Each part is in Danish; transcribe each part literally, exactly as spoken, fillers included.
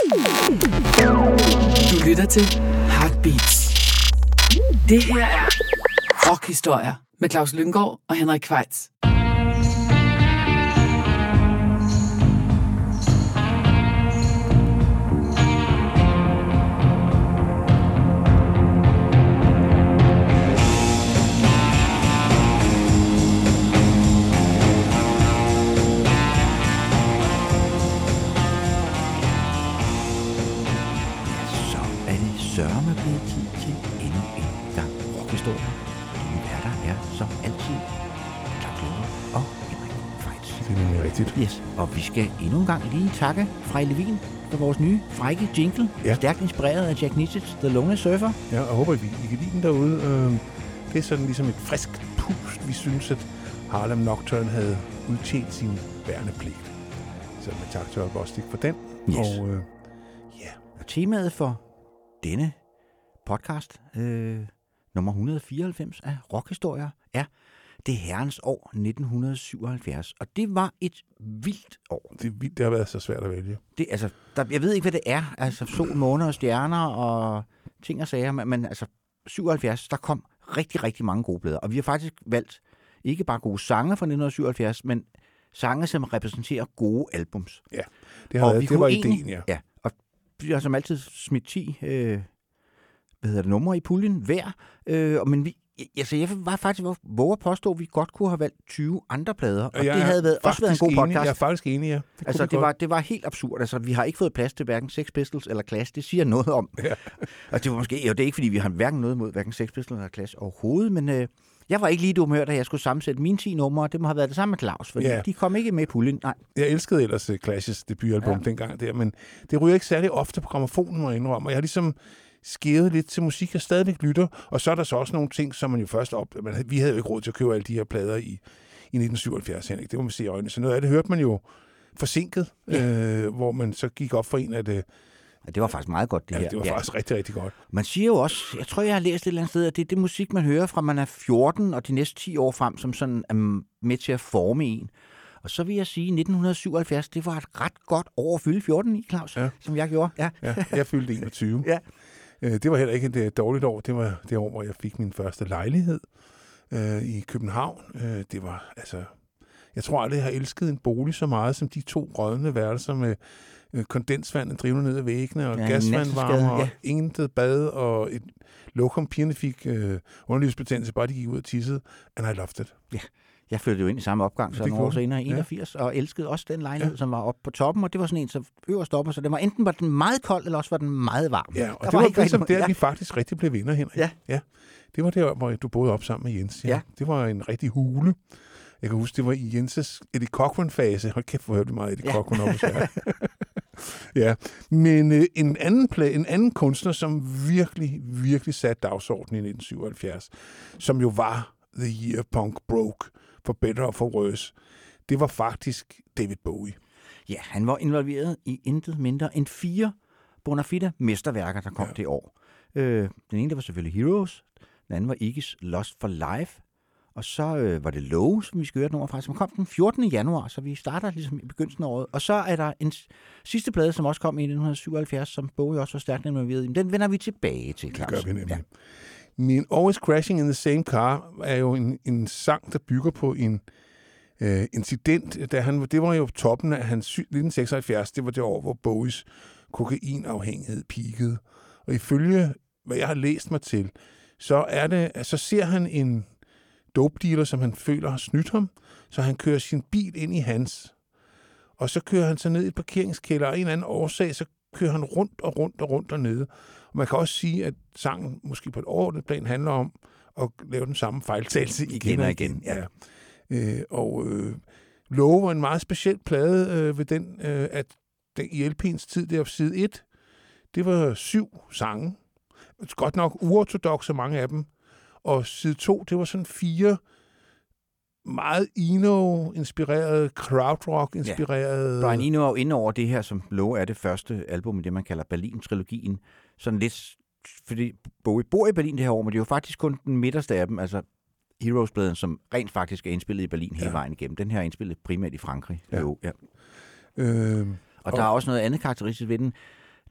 Du lytter til Heartbeats. Det her er Rockhistorier med Claus Lynggaard og Henrik Kvejts. Sørme blevet tid til endnu en gang rockhistorier. Dine værter er som altid Claus Lynggaard og Henrik Kvejts. Det er nemlig rigtigt. Yes. Og vi skal endnu en gang lige takke Frej Levin for vores nye frække jingle. Ja. Stærkt inspireret af Jack Nicholls The Lonely Surfer. Ja, og håber, I, I kan lide den derude. Det er sådan ligesom et frisk pust. Vi synes, at Harlem Nocturne havde udtjent sin værnepligt. Så med tak til Aalborg for den. Yes. Og øh, ja. Og temaet for denne podcast, øh, nummer et hundrede og fireoghalvfems af Rockhistorier, er det herrens år nitten syvoghalvfjerds. Og det var et vildt år. Det, er vildt, det har været så svært at vælge. Det, altså, der, jeg ved ikke, hvad det er. Altså sol, måner og stjerner og ting og sager. Men, men altså, syvoghalvfjerds, der kom rigtig, rigtig mange gode plader. Og vi har faktisk valgt ikke bare gode sange fra nitten syvoghalvfjerds, men sange, som repræsenterer gode albums. Ja, det, har været, det var egentlig, ideen, ja. ja. Og vi har som altid smidt ti øh, hvad hedder det, numre i puljen hver. Øh, men vi, altså, jeg var faktisk våge at påstå, at vi godt kunne have valgt tyve andre plader. Og jeg det havde været, også været en god enig. podcast. Jeg er faktisk enig, ja. Det altså, det var, det var helt absurd. Altså, vi har ikke fået plads til hverken Sex Pistols eller Clash. Det siger noget om. Ja. Og det var måske, jo, det er ikke, fordi vi har hverken noget mod hverken Sex Pistols eller Clash overhovedet, men øh, jeg var ikke lige dumør, da jeg skulle sammensætte mine ti numre. Det må have været det samme med Claus, for ja. de kom ikke med i puljen. Nej. Jeg elskede ellers Clash's debutalbum ja. dengang der, men det ryger ikke særlig ofte på grammofonen, må jeg indrømme. Og jeg har ligesom skæret lidt til musik, jeg stadigvæk lytter, og så er der så også nogle ting, som man jo først op... Man, vi havde jo ikke råd til at købe alle de her plader i, i nitten syvoghalvfjerds, Henrik. Det må man se i øjnene. Så noget af det hørte man jo forsinket, ja. øh, hvor man så gik op for en af det... Ja, det var faktisk meget godt, det ja, her. det var ja. faktisk rigtig, rigtig godt. Man siger jo også, jeg tror, jeg har læst et eller andet sted, at det er det musik, man hører fra man er fjorten og de næste ti år frem, som sådan er med til at forme en. Og så vil jeg sige, at nitten syvoghalvfjerds, det var et ret godt år at fylde fjorten i, Claus, ja. som jeg gjorde. Ja, ja jeg fyldte enogtyve. ja. Det var heller ikke et dårligt år. Det var det år, hvor jeg fik min første lejlighed øh, i København. Øh, det var, altså... Jeg tror aldrig, jeg har elsket en bolig så meget, som de to rådne værelser med øh, kondensvandet drivende ned ad væggene, og ja, gasvandvarmer, ja. og intet bad, og et lokum. Pigerne fik øh, underlivsbetændelse, bare de gik ud og tissede, and I loved it. Ja. Jeg flyttede jo ind i samme opgang, så nogle år senere, enogfirs, ja. og elskede også den lejlighed, ja. som var oppe på toppen, og det var sådan en, som øverst oppe, så det var enten var den meget kold, eller også var den meget varm. Ja, og der det var, var ligesom der, ja. vi faktisk rigtig blev venner, Henrik. Ja. ja. Det var der, hvor du boede op sammen med Jens. Ja. ja. Det var en rigtig hule. Jeg kan huske, det var i Jenses Eddie Cochran-fase. Hold kæft, hvor hørte vi meget Eddie ja. Cochran op. ja, men øh, en, anden play, en anden kunstner, som virkelig, virkelig satte dagsordenen i nitten syvoghalvfjerds, som jo var The Year Punk Broke, for better og for worse, det var faktisk David Bowie. Ja, han var involveret i intet mindre end fire bona fide mesterværker, der kom ja. det år. Øh, den ene, der var selvfølgelig Heroes, den anden var Iggy's Lost for Life, og så øh, var det Low, som vi skal høre den over fra, som kom den fjortende januar, så vi starter ligesom i begyndelsen af året. Og så er der en sidste plade, som også kom i nitten syvoghalvfjerds, som Bowie også var stærkt involveret i. Den vender vi tilbage til, Claus. Det gør vi nemlig. Ja. Men Always Crashing in the Same Car er jo en, en sang, der bygger på en øh, incident. Da han, det var jo toppen af hans nitten seksoghalvfjerds, det var det år, hvor Bowies kokainafhængighed peakede. Og ifølge, hvad jeg har læst mig til, så, er det, så ser han en dope dealer, som han føler har snydt ham, så han kører sin bil ind i hans. Og så kører han så ned i et parkeringskælder, og af en eller anden årsag, så kører han rundt og rundt og rundt dernede. Og man kan også sige, at sangen måske på et overordnet plan handler om at lave den samme fejltagelse igen, igen og igen. Ja. Øh, og øh, Low var en meget speciel plade øh, ved den, øh, at den, i L P'ens tid der på side et, det var syv sange. Godt nok uortodokse, mange af dem. Og side to, det var sådan fire meget Eno-inspirerede, krautrock-inspirerede... Ja. Brian Eno er jo inde over det her, som Low er det første album i det, man kalder Berlin-trilogien. Sådan lidt, fordi Bowie bor i Berlin det her år, men det er jo faktisk kun den midterste af dem, altså Heroes-pladen, som rent faktisk er indspillet i Berlin hele ja. vejen igennem. Den her er indspillet primært i Frankrig. Ja. Jo, ja. Øhm, og der og... er også noget andet karakteristisk ved den.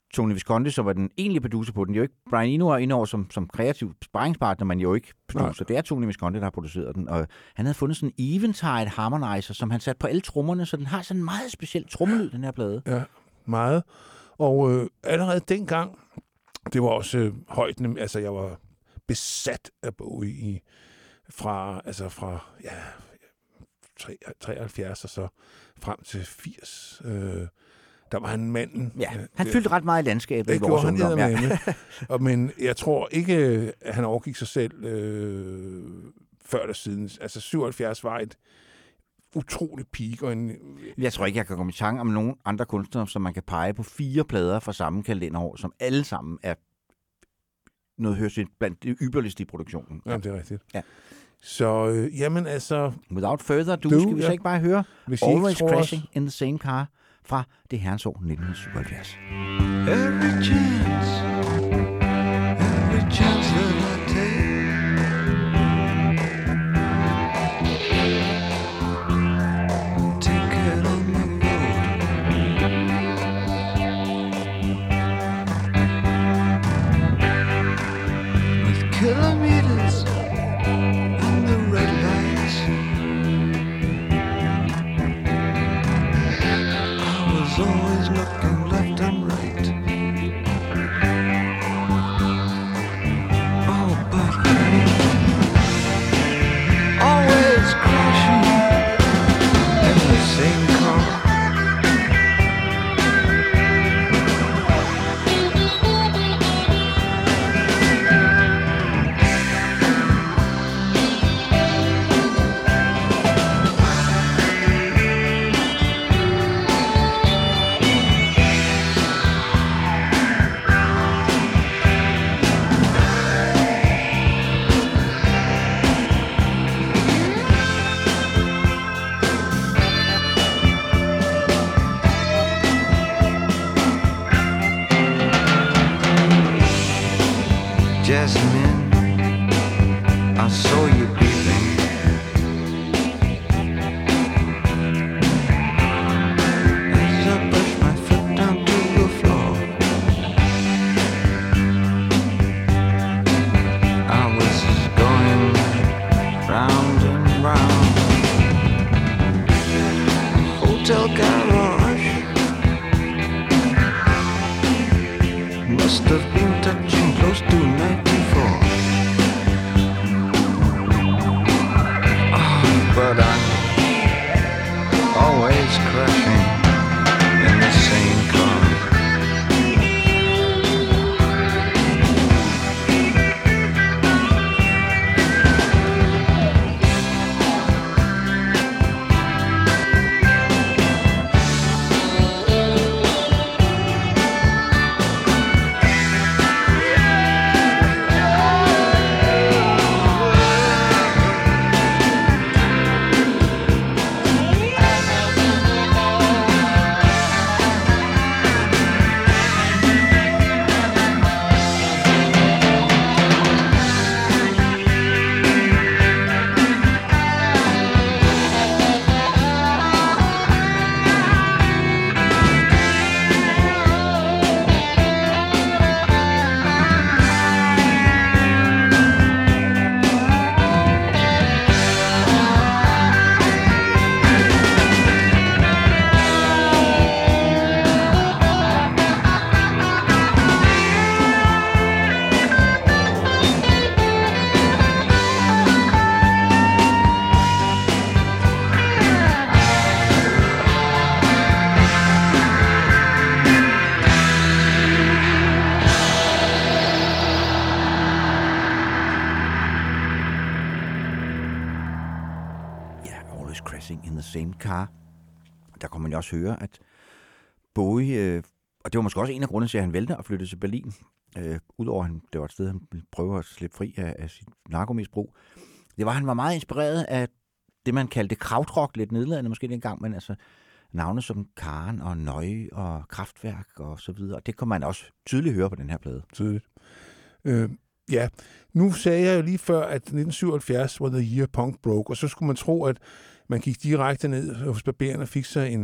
Tony Visconti, som var den egentlige producer på den. Det er jo ikke Brian Eno er indover som, som kreativ sparringspartner, men jo ikke producer. Nej. Det er Tony Visconti, der har produceret den. Og han havde fundet sådan en Eventide harmonizer, som han satte på alle trommerne, så den har sådan en meget speciel trommelyd, den her plade. Ja, meget. Og øh, allerede dengang, det var også øh, højden, altså jeg var besat af Bowie i, fra, altså fra, ja, treoghalvfjerds og så frem til firs. Øh, der var han manden. Ja, han øh, fyldte ret meget i landskabet det i vores ungdom. Ja. og, men jeg tror ikke, at han overgik sig selv øh, før eller siden. Altså syvoghalvfjerds var et utroligt peak. Og en, jeg tror ikke, jeg kan komme i tanke om nogen andre kunstnere, som man kan pege på fire plader fra samme kalenderår, som alle sammen er noget hørt blandt det ypperligste i produktionen. Ja, det er rigtigt. Ja. Så øh, jamen altså... Without further ado, du, skal vi ja. så ikke bare høre Hvis Always Crashing in the Same Car fra det herrens år nitten syvoghalvfjerds. Every chance, every chance that I take, take it on the road with kilometers and the red lights. I was always looking left and right. Oh, but always crashing in the same car. Jasmine, I saw you breathing. As I pushed my foot down to the floor, I was going round and round. Hotel garage must have been touching close to ninety-four. Oh, but I'm always crashing in the same car. Same Car. Der kunne man jo også høre, at Bowie, øh, og det var måske også en af grundene til, at han valgte at flytte til Berlin, øh, udover at han, det var et sted, han ville prøve at slippe fri af, af sit narkomisbrug. Det var, at han var meget inspireret af det, man kaldte krautrock, lidt nedladende måske dengang, men altså navne som Karen og Nøje og Kraftwerk og så videre. Og det kunne man også tydeligt høre på den her plade. Tydeligt. Øh, ja, nu sagde jeg jo lige før, at nitten syvoghalvfjerds var the year punk broke, og så skulle man tro, at man gik direkte ned hos barberen og fik sig en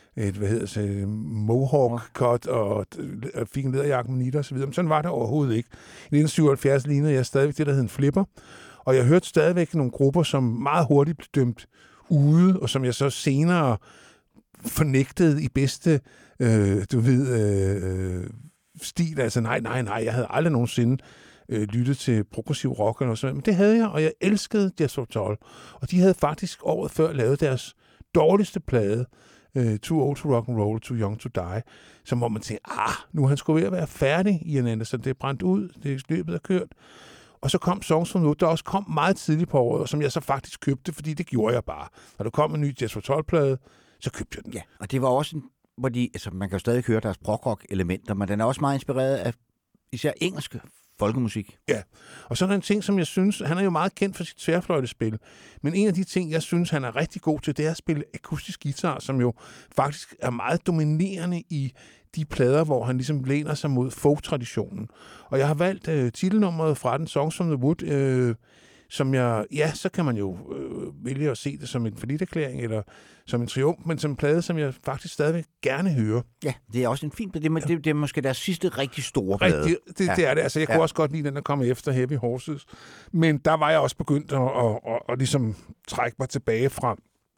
et, hvad hedder det, mohawk-cut, og, og fik en læderjakke med nitter og så videre. Men sådan var det overhovedet ikke. I nitten syvoghalvfjerds lignede jeg stadigvæk det, der hed en flipper. Og jeg hørte stadigvæk nogle grupper, som meget hurtigt blev dømt ude, og som jeg så senere fornægtede i bedste, øh, du ved, øh, stil. Altså nej, nej, nej, jeg havde aldrig nogensinde øh, lyttet til progressiv rock eller noget sådan. Men det havde jeg, og jeg elskede Jethro Tull. Og de havde faktisk året før lavet deres dårligste plade, øh, Too Old to Rock and Roll, Too Young to Die, som hvor man tænker, ah, nu er han sgu ved at være færdig, Ian Anderson. Det er brændt ud, det er løbet er kørt. Og så kom Songs from the Wood, der også kom meget tidligt på året, og som jeg så faktisk købte, fordi det gjorde jeg bare. Når der kom en ny Jethro Tull-plade, så købte jeg den. Ja, og det var også en, hvor de, altså man kan jo stadig høre deres prog-rock-elementer, men den er også meget inspireret af især engelsk folkemusik. Ja, og så er der en ting, som jeg synes, han er jo meget kendt for sit tværfløjtespil, men en af de ting, jeg synes, han er rigtig god til, det er at spille akustisk guitar, som jo faktisk er meget dominerende i de plader, hvor han ligesom læner sig mod folk-traditionen. Og jeg har valgt øh, titelnummeret fra den, Songs from the Wood, øh, som jeg, ja, så kan man jo øh, vælge at se det som en forlitterklæring eller som en triumf, men som en plade, som jeg faktisk stadigvæk gerne hører. Ja, det er også en fin plade. Det, det, det er måske deres sidste rigtig store plade. Rigtig, det, ja. det er det. Altså, jeg kunne ja. også godt lide den, der kom efter Heavy Horses, men der var jeg også begyndt at, at, at, at ligesom trække mig tilbage fra.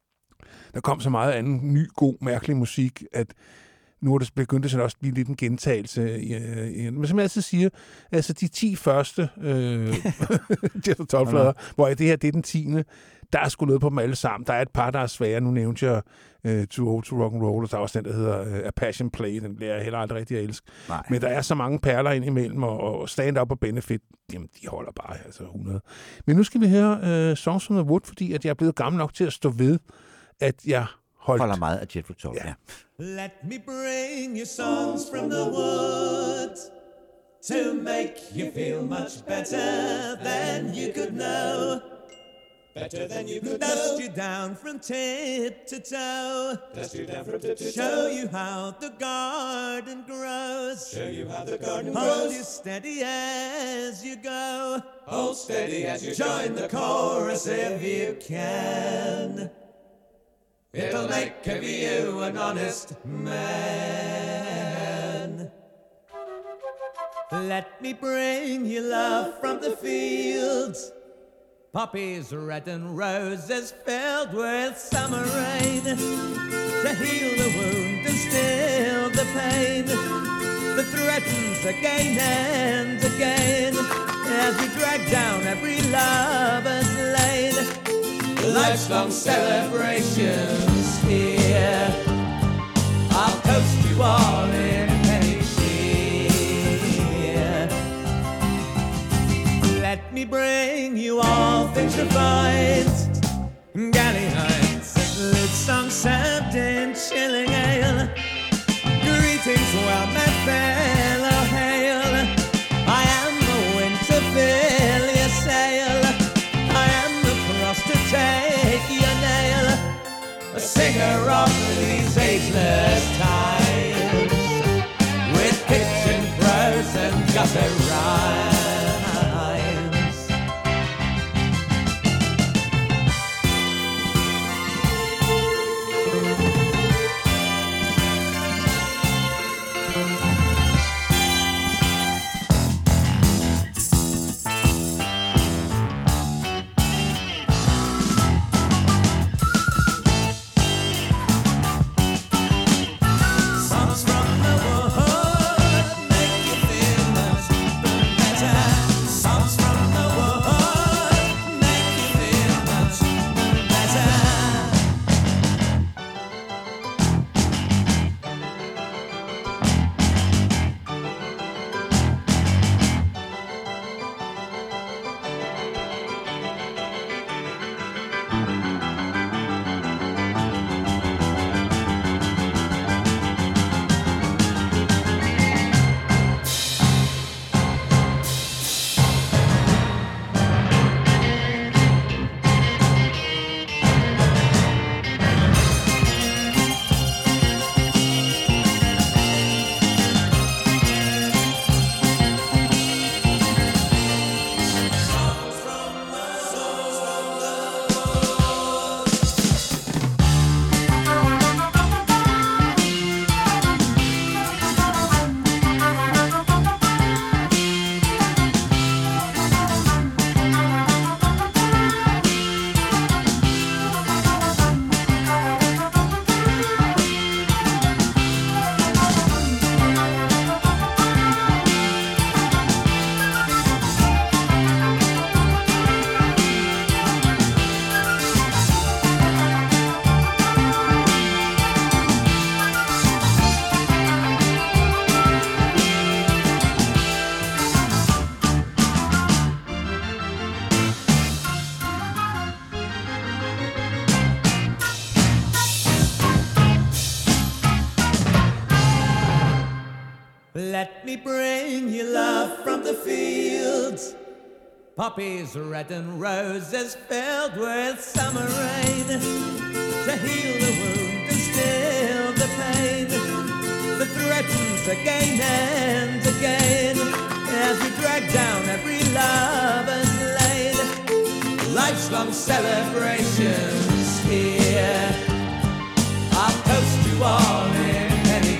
Der kom så meget anden ny, god, mærkelig musik, at nu er det begyndt at også blive lidt en gentagelse. I, i, men som jeg altid siger, altså de ti første øh, Jethro Tull-plader, hvor det her det er den tiende, der er sgu noget på dem alle sammen. Der er et par, der er svære. Nu nævnte jeg uh, Too Old to Rock and Roll, og der er også den, der hedder uh, A Passion Play. Den bliver jeg heller aldrig rigtig at elske. Nej. Men der er så mange perler ind imellem, og, og Stand Up og Benefit, jamen de holder bare altså hundrede. Men nu skal vi høre uh, Songs from the Wood, fordi at jeg er blevet gammel nok til at stå ved, at jeg holdt. Holder meget af Jethro Tull, ja. ja. Let me bring you songs from the woods to make you feel much better than you could know. Better than you could Dust know. You down from tip to toe. Dust you down from tip to toe. Show you how the garden grows. Show you how the garden Hold grows. Hold you steady as you go. Hold steady as you join the chorus if you can. It'll make of you an honest man. Let me bring you love from the fields. Poppies red and roses filled with summer rain to heal the wound and still the pain that threatens again and again as we drag down every lover's lane. Life's long celebrations here. I'll toast you all in penny cheer. Let me bring you all things refined. Galley heights, lute songs served in chilling ale. Greetings, well met fellow, hail. I am the wind to fill your sail. I am the cross to take your nail. A singer of these ageless times, with kitchen prose and gutter rhymes. Songs from the wood make you feel much better. Let me bring you love from the fields, poppies red and roses filled with summer rain, to heal the wound and still the pain that threatens again and again, as we drag down every lover's lane. Life's long celebrations here, I'll toast you all in any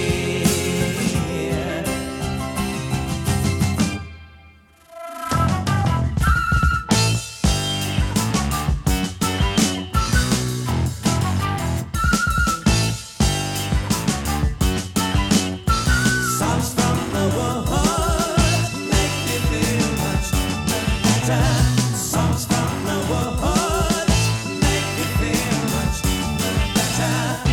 cheer. Songs from the world make me feel much better. Songs from the world make me feel much better.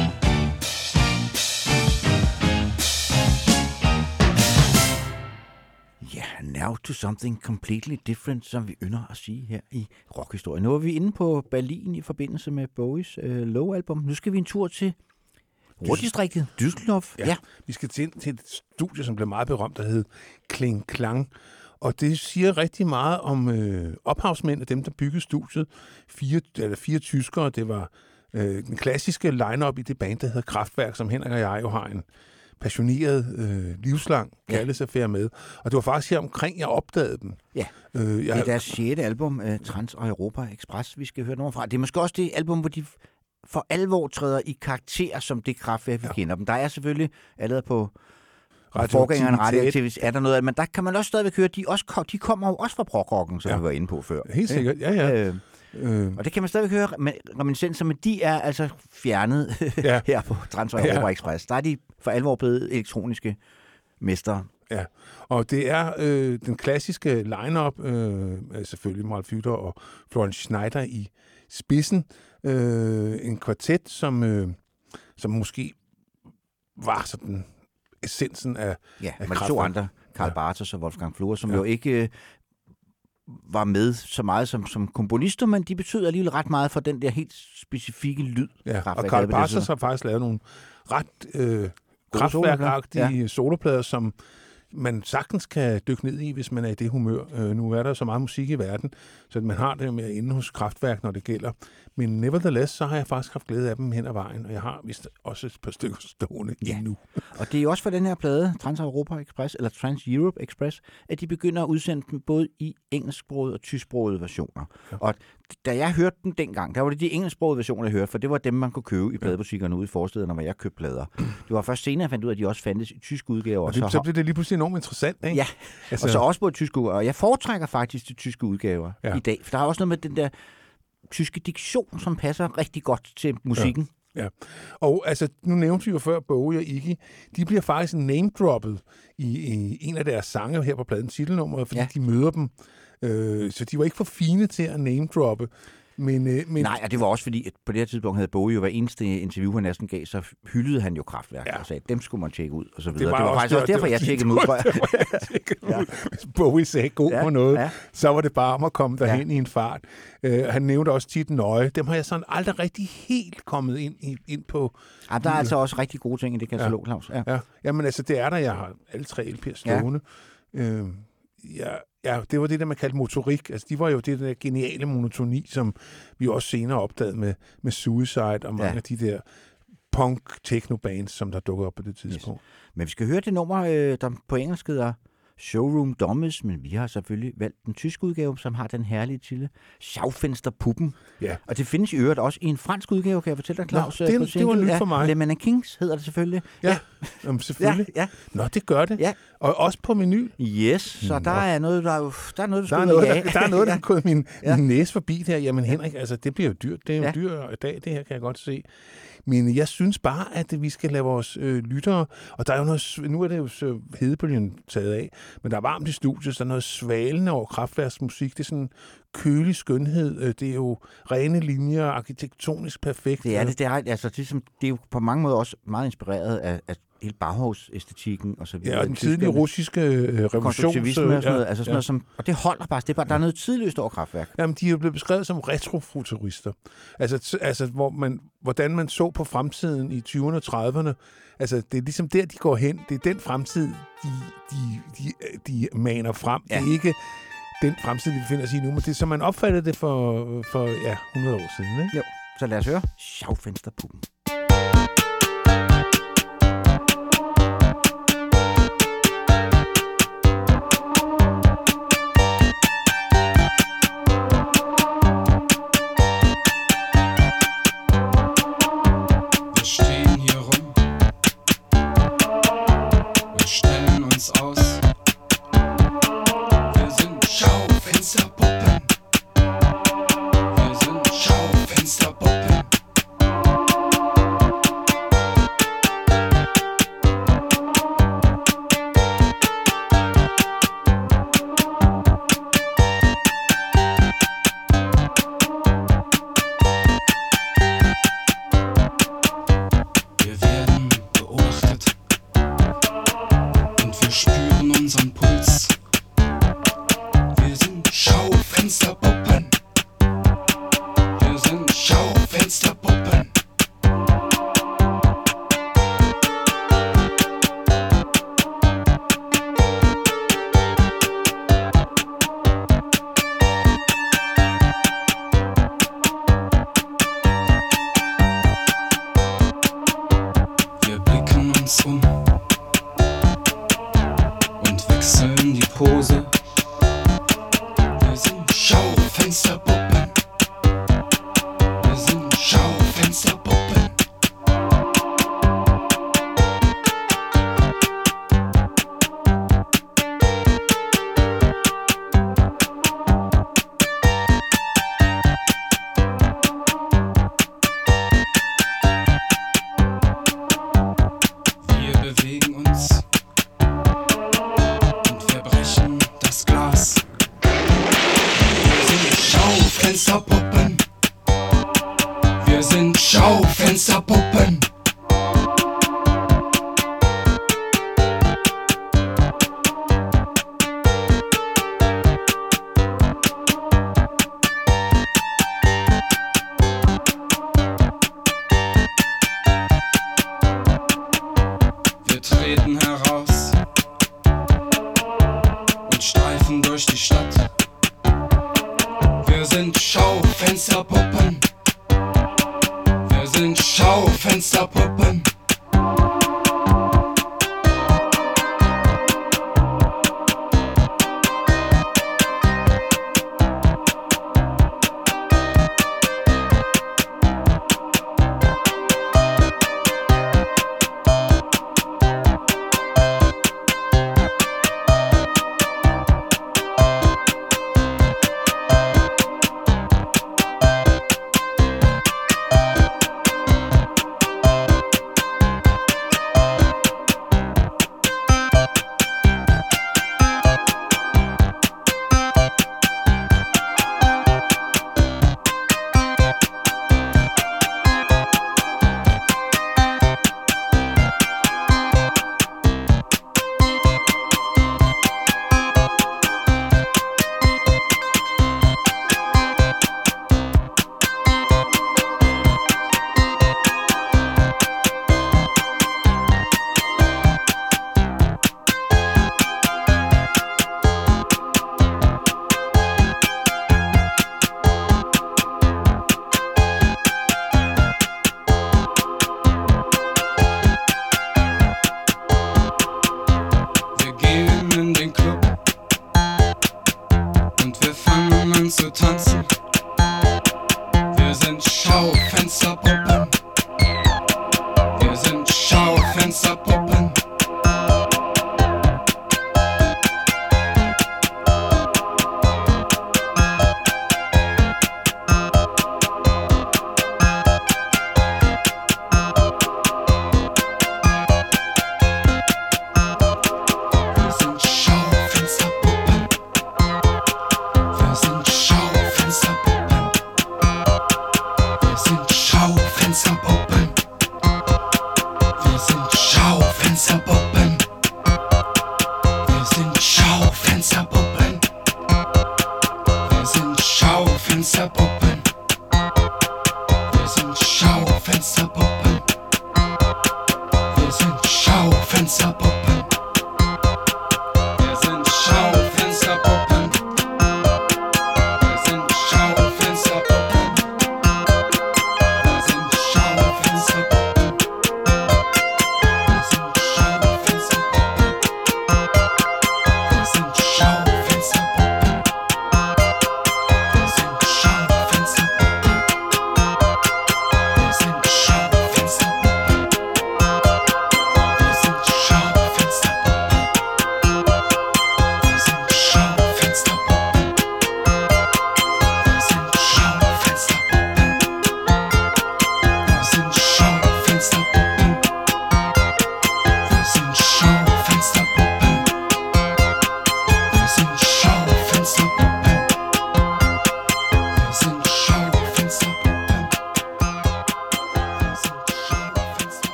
Ja, now to something completely different, som vi ynder at sige her i rockhistorien. Nu er vi inde på Berlin i forbindelse med Bowies øh, Low-album. Nu skal vi en tur til Ruhrdistriktet, Düsseldorf. Ja, ja. Vi skal til, til et studie, som blev meget berømt, der hed Kling Klang. Og det siger rigtig meget om øh, ophavsmænd af dem, der byggede studiet. Fire, eller fire tyskere. Det var øh, den klassiske line-up i det band, der hedder Kraftwerk, som Henrik og jeg jo har en passioneret, øh, livslang kærlighedsaffære med. Og det var faktisk her omkring, jeg opdagede dem. Ja, øh, jeg... det er deres sjette album, uh, Trans og Europa Express, vi skal høre noget fra. Det er måske også det album, hvor de for alvor træder i karakter som det Kraftwerk, vi ja. kender dem. Der er selvfølgelig allerede på forgængeren Radioaktivitet, er der noget, men der kan man også stadigvæk høre, de, også, de kommer jo også fra prog-rocken, som ja. vi var inde på før. Helt sikkert, ja, ja. Øh, øh. Og det kan man stadigvæk høre, men reminiscenser, men de er altså fjernet ja. her på Trans og Europa ja. Express. Der er de for alvor blevet elektroniske mestre. Ja, og det er øh, den klassiske line-up, øh, selvfølgelig Ralf Hütter og Florian Schneider i spidsen. Øh, en kvartet, som, øh, som måske var sådan essensen af Ja, af men de to andre, Karl ja. Bartos og Wolfgang Flor, som ja. jo ikke øh, var med så meget som, som komponister, men de betød alligevel ret meget for den der helt specifikke lyd. Ja, og Karl Bartos har faktisk lavet nogle ret øh, kraftværkagtige ja. soloplader, som man sagtens kan dykke ned i, hvis man er i det humør. Øh, nu er der så meget musik i verden, så man har det med inde hos Kraftwerk, når det gælder. Men nevertheless, så har jeg faktisk haft glæde af dem hen ad vejen, og jeg har vist også et par stykker stående ja. endnu. Og det er også for den her plade, Trans Europa Express, eller Trans Europe Express, at de begynder at udsende dem både i engelsksprogede og tysksprogede versioner. Ja. Og da jeg hørte den dengang, der var det de engelsksprogede versioner, jeg hørte, for det var dem, man kunne købe i pladebutikkerne ude i forstederne, hvor jeg købte plader. Det var først senere, jeg fandt ud af, at de også fandtes i tyske udgaver. Og det, så, så blev det lige pludselig enormt interessant, ikke? Ja, altså... og så også på tyske udgaver. Og jeg foretrækker faktisk de tyske udgaver ja. i dag, for der er også noget med den der tyske diktion, som passer rigtig godt til musikken. Ja. Ja, og altså, nu nævnte vi jo før Bowie og Iggy, de bliver faktisk name-droppet i, i en af deres sange her på pladen, titelnummeret, fordi ja. de møder dem. Øh, så de var ikke for fine til at name-droppe. Men, øh, men... Nej, og det var også fordi, at på det her tidspunkt havde Bowie jo hver eneste interview, han næsten gav, så hyldede han jo Kraftwerk ja. og sagde, dem skulle man tjekke ud, og så videre. Det var, det var også, faktisk også derfor, jeg tjekkede ud, tror jeg. ja. Hvis Bowie sagde god ja. på noget, ja. så var det bare om at komme derhen ja. i en fart. Uh, han nævnte også tit nøje. Dem har jeg sådan aldrig rigtig helt kommet ind, i, ind på. Ja, der er altså også rigtig gode ting i det katalog, ja. Claus. Ja. Ja. Jamen altså, det er der, jeg har alle tre L P'er stående. Ja. Uh, ja. Ja, det var det, der man kaldte motorik. Altså, de var jo det der geniale monotoni, som vi også senere opdagede med, med Suicide og mange ja. af de der punk-techno-bands, som der dukkede op på det tidspunkt. Yes. Men vi skal høre det nummer, der på engelsk hedder Showroom Dummies, men vi har selvfølgelig valgt den tyske udgave, som har den herlige titel Schaufensterpuppen. Ja. Og det findes i øvrigt også i en fransk udgave, kan jeg fortælle dig, Claus. Nå, det, det var nyt for mig. Le Mannequins hedder det selvfølgelig. Ja, ja. Jamen, selvfølgelig. Ja, ja. Nå, det gør det. Ja. Og også på menu. Yes, så der er noget, der, der er noget, der, der, er noget, der, der er noget, der er gået min, ja. min næse forbi der. Jamen Henrik, altså det bliver jo dyrt. Det er jo ja. dyr i dag, det her kan jeg godt se. Men jeg synes bare, at vi skal lade vores øh, lyttere, og der er jo noget, nu er det jo så hedebølgen taget af, men der er varmt i studiet, så der er noget svalende over Kraftwerks musik. Det er sådan kølig skønhed. Det er jo rene linjer, arkitektonisk perfekt. Det er det. Det er, altså, det er, som, det er jo på mange måder også meget inspireret af, af hele Bauhaus-æstetikken og så videre. Ja, og den tidlige russiske øh, revolution. Konstruktivisme og sådan noget. Ja, altså sådan ja. noget som, og det holder bare. Det er bare der er noget tidløst over Kraftwerk. Jamen, de er jo blevet beskrevet som retrofuturister. Altså, altså hvor man, hvordan man så på fremtiden i tyverne og trediverne. Altså, det er ligesom der, de går hen. Det er den fremtid, de, de, de, de maner frem. Ja. Det er ikke den fremtid, vi befinder os i nu, men det er, som man opfattede det for, for ja, hundrede år siden, ikke? Jo, så lad os høre Schaufensterpuppen.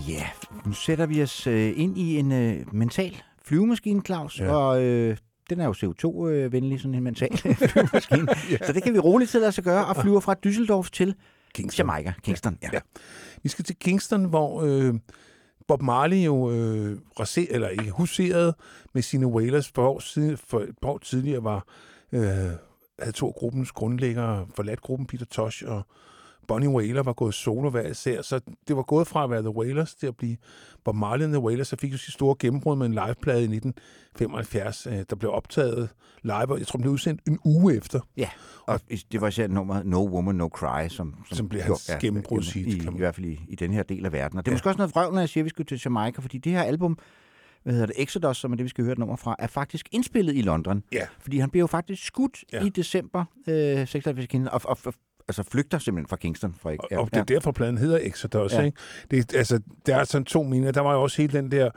Ja, nu sætter vi os øh, ind i en øh, mental flyvemaskine, Claus, Ja. og øh, den er jo C O to-venlig, sådan en mental flyvemaskine. Ja. Så det kan vi roligt til at sig gøre, og flyver fra Düsseldorf til Kingston. Jamaica. Kingston, ja. Ja. Vi skal til Kingston, hvor øh, Bob Marley jo øh, raser, eller ikke huserede med sine Wailers for år, siden, for et par år tidligere var, øh, havde to af gruppens grundlæggere forladt gruppen, Peter Tosh og Bonnie Wailer var gået solo hver især, så det var gået fra at være The Wailers til at blive Bob Marley and The Wailers, så fik jo sit store gennembrud med en liveplade i nitten femoghalvfjerds, der blev optaget live, og jeg tror, den blev udsendt en uge efter. Ja, og det var især nummeret No Woman, No Cry, som, som, Som blev hans ja, gennembrudshit, i, kan man- i hvert fald i, i den her del af verden. Og det er Ja. måske også noget vrøvl, når jeg siger, at vi skal til Jamaica, fordi det her album, hvad hedder det, Exodus, som er det, vi skal høre et nummer fra, er faktisk indspillet i London. Ja. Fordi han bliver jo faktisk skudt Ja. i december øh, seksoghalvfjerds, og, og, og altså flygter simpelthen fra Kingston. Fra, Og, og det er derfor, pladen hedder Exodus, Ja. ikke? Det, altså, der er sådan to meninger. Der var jo også hele den der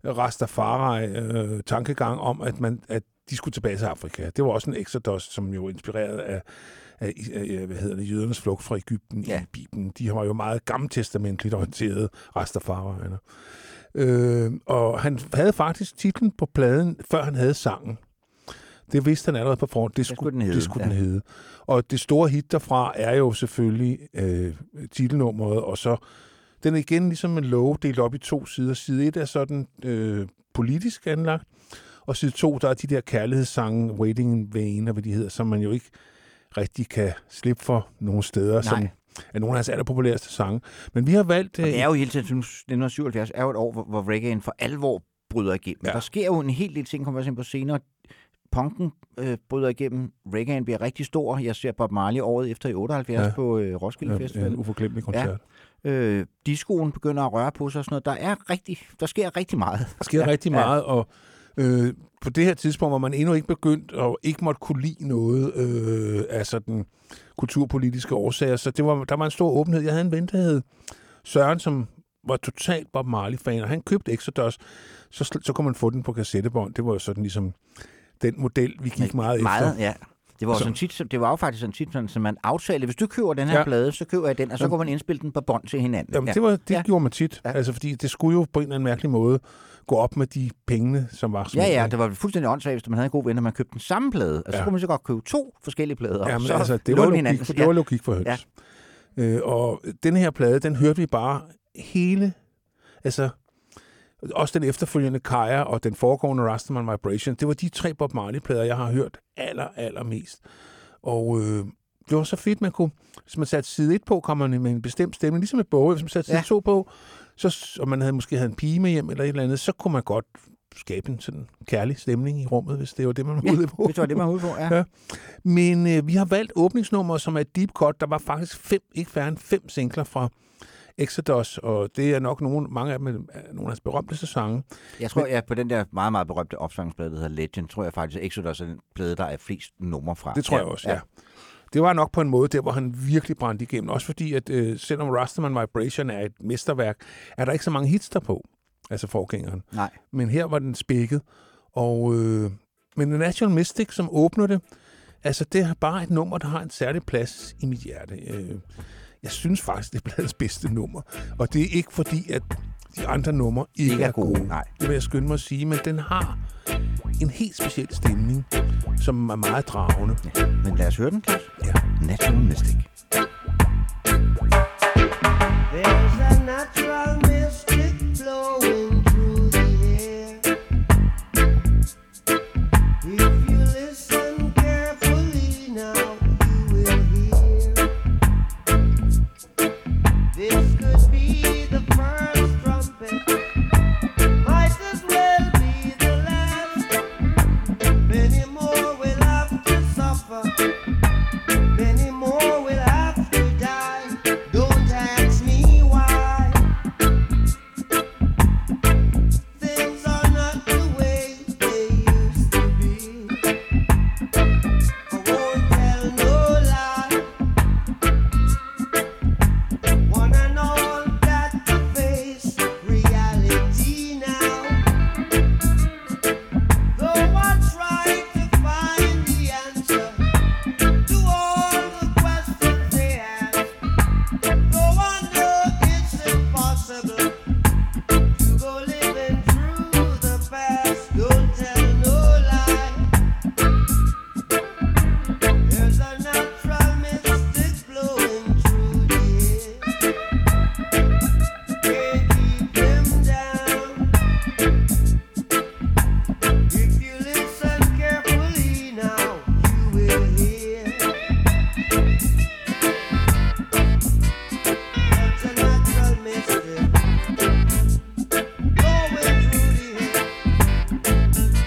Rastafari-tankegang om, at, man, at de skulle tilbage til Afrika. Det var også en Exodus, som jo inspireret af, af, af hvad hedder det, jødernes flugt fra Egypten Ja. i Bibelen. De var jo meget gammeltestamentligt orienteret, Rastafari'erne. Øh, og han havde faktisk titlen på pladen, før han havde sangen. Det vidste han allerede på forhånd. Det skulle, skulle den hedde, det skulle ja. den hedde. Og det store hit derfra er jo selvfølgelig øh, titelnummeret, og så den er igen ligesom en love delt op i to sider. Side et er sådan øh, politisk anlagt, og side to, der er de der kærlighedssange, Waiting in Vain, og hvad de hedder, som man jo ikke rigtig kan slippe for nogle steder, Nej. som er nogle af hans allerpopulæreste sange. Men vi har valgt... Og Øh, det er jo hele tiden, nitten syvoghalvfjerds er jo et år, hvor, hvor reggaen for alvor bryder igennem. Ja. Ja. Der sker jo en hel del ting, kommer vi også ind på senere. Punken øh, bryder igennem, reggaen bliver rigtig stor. Jeg ser Bob Marley året efter i otteoghalvfjerds Ja. på øh, Roskilde ja, Festival. en uforglemmelig koncert. Ja. Øh, discoen begynder at røre på sig og sådan noget. Der er rigtig, der sker rigtig meget. Der sker ja. rigtig meget, og øh, på det her tidspunkt, hvor man endnu ikke begyndt og ikke måtte kunne lide noget øh, af sådan kulturpolitiske årsager, så det var, der var en stor åbenhed. Jeg havde en ven, der hed Søren, som var totalt Bob Marley-fan, og han købte Exodus, så, så kunne man få den på kassettebånd. Det var jo sådan ligesom den model, vi gik meget, meget efter. Ja. Det var, Så- sådan tit, det var jo faktisk sådan tit, sådan, så man aftalte, hvis du køber den her Ja. ja. plade, så køber jeg den, og så Jamen- kunne man indspille den på bånd til hinanden. Jamen, ja. det, var, det Ja. ja. gjorde man tit, Ja. ja. altså, fordi det skulle jo på en eller anden mærkelig måde gå op med de pengene, som var små. Ja, ja, det var fuldstændig åndssvagt, hvis man havde en god ven, og man købte den samme plade. Og så Ja. kunne man så godt købe to forskellige plader. Ja, og men så altså, det var, låne logik, hinanden. for, det var logik for høns. Ja. Øh, og den her plade, den hørte vi bare hele, altså også den efterfølgende Kaya og den foregående Rastaman Vibration, det var de tre Bob Marley-plader, jeg har hørt aller, aller mest. Og øh, det var så fedt, man kunne, hvis man satte side et på, kom man med en bestemt stemme, ligesom et bog, hvis man satte side Ja. to på, så, og man havde måske havde en pige med hjem eller et eller andet, så kunne man godt skabe en sådan kærlig stemning i rummet, hvis det var det, man var Ja, ude på. hvis det var det, man var ude på, ja. Ja. Men øh, vi har valgt åbningsnummer, som er et deep cut. Der var faktisk fem, ikke færre end fem singler fra Exodus, og det er nok nogle, mange af dem er nogle af hans berømteste sange. Jeg tror, ja, på den der meget, meget berømte opsvangsplade, der hedder Legend, tror jeg faktisk, at Exodus er den plade, der er flest numre fra. Det tror jeg også, ja. Det var nok på en måde der, hvor han virkelig brændte igennem. Også fordi, at øh, selvom Rastaman Vibration er et mesterværk, er der ikke så mange hits derpå, altså forgængeren. Nej. Men her var den spækket. Og, øh, men The National Mystic, som åbner det, altså det er bare et nummer, der har en særlig plads i mit hjerte. Øh, jeg synes faktisk, det er bladets bedste nummer. Og det er ikke fordi, at de andre numre ikke, Ikke er er gode. gode, nej. Det vil jeg skynde mig at sige, men den har en helt speciel stemning, som er meget dragende. Ja. Men lad os høre den, Klaus. Ja. Natural Mystic. There's a natural mystic flowing through the air. If you listen carefully now, you will hear. This could be the first trumpet, might as well be the last. Many more will have to suffer, many more will have go living through the past. Don't tell no lie. There's a natural mystic blowing through the air. Can't keep them down. If you listen carefully now, you will hear. Such a natural mystic blowing through the air.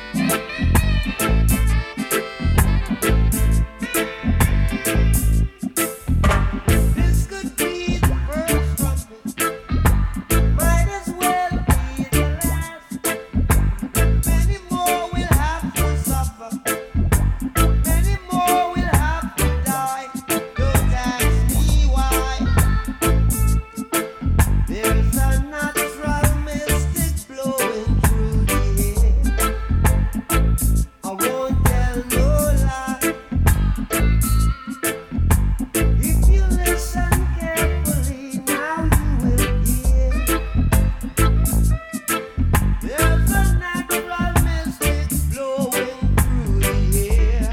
This could be the first trumpet, might as well be the last. Many more will have to suffer, many more will have to die. Don't ask me why. There's a natural mystic blowing through the air. I won't tell no lie. If you listen carefully, now you will hear. There's a natural mystic blowing through the air.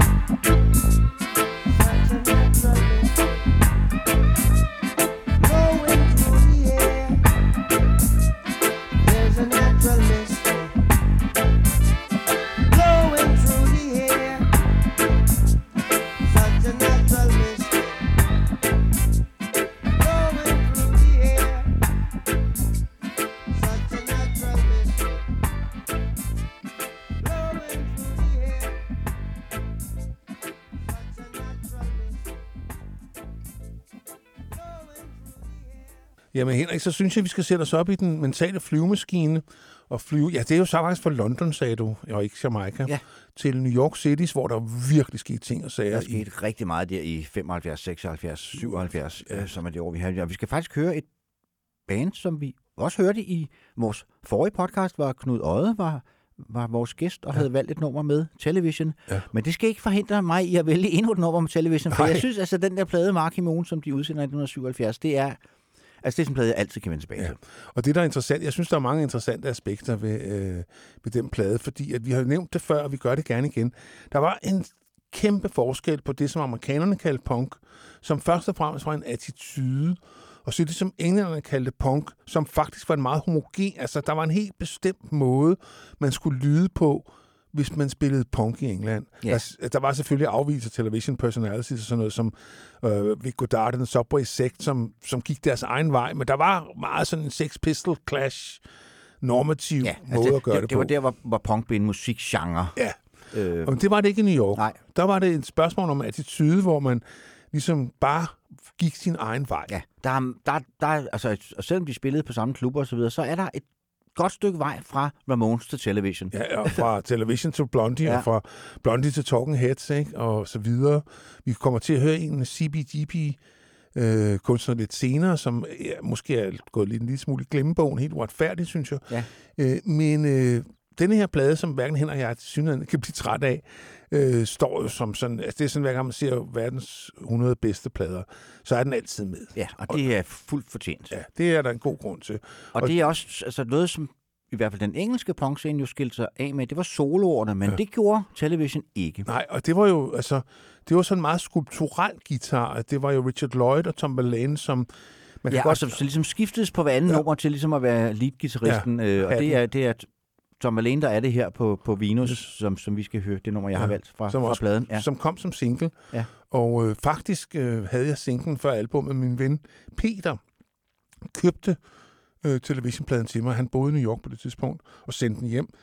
Such a natural mystic blowing through the air. There's a natural mystic blowing through the air. Such a natural mystic blowing through the air. Such a natural mystic blowing through the air. Such a natural mystic blowing through the air. Jamen Henrik, så synes jeg, vi skal sætte os op i den mentale flyvemaskine og flyve. Ja, det er jo så faktisk fra London, sagde du, og ikke Jamaica, Ja. til New York City, hvor der virkelig skete ting og sager. Der skete rigtig meget der i femoghalvfjerds, seksoghalvfjerds, syvoghalvfjerds, øh, som er det år, vi har. Og vi skal faktisk høre et band, som vi også hørte i vores forrige podcast, hvor Knud Odde var, var vores gæst og ja. havde valgt et nummer med Television. Ja. Men det skal ikke forhindre mig i at vælge endnu et nummer med Television, for Nej. jeg synes, altså den der plade Mark i Moon, som de udsender i nitten syvoghalvfjerds, det er, altså det er sådan en plade, jeg altid kan vende tilbage Ja. til. Og det, der er interessant, jeg synes, der er mange interessante aspekter ved, øh, ved den plade, fordi at vi har nævnt det før, og vi gør det gerne igen. Der var en kæmpe forskel på det, som amerikanerne kaldte punk, som først og fremmest var en attitude, og så det, som englænderne kaldte punk, som faktisk var en meget homogen. Altså, der var en helt bestemt måde, man skulle lyde på, hvis man spillede punk i England. Ja. Der, der var selvfølgelig afviser television personalities og sådan noget, som øh, Vic Godard og Subway Sect, som, som gik deres egen vej, men der var meget sådan en Sex Pistol Clash normativ Ja, måde altså, at gøre det, det, det på. var der, hvor, hvor punk blev en musikgenre. Ja, Øh, og det var det ikke i New York. Nej. Der var det et spørgsmål om attitude, hvor man ligesom bare gik sin egen vej. Ja, der er, der, der er, altså, og selvom de spillede på samme klubber og så videre, så er der et godt stykke vej fra Ramones til Television. Ja, og fra Television til Blondie, Ja. og fra Blondie til Talking Heads, ikke? Og så videre. Vi kommer til at høre en C B G B øh, kunstner lidt senere, som ja, måske er gået lidt en lille smule i glemmebogen, helt uretfærdigt, synes jeg. Ja. Øh, men øh, denne her plade, som hverken Henrik og jeg til synligheden kan blive træt af, øh, står jo som sådan, altså det er sådan, hver gang man ser verdens hundrede bedste plader, så er den altid med. Ja, og det er fuldt fortjent. Ja, det er der en god grund til. Og, og det er også altså noget, som i hvert fald den engelske punkscene jo skilte sig af med. Det var soloerne, men ja. det gjorde Television ikke. Nej, og det var jo, altså, det var sådan en meget skulptural guitar. Det var jo Richard Lloyd og Tom Verlaine, som man kan Ja, godt... og så, så ligesom skiftes på hver anden ja. nummer til ligesom at være lead-guitaristen. Ja. Øh, og det er, det er Tom Verlaine, der er det her på, på Venus, som, som vi skal høre. Det nummer, jeg ja. har valgt fra, som fra også, pladen. Ja. Som kom som single. Ja. Og øh, faktisk øh, havde jeg singlen før albumet. Min ven Peter købte øh, televisionpladen til mig. Han boede i New York på det tidspunkt, og sendte den hjem.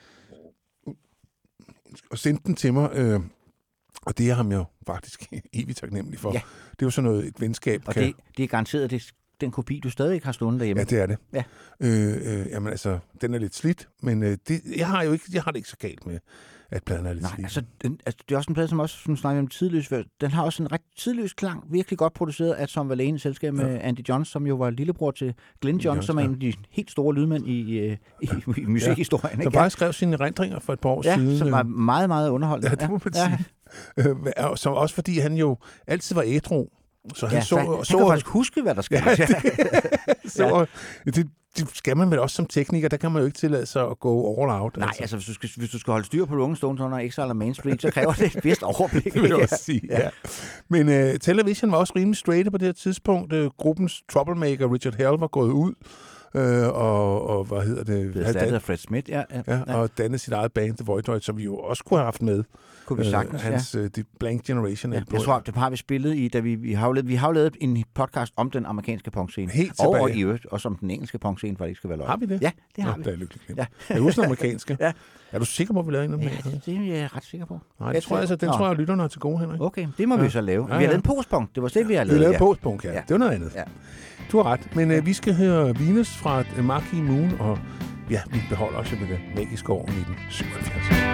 Og sendte den til mig, øh, og det er ham jo faktisk evigt taknemmelig for. Ja. Det er jo sådan noget, et venskab Og kan... det, det er garanteret, det den kopi, du stadig har stående derhjemme. Ja, det er det. Ja. Øh, øh, jamen altså, den er lidt slidt, men øh, det, jeg har jo ikke, jeg har det ikke så galt med, at pladen er lidt Nej, slidt. altså, den, altså, det er også en plade, som også, som snakker om tidløs, den har også en ret tidløs klang, virkelig godt produceret af Tom Verlaine, selskab med ja. Andy Johns, som jo var lillebror til Glenn Johns, Johns som er ja. en af de helt store lydmænd i, i, i, i musikhistorien. Ja. Som bare skrev sine erindringer for et par år ja, siden. Ja, som var meget, meget underholdende. Ja, det må man sige. Ja. Øh, som også fordi han jo altid var ædru. Så han ja, så, han, så, han kan faktisk huske, hvad der skete. Ja, det, så, ja. det, det skal man vel også som tekniker, der kan man jo ikke tillade sig at gå all out. Nej, altså hvis du skal, hvis du skal holde styr på Rolling Stones under Exile og Main Street, så kræver det et vist overblik. Det vil jeg også sige, ja. Men uh, Television var også rimelig straight på det her tidspunkt. Uh, gruppens troublemaker, Richard Hell, var gået ud. Uh, og, og hvad hedder det? Det er startet af Fred Smith, ja. ja, ja, ja. Og dannet sit eget band, The Voidoid, som vi jo også kunne have haft med. Kunne vi sagtens, uh, hans, ja. uh, The Blank Generation. Ja, jeg tror, det har vi spillet i, da vi, vi har jo lavet, vi har jo lavet en podcast om den amerikanske punkscene. Helt og, tilbage. og i øvrigt, også om den engelske punkscene, for det ikke skal være løgn. Har vi det? Ja, det har Nå, vi. det er lykkeligt. Ja. Er du også den amerikanske? Ja. Er du sikker på, at vi lavede en Ja, amerikansk? det, det er jeg ret sikker på. Nej, det tror jeg, altså, den tror jeg, lytterne er til gode, Henrik. Okay, det må Ja. vi så lave. Ja, Vi har ja. lavet en postpunkt. Det var det, vi har Vi lavet. lavede ja. postpunkt, ja. Ja. Det var noget andet. Ja. Du har ret. Men øh, vi skal høre Venus fra uh, Marquee Moon, og ja, vi beholder os jo ved det magiske år nitten syvoghalvfjerds.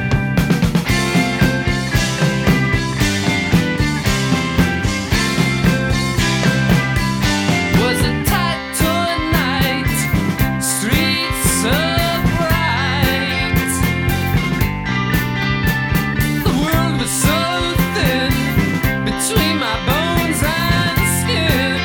Was a tight tonight, streets so bright. The world was so thin between my bones and skin.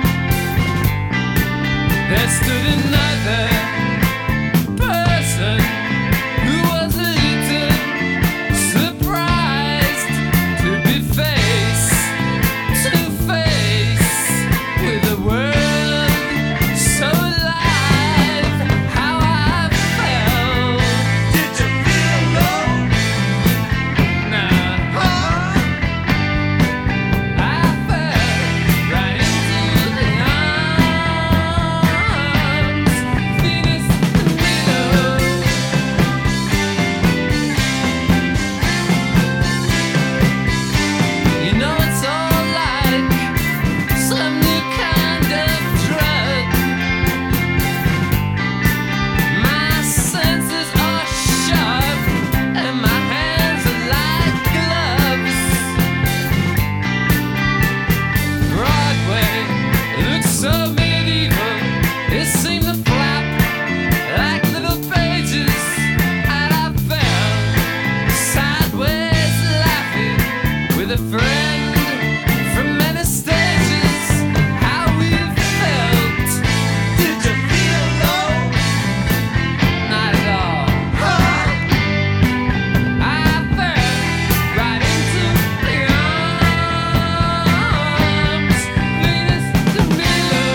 There stood another person who was a little surprised to be face to face with a world so alive. How I felt. Did you feel low? Nah. I fell right into the arms. Venus and Milo. You know it's all like some new kind of drug. My senses are sharp and my hands are like gloves. Broadway looks so medieval. It seemed to flap like little pages, and I fell sideways laughing with a friend from many stages. How we felt. Did you feel low? Not at all. I fell right into the arms. Venus to Milo.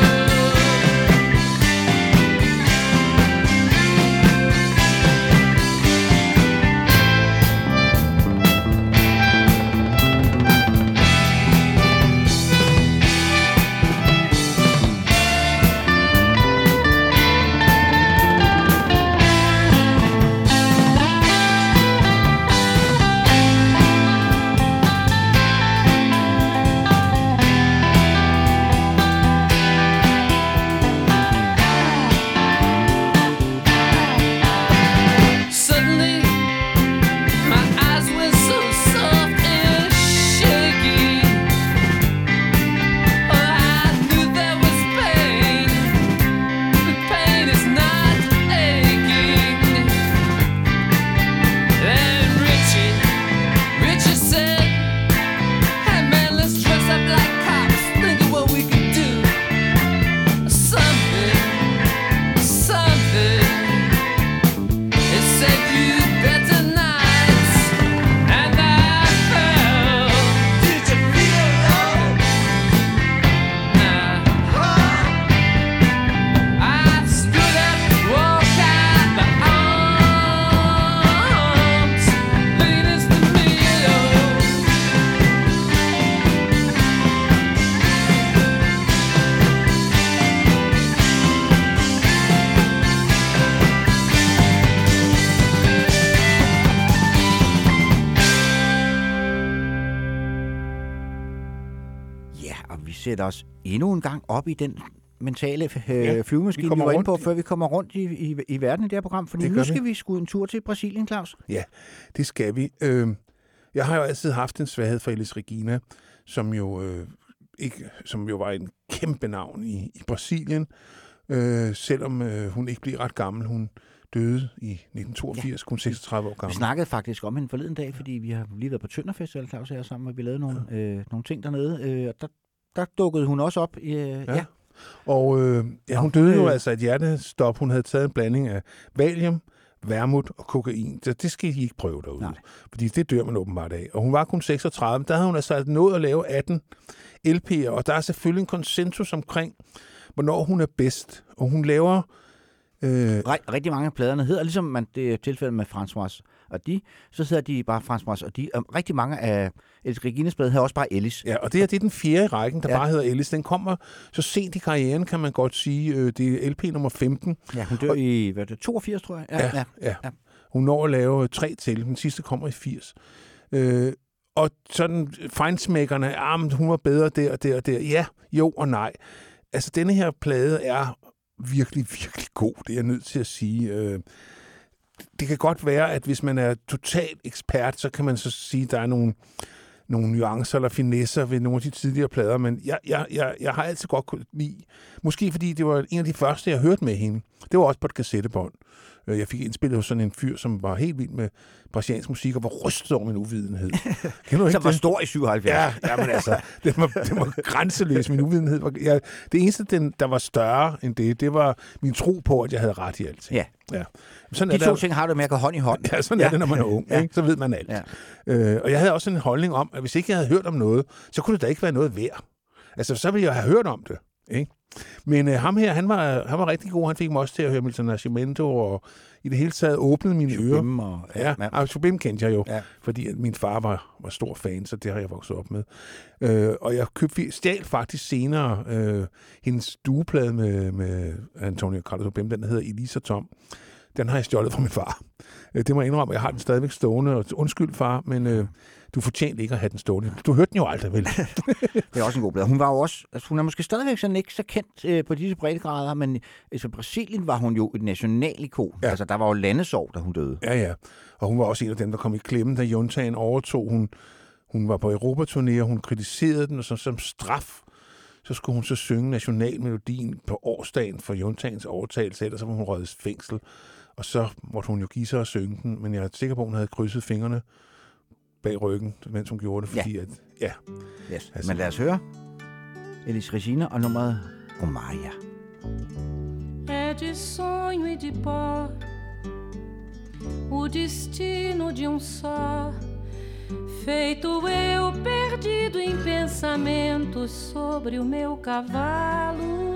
Suddenly, my eyes were so soft and shaky. Oh, I knew there was pain, but pain is not aching. Then Richie, Richie said, "Hey man, let's dress up like cops. Think of what we could do. Something, something." It said you better nights, and I fell. Did you feel low? Nah. I stood up, walked out the arms. Venus to Milo. Ja, og vi sætter os endnu en gang op i den mentale øh, Ja, flyvemaskine, vi vi, kommer var inde rundt på, i- før vi kommer rundt i, i, i verden i det her program. Fordi Det nu gør skal vi. vi sgu en tur til Brasilien, Claus. Ja, det skal vi. Øh, jeg har jo altid haft en svaghed for Elis Regina, som jo, øh, ikke, som jo var en kæmpe navn i, i Brasilien, øh, selvom øh, hun ikke blev ret gammel. Hun døde i nitten toogfirs, kun seksogtredive år Vi gammel. snakkede faktisk om hende forleden dag, fordi vi har lige været på Tønder Festival, Claus, her sammen, og vi lavede nogle, øh, nogle ting dernede. Øh, og der, der dukkede hun også op. Øh, ja. ja. Og øh, ja, hun døde jo altså af et hjertestop. Hun havde taget en blanding af valium, vermut og kokain. Så det skal I ikke prøve derude. Nej. Fordi det dør man åbenbart af. Og hun var kun seksogtredive. Der havde hun altså nået at lave atten L P'er. Og der er selvfølgelig en konsensus omkring, hvornår hun er bedst. Og hun laver... Øh, Rigtig mange af pladerne hedder, ligesom man, det er tilfældet med François og de, så hedder de bare François og de. Og rigtig mange af Elis Regines blade hedder også bare Ellis. Ja, og det her, det er den fjerde i rækken, der ja. bare hedder Ellis. Den kommer så sent i karrieren, kan man godt sige. Øh, det er L P nummer femten. Ja, hun dør og, i hvad er det, toogfirs, tror jeg. Ja, ja, ja. ja. Hun når at lave tre til. Den sidste kommer i firs. Øh, og sådan, fejnsmækkerne, ah, men hun var bedre der og der og der. Ja, jo og nej. Altså, denne her plade er virkelig, virkelig god. Det er jeg nødt til at sige. Øh, det kan godt være, at hvis man er total ekspert, så kan man så sige, at der er nogle, nogle nuancer eller finesser ved nogle af de tidligere plader, men jeg, jeg, jeg, jeg har altid godt kunne lide, måske fordi det var en af de første, jeg hørte med hende. Det var også på et kassettebånd. Jeg fik indspillet hos sådan en fyr, som var helt vild med brasiliansk musik, og var rystet over min uvidenhed. Som var stor i syvoghalvfjerds. Ja, ja, men altså, den var, den var grænseløs, min uvidenhed. Var, jeg, det eneste, den, der var større end det, det var min tro på, at jeg havde ret i alt. Ja. ja. Sådan de er to der, ting har du med at gå hånd i hånd. Ja, sådan ja. er det, når man er ung. Ja. Ikke? Så ved man alt. Ja. Øh, og jeg havde også en holdning om, at hvis ikke jeg havde hørt om noget, så kunne det da ikke være noget værd. Altså, så ville jeg have hørt om det. Ikke? Men øh, ham her, han var, han var rigtig god. Han fik mig også til at høre Milton Nascimento, og i det hele taget åbnede mine Chubim ører. Og, ja, ja. Og Chubim kendte jeg jo, ja. fordi at min far var, var stor fan, så det har jeg vokset op med. Øh, og jeg købte, stjal faktisk senere øh, hendes dueplade med, med Antonio Carlos Jobim, den hedder Elisa Tom. Den har jeg stjålet fra min far. Det må jeg indrømme, jeg har den stadigvæk stående, og undskyld far, men øh, du fortjente ikke at have den stående. Du hørte den jo aldrig, vel? Det er også en god plade. Hun var jo også, altså hun er måske stadigvæk sådan ikke så kendt øh, på disse breddegrader, men altså Brasilien var hun jo et nationalikon. Ja. Altså der var jo landesorg, da hun døde. Ja, ja. Og hun var også en af dem, der kom i klemme, da juntaen overtog. Hun, hun var på Europaturné, og hun kritiserede den, og så, som straf, så skulle hun så synge nationalmelodien på årsdagen for juntaens overtagelse, ellers så var hun røget i fængsel. Og så måtte hun jo give sig at synge den, men jeg er sikker på, at hun havde krydset fingrene bag ryggen, mens hun gjorde det, fordi ja. at, ja. Yes. Altså. Men lad os høre Elis Regina og nummeret Romaria. É de sonho e de pó o destino de um só, feito eu perdido em pensamentos sobre o meu cavalo.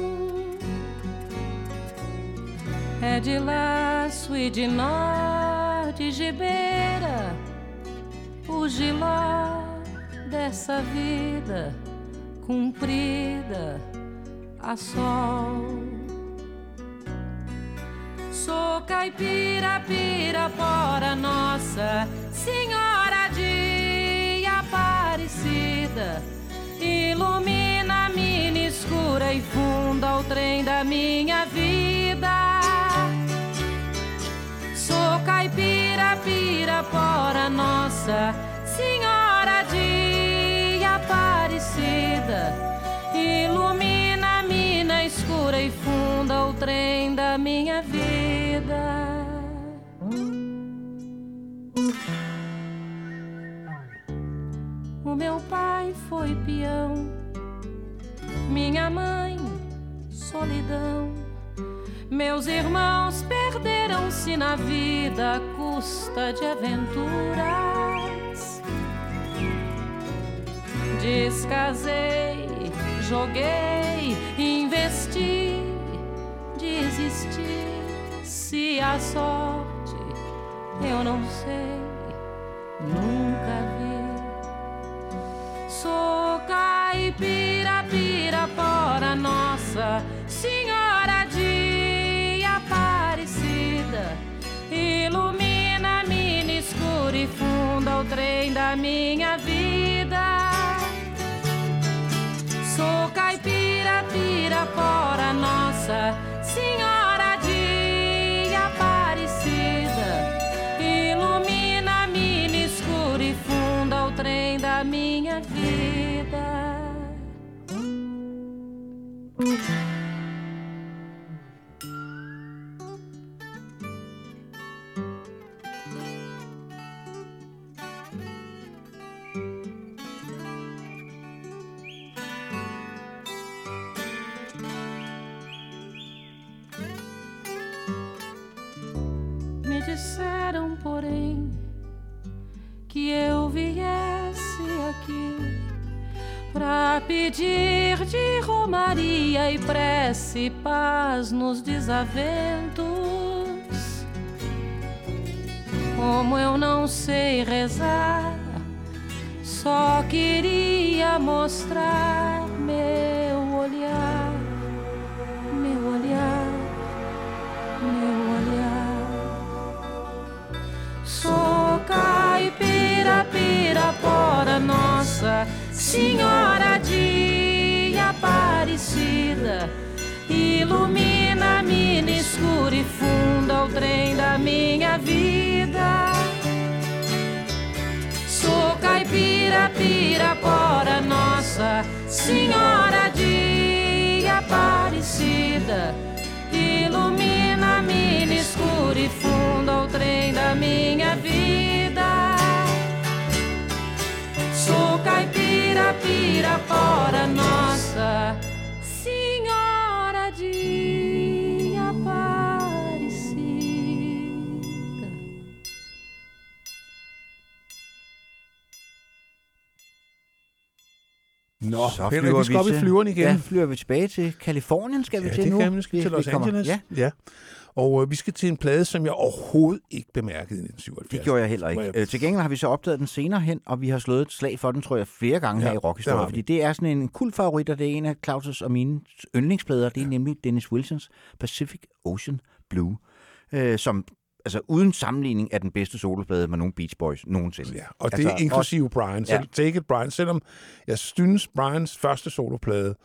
É de laço e de nó, de gibeira, o giló dessa vida cumprida a sol. Sou caipira, pirapora, Nossa Senhora de Aparecida, ilumina a mina escura e funda o trem da minha vida. Sou caipira, pirapora, Nossa Senhora de Aparecida, ilumina a mina escura e funda o trem da minha vida. O meu pai foi peão, minha mãe solidão. Meus irmãos perderam-se na vida à custa de aventuras. Descasei, joguei, investi, desisti. Se a sorte eu não sei, nunca vi. Sou caipira, pirapora, Nossa Senhora de Aparecida, ilumina a mina escura e funda o trem da minha vida. Sou caipira, pirapora, Nossa Senhora de Aparecida, ilumina a mina escura e funda o trem da minha vida. disseram, porém, que eu viesse aqui pra pedir de romaria e prece paz nos desaventos. Como eu não sei rezar, só queria mostrar meu olhar, meu olhar, meu olhar. Sou caipira, pirapora, Nossa Senhora de Aparecida, ilumina-me no escuro e funda o trem da minha vida. Sou caipira, pirapora, Nossa Senhora de Aparecida, ilumina-me no escuro e funda o trem da minha vida. Sou caipira, pirapora, Nossa Senhora de Aparecida. Nå, Så Henrik, flyver vi skal op i til- flyveren igen. Ja, flyver vi tilbage til Kalifornien, skal vi Ja, til det nu? kan vi. Nu skal vi til Los kommer- Angeles. Ja, ja. Og øh, vi skal til en plade, som jeg overhovedet ikke bemærkede i nitten syvoghalvfjerds. det gjorde jeg heller Hvor ikke. jeg- Øh, til gengæld har vi så opdaget den senere hen, og vi har slået et slag for den, tror jeg, flere gange Ja, her i det har rockhistorien. vi. Fordi det er sådan en kult favorit, og det er en af Claus' og mine yndlingsplader. Det er nemlig Dennis Wilsons Pacific Ocean Blue, øh, som altså uden sammenligning er den bedste soloplade med nogle Beach Boys nogensinde. Ja, og det Altså, er inklusive Brian. Så Ja. Take It Brian, selvom jeg synes, Brians første soloplade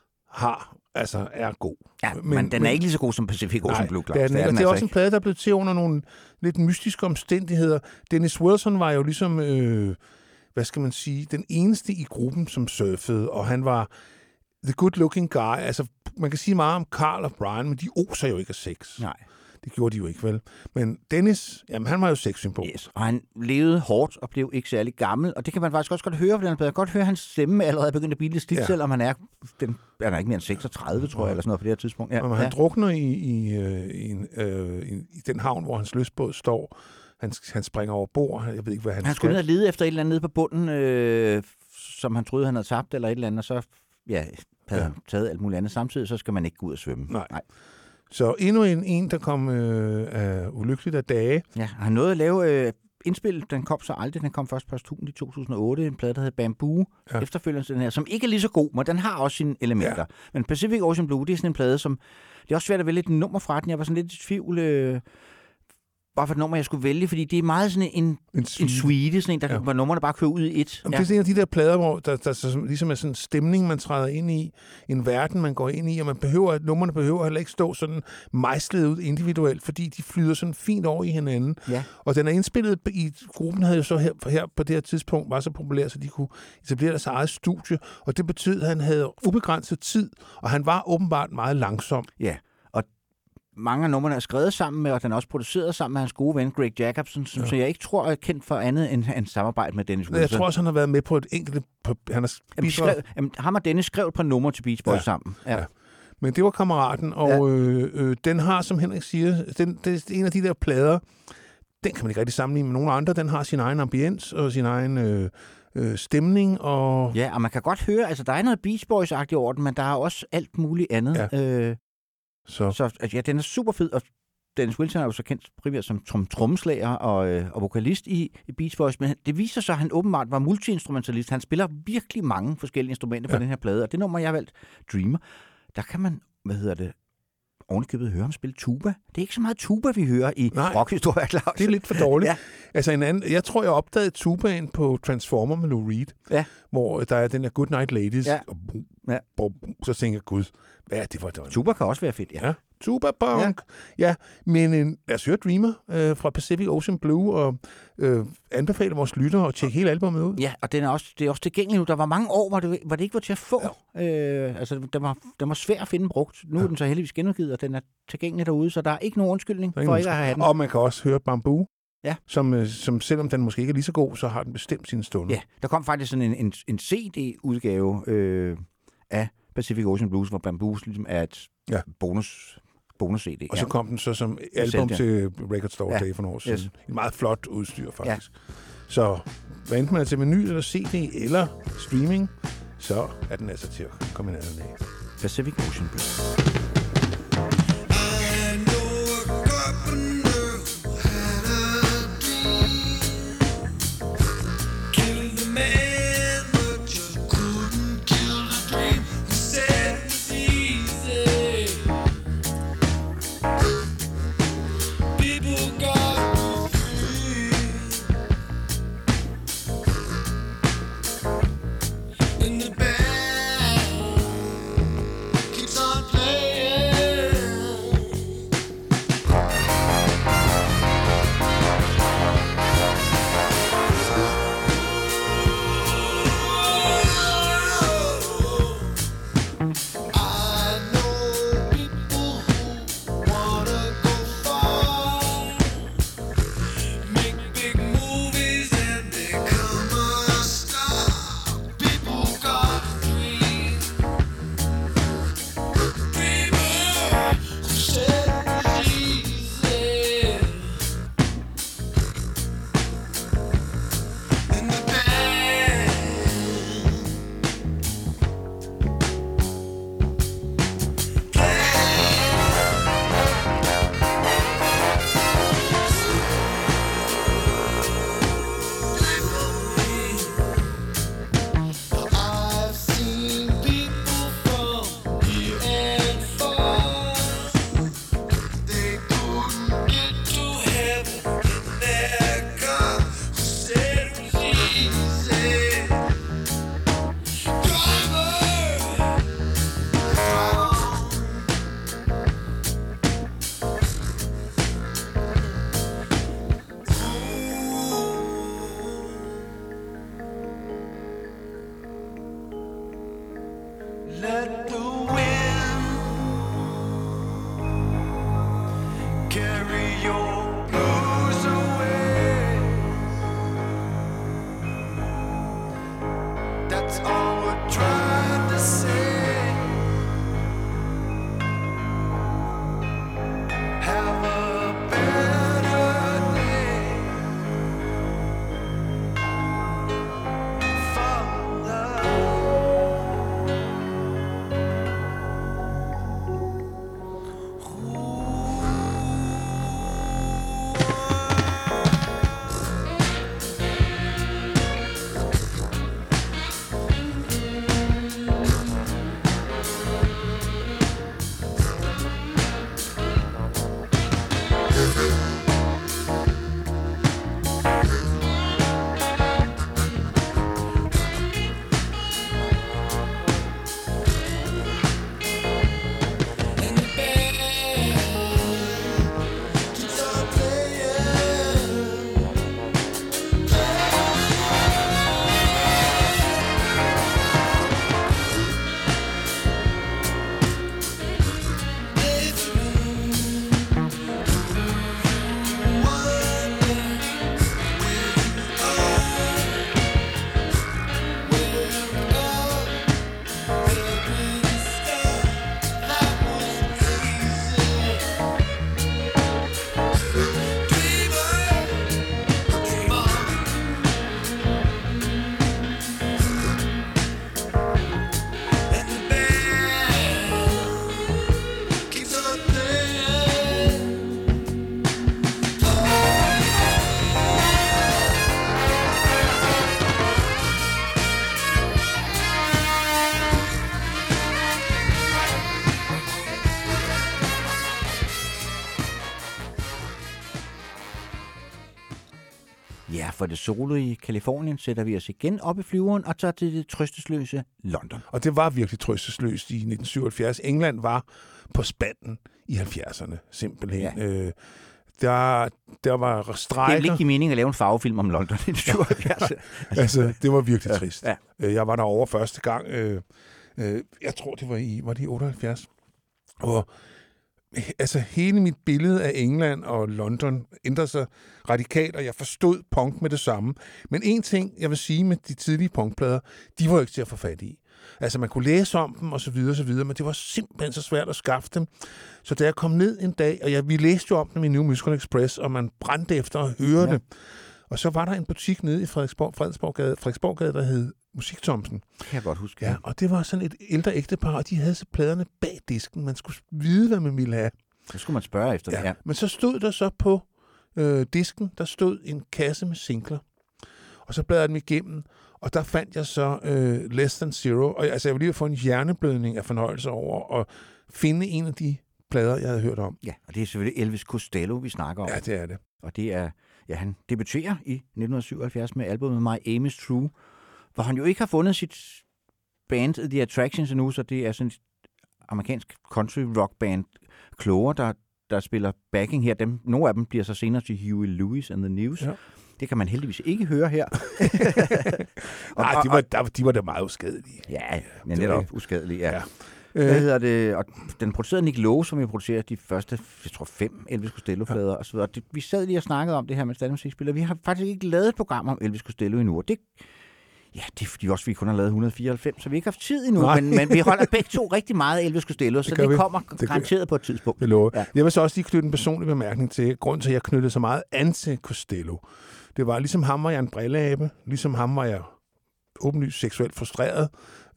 har, altså er god. Ja, men, men den er ikke lige så god som Pacific Ocean Nej, Blue, det er, Claus. den, ikke. Og det er altså også en ikke. plade, der er blevet til under nogle lidt mystiske omstændigheder. Dennis Wilson var jo ligesom, øh, hvad skal man sige, den eneste i gruppen, som surfede, og han var the good looking guy. Altså, man kan sige meget om Carl og Brian, men de oser jo ikke af sex. Nej. Det gjorde de jo ikke, vel? Men Dennis, jamen han var jo sexsymbol. Yes. Og han levede hårdt og blev ikke særlig gammel, og det kan man faktisk også godt høre på den plade. Godt høre hans stemme allerede begyndt at blive lidt slidt, Ja. ja. selvom han er, den, han er ikke mere end seksogtredive, tror jeg, eller sådan noget på det her tidspunkt. Ja. Og han ja. drukner i, i, øh, i, en, øh, i, i den havn, hvor hans løsbåd står. Han, han springer over bord. Jeg ved ikke, hvad han, Han skulle ned og lede efter et eller andet nede på bunden, øh, som han troede, han havde tabt, eller et eller andet, og så ja, havde Ja. han taget alt muligt andet samtidig, så skal man ikke gå ud og svømme. Nej. Nej. Så endnu en, en der kom øh, af ulykkeligt af dage. Ja, han nåede at lave øh, indspil, den kom så aldrig, den kom først posthumt i to tusind og otte, en plade, der hed Bamboo, Ja. ja. efterfølgende den her, som ikke er lige så god, men den har også sine elementer. Ja. Men Pacific Ocean Blue, det er sådan en plade, som, det er også svært at vælge et nummer fra den, jeg var sådan lidt i tvivl, øh, bare for et nummer, jeg skulle vælge, fordi det er meget sådan en, En en suite, sådan en, der, Ja. ja. hvor numrene bare kører ud i et. Ja. Det er en af de der plader, hvor der, der så, ligesom er sådan en stemning, man træder ind i, en verden, man går ind i, og man behøver, at numrene behøver heller ikke stå sådan mejslet ud individuelt, fordi de flyder sådan fint over i hinanden. Ja. Og den er indspillet i, gruppen havde jo så her, her på det her tidspunkt var så populær, så de kunne etablere deres eget studie, og det betød, at han havde ubegrænset tid, og han var åbenbart meget langsom. Ja, og mange af numrene er skrevet sammen med, og den er også produceret sammen med hans gode ven Greg Jacobson, som Ja. ja. så jeg ikke tror er kendt for andet end en samarbejde med Dennis Wilson. Jeg tror også, han har været med på et enkelt... På, han har Jamen, de skrev, jamen, ham og Dennis skrev et par numre til Beach Boys Ja. ja. sammen. Ja. Ja. Men det var kammeraten, og ja. øh, øh, den har, som Henrik siger, den, det er en af de der plader, den kan man ikke rigtig sammenligne med nogen andre. Den har sin egen ambiens og sin egen øh, øh, stemning. Og Ja, og man kan godt høre, altså der er noget Beach Boys-agtigt over den, men der er også alt muligt andet. Ja. Øh, så, så altså, ja, den er super fed, og Dennis Wilson er jo så kendt primært som, som trommeslager og, øh, og vokalist i, i Beach Boys, men det viser sig, at han åbenbart var multi-instrumentalist. Han spiller virkelig mange forskellige instrumenter Ja. på den her plade, og det nummer, jeg har valgt, Dreamer, der kan man, hvad hedder det, ovenikøbet høre ham spille tuba. Det er ikke så meget tuba, vi hører i Nej. rockhistorie, Claus. det er lidt for dårligt. Ja. Altså en anden, jeg tror, jeg opdagede tubaen på Transformer med Lou Reed, Ja. hvor der er den der Good Night Ladies, Ja. og Ja. så tænker jeg, gud, hvad er det for det? Tuba kan også være fedt, ja. Ja, tuba punk. Ja, ja men en, lad os høre Dreamer øh, fra Pacific Ocean Blue, og øh, anbefale vores lyttere at tjekke hele albumet ud. Ja, og den er også, det er også tilgængelig nu. Der var mange år, hvor det, hvor det ikke var til at få. Ja. Øh, altså, den var, den var svær at finde brugt. Nu ja. er den så heldigvis genudgivet, og den er tilgængelig derude, så der er ikke nogen undskyldning Der er for ingen ikke at have den. Og man kan også høre Bamboo, Ja. som, øh, som selvom den måske ikke er lige så god, så har den bestemt sine stunder. Ja, der kom faktisk sådan en, en, en C D-udgave øh, af Pacific Ocean Blues, hvor Bamboo ligesom er et Ja. bonus bonus-C D. Og ja. så kom den så som album sendte til Record Store Ja. Day for nogle år siden. Yes. Et meget flot udstyr, faktisk. Ja. Så hvad enten man er til menu eller C D eller streaming, så er den altså til at komme i nærheden af. Pacific Ocean Blues. Let the wind carry your blues away. That's all we're trying to say. Have a better day. Fall in love. Ja, for det solrige Kalifornien sætter vi os igen op i flyveren og tager til det trøstesløse London. Og det var virkelig trøstesløst i nitten syvoghalvfjerds. England var på spanden i halvfjerdserne, simpelthen. Ja. Øh, der, der var strejker. Det ville ikke give mening at lave en farvefilm om London i nitten syvoghalvfjerds. Altså, det var virkelig Ja, trist. ja. Øh, Jeg var der over første gang. Øh, øh, jeg tror, det var i, var det i otteoghalvfjerds. Og altså, hele mit billede af England og London ændrede sig radikalt, og jeg forstod punk med det samme. Men en ting, jeg vil sige med de tidlige punkplader, de var ikke til at få fat i. Altså, man kunne læse om dem, og så videre, og så videre, men det var simpelthen så svært at skaffe dem. Så da jeg kom ned en dag, og jeg, vi læste jo om dem i New Musical Express, og man brændte efter at høre ja. det. Og så var der en butik nede i Frederiksborg, Frederiksborggade, Frederiksborggade, der hed Musik Thomsen. Det kan jeg godt huske. Ja, og det var sådan et ældre ægtepar, og de havde så pladerne bag disken. Man skulle vide, hvad man ville have. Så skulle man spørge efter ja. det, ja. Men så stod der så på øh, disken, der stod en kasse med singler. Og så bladrede jeg dem igennem, og der fandt jeg så øh, Less Than Zero. Og altså, jeg ville lige få en hjerneblødning af fornøjelse over at finde en af de plader, jeg havde hørt om. Ja, og det er selvfølgelig Elvis Costello, vi snakker om. Ja, det er det. Og det er, ja, han debuterer i nitten syvoghalvfjerds med albumet My Aim Is True, hvor han jo ikke har fundet sit band The Attractions endnu, så det er sådan et amerikansk country rock band, Clover, der, der spiller backing her. Dem, nogle af dem bliver så senere til Huey Lewis and the News. Ja. Det kan man heldigvis ikke høre her. og, Nej, de var, der, de var da meget uskadelige. Ja, ja netop uskadelige, ja. ja. Hvad hedder det? Og den producerede Nick Lowe, som vi producerer de første, jeg tror, fem Elvis Costello-plader ja. og så videre. Det, vi sad lige og snakkede om det her med Stand Musikspiller. Vi har faktisk ikke lavet et program om Elvis Costello endnu, og det, ja, det er fordi også, vi kun har lavet et hundrede og fireoghalvfems, så vi ikke har haft tid endnu, men, men vi holder begge to rigtig meget Elvis Costello, så det, det kommer det garanteret på et tidspunkt. Det lover. Ja. Jeg vil så også lige knytte en personlig bemærkning til, grund til, at jeg knyttede så meget an til Costello. Det var ligesom ham var jeg en brilleabe, ligesom ham var jeg åbenlyst seksuelt frustreret.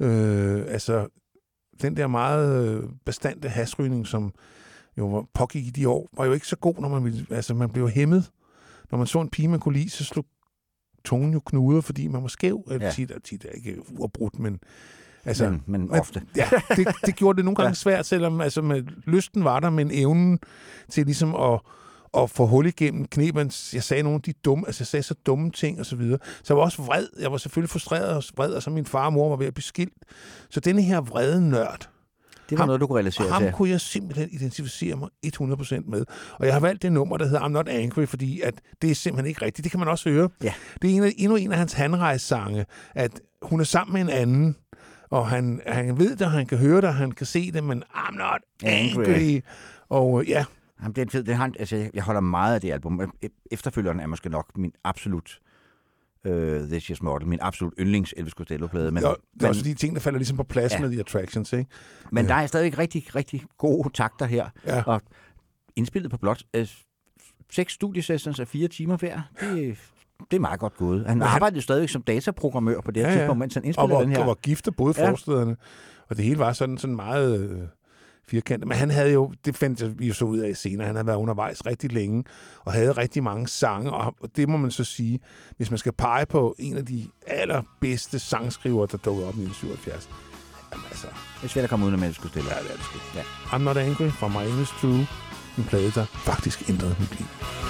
Øh, altså, den der meget bestandte hasrygning, som jo pågik i de år, var jo ikke så god, når man ville, altså man blev hæmmet. Når man så en pige, man kunne lide, så slog tungen jo knuder, fordi man var skæv. Jeg vil sige, at tit er ikke uafbrudt, men altså, men, men ofte. Ja, det, det gjorde det nogle gange ja. svært, selvom altså, med, lysten var der, men evnen til ligesom at og få hul igennem kneberne. Jeg sagde nogle af de dumme, altså jeg sagde så dumme ting og så videre. Så jeg var også vred. Jeg var selvfølgelig frustreret og vred, og så min far og mor var ved at blive skilt. Så denne her vrede nørd, det var ham, noget, du kunne relatere ham til. Ham kunne jeg simpelthen identificere mig hundrede procent med. Og jeg har valgt det nummer, der hedder I'm Not Angry, fordi at det er simpelthen ikke rigtigt. Det kan man også høre. Ja. Det er en af, endnu en af hans handrejssange, at hun er sammen med en anden, og han, han ved det, og han kan høre det, og han kan se det, men I'm Not Angry. angry. Og ja, Jamen, det er fed. Det har, altså, jeg holder meget af det album. Efterfølgeren er måske nok min absolut uh, This Year's Model, min absolut yndlings Elvis Costello-plade. Men, ja, det er men, også de ting, der falder ligesom på plads ja. med The Attractions, ikke? Men ja. der er stadigvæk rigtig, rigtig gode takter her. Ja. Og indspillet på blot uh, seks studiesessions af fire timer hver. Det, det er meget godt gået. Han, han arbejdede jo stadigvæk som dataprogrammør på det her ja, tidspunkt, mens han indspillede og var, den her. Og var gift af både ja. forstederne. Og det hele var sådan, sådan meget øh, firkantet. Men han havde jo, det fandt vi jo så ud af senere, han havde været undervejs rigtig længe, og havde rigtig mange sange, og det må man så sige, hvis man skal pege på en af de allerbedste sangskrivere, der dukkede op i nitten syvoghalvfjerds. Jamen altså... Det er svært at komme ud af Elvis Costello. Ja, det er det sgu. Ja. I'm Not Angry fra My Aim Is True, en plade, der faktisk ændrede mit liv.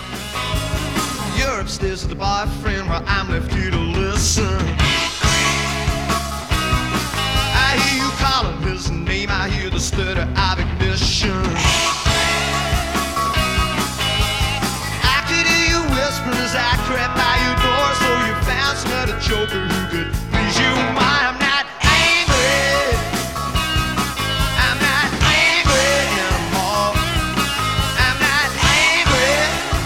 You're upstairs with the boyfriend where I'm left here to listen. I hear you calling his name, I hear the stutter of ignition. I could hear you whispering as I crept by your door, so you found some other joker who could please you. Why I'm not angry, I'm not angry anymore. I'm not angry,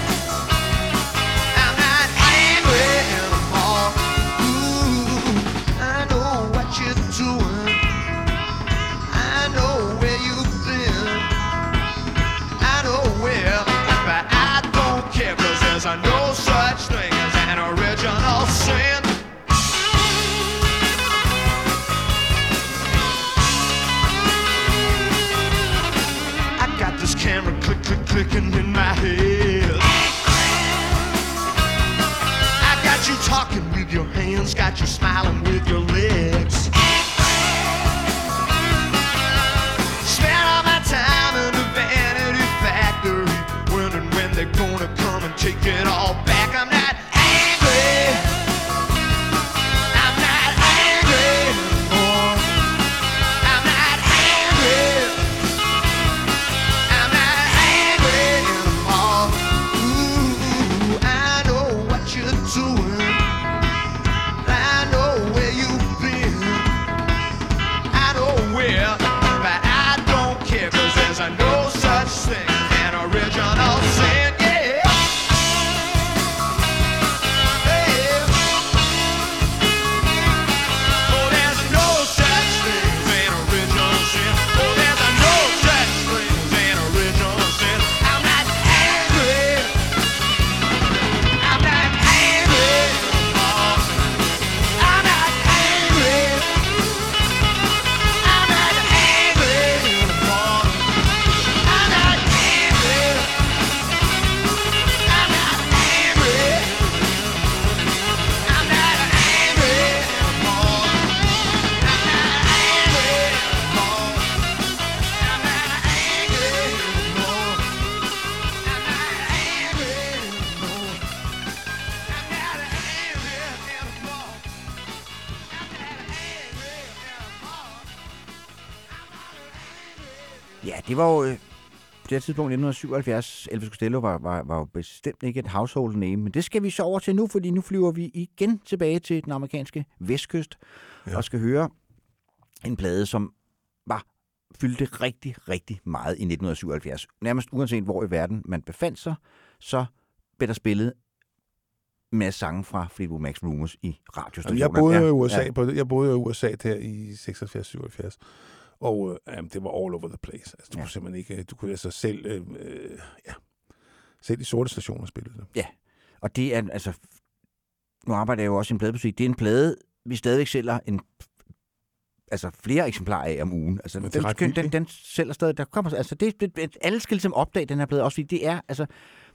I'm not angry anymore. Ooh, I know what you're doing, I know where you've been, I know where, but I don't care, 'cause there's no such thing as an original sin. I got this camera click, click, clicking in my head. I got you talking with your hands, got you smiling with your legs. Spend all my time in the vanity factory, wondering when they're gonna come and take it all back. I'm not angry, I'm not angry anymore. I'm not angry, I'm not angry anymore. Ooh, I know what you're doing, I know where you've been, I know where, but I don't care, 'cause there's no such thing as an original sin, yeah. det var jo... Øh, på det her tidspunkt, nitten syvoghalvfjerds, Elvis Costello var, var, var jo bestemt ikke et household name, men det skal vi så over til nu, fordi nu flyver vi igen tilbage til den amerikanske vestkyst, ja. og skal høre en plade, som var fyldte rigtig, rigtig meget i nitten syvoghalvfjerds. Nærmest uanset hvor i verden man befandt sig, så blev der spillet med sange fra Fleetwood Mac Rumors i radiostationer. Jeg boede jo i U S A, ja. jeg boede jo i U S A der i seksoghalvfjerds syvoghalvfjerds. Og øh, det var all over the place. Altså, du ja. kunne simpelthen ikke... Du kunne altså selv... Øh, øh, ja, selv de sorte stationer spillede det. Ja, og det er altså... Nu arbejder jeg jo også i en pladebutik. Det er en plade, vi stadigvæk sælger en... Altså flere eksemplarer af om ugen. Altså, den, den, den, den sælger stadig... Der kommer, altså, det, det, alle skal ligesom opdage den her plade også, fordi det er... altså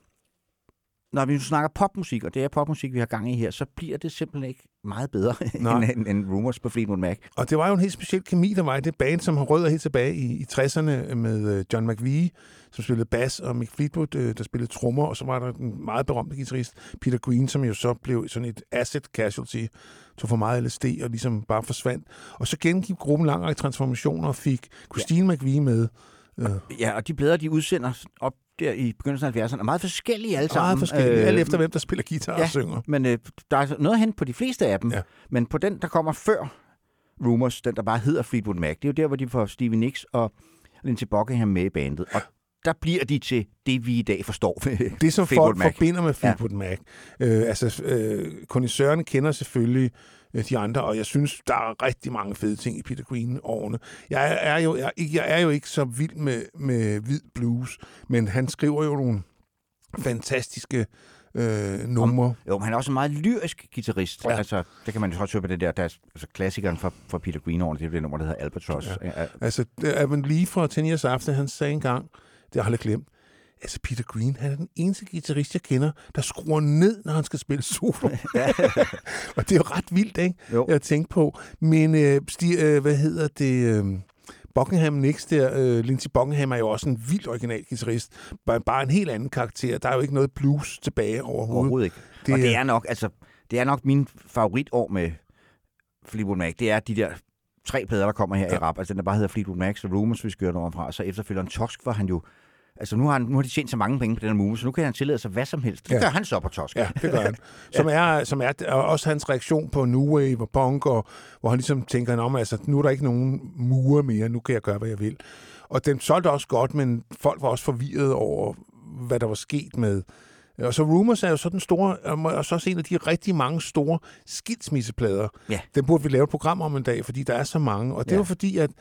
når vi nu snakker popmusik, og det er popmusik, vi har gang i her, så bliver det simpelthen ikke meget bedre end, end, end Rumors på Fleetwood Mac. Og det var jo en helt speciel kemi, der var i det band, som har rødder helt tilbage i, i tresserne med John McVie, som spillede bass, og Mick Fleetwood, der spillede trommer, og så var der en meget berømte guitarist, Peter Green, som jo så blev sådan et acid casualty, tog for meget L S D og ligesom bare forsvandt. Og så gengik gruppen lang række transformationer og fik Christine ja. McVie med. Ja, og de plader, de udsender op der i begyndelsen af halvfjerdserne, er meget forskellige alle sammen. Meget forskellige, øh, alle efter hvem, der spiller guitar ja, og synger. Men øh, der er noget hen på de fleste af dem, ja. Men på den, der kommer før Rumors, den der bare hedder Fleetwood Mac, det er jo der, hvor de får Stevie Nicks og Lindsey Buckingham med i bandet, og der bliver de til det, vi i dag forstår ved det, som Fleetwood folk Mac. forbinder med Fleetwood ja. Mac. Øh, altså, øh, kondisørerne kender selvfølgelig de andre, og jeg synes, der er rigtig mange fede ting i Peter Green-årene. Jeg er jo, jeg, jeg er jo ikke så vild med, med hvid blues, men han skriver jo nogle fantastiske øh, numre. Jo, men han er også en meget lyrisk guitarist. Ja. Altså, det kan man jo også høre på det der, der altså klassikeren fra, fra Peter Green-årene, det er det nummer, der hedder Albatross. Ja. Ja. Altså, er man lige fra ten years after, han sagde engang, det har jeg aldrig glemt, altså Peter Green, han er den eneste guitarist, jeg kender, der skruer ned, når han skal spille solo. Og det er jo ret vildt, ikke? Jo. Jeg tænkte på. Men øh, sti, øh, hvad hedder det? Øh, Buckingham Nicks der, øh, Lindsey Buckingham er jo også en vild original guitarist. Bare, bare en helt anden karakter. Der er jo ikke noget blues tilbage overhovedet. Overhovedet ikke. Det, og det er nok, altså, det er nok min favoritår med Fleetwood Mac. Det er de der tre plader, der kommer her ja. i rap. Altså den, der bare hedder Fleetwood Mac, så Rumors, vi skører over fra, og så efterfølgeren Tusk, hvor han jo altså, nu har, han, nu har de tjent så mange penge på den her movie, så nu kan han tillade sig hvad som helst. Det ja. gør han så på Tusk. Ja, det gør han. Som er, som er også hans reaktion på New Wave og punk, og, hvor han ligesom tænker, om, altså, nu er der ikke nogen mure mere, nu kan jeg gøre, hvad jeg vil. Og den solgte også godt, men folk var også forvirret over, hvad der var sket med. Og så Rumors er jo så den store, og så også en af de rigtig mange store skilsmisseplader. Ja. Den burde vi lave et program om en dag, fordi der er så mange. Og det ja. var fordi, at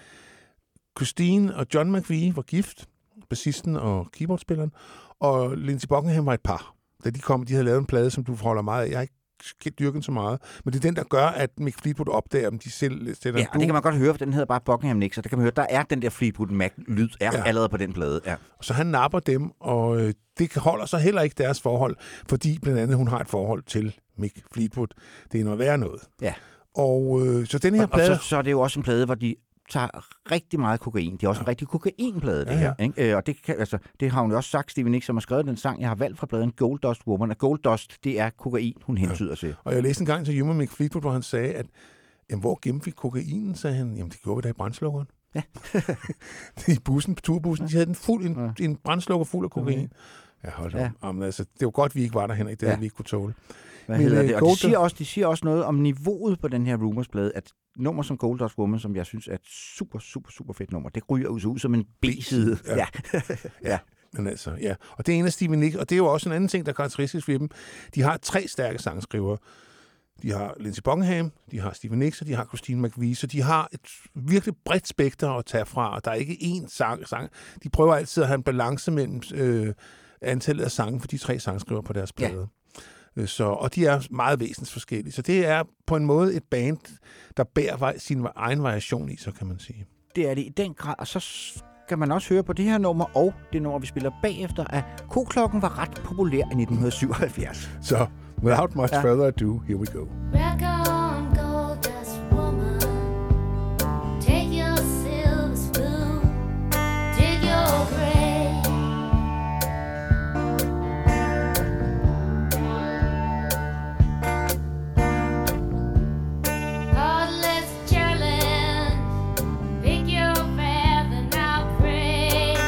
Christine og John McVie var gift, bassisten og keyboardspilleren, og Lindsey Buckingham var et par. Da de kom, de havde lavet en plade, som du forholder meget af. Jeg har ikke dyrket så meget, men det er den, der gør, at Mick Fleetwood opdager dem. De selv sætter ja, og det kan man godt høre, for den hedder bare Buckingham Nicks, og det kan man høre, der er den der Fleetwood Mac-lyd, er ja. allerede på den plade. Ja. Så han napper dem, og øh, det holder så heller ikke deres forhold, fordi blandt andet hun har et forhold til Mick Fleetwood. Det er noget værre noget. Ja. Og øh, så den her og, plade... Og så, så er det jo også en plade, hvor de tager rigtig meget kokain. Det er også ja. en rigtig kokainplade, det ja, ja. her. Ikke? Øh, og det, kan, altså, det har hun jo også sagt, Stevie Nicks, som har skrevet den sang, jeg har valgt fra pladen Gold Dust Woman. Og Gold Dust, det er kokain, hun hentyder ja. til. Og jeg læste en gang til Mick Fleetwood, hvor han sagde, at jamen, hvor gemte vi kokainen, sagde han. Jamen, det gjorde vi da i brandslukkeren. Ja. I bussen, på turbussen, de havde en, fuld, en, ja. en brandslukker fuld af kokain. Okay. Ja, hold da. Ja. Jamen, altså, det var godt, vi ikke var der, Henrik. Det ja. havde vi ikke kunne tåle. Hvad hedder det? Og de siger, også, de siger også noget om niveauet på den her Rumors-plade, at nummer som Gold Dust Woman, som jeg synes er et super, super, super fedt nummer, det ryger ud, ud som en B-side. Ja. Ja. ja. Men altså, ja. Og det er en af Stevie Nicks, og det er jo også en anden ting, der er karakteristisk for dem. De har tre stærke sangskrivere. De har Lindsey Buckingham, de har Stevie Nicks, og de har Christine McVie, så de har et virkelig bredt spekter at tage fra, og der er ikke én sang. sang. De prøver altid at have en balance mellem øh, antallet af sange for de tre sangskrivere på deres plade. Ja. Så, og de er meget væsensforskellige. Så det er på en måde et band, der bærer sin egen variation i, så kan man sige. Det er det i den grad, og så skal man også høre på det her nummer, og det nummer, vi spiller bagefter, at Koklokken var ret populær i nitten syvoghalvfjerds. Så, without much ja. further ado, here we go. Welcome, Gold Dust Woman. Take your silver spoon, dig your grave. Heartless challenge, pick your path and I'll pray.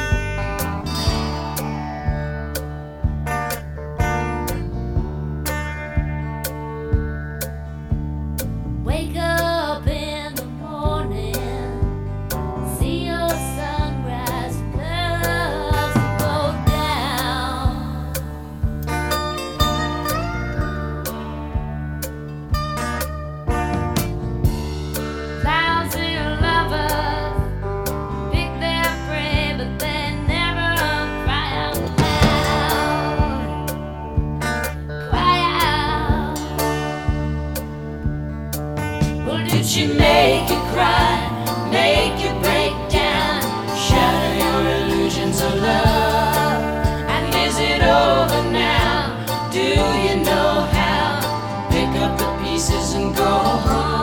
she make you cry, make you break down, shatter your illusions of love? And is it over now? Do you know how? Pick up the pieces and go home.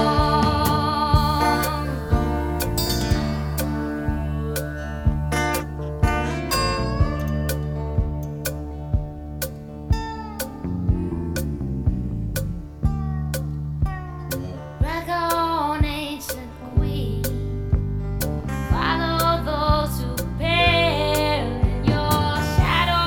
Rock on, ancient queen. Follow those who pale in your shadow.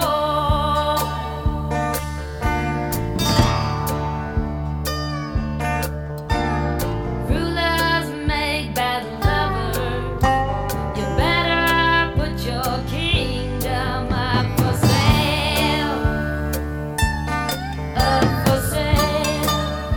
Rulers make bad lovers. You better put your kingdom up for sale. Up for sale.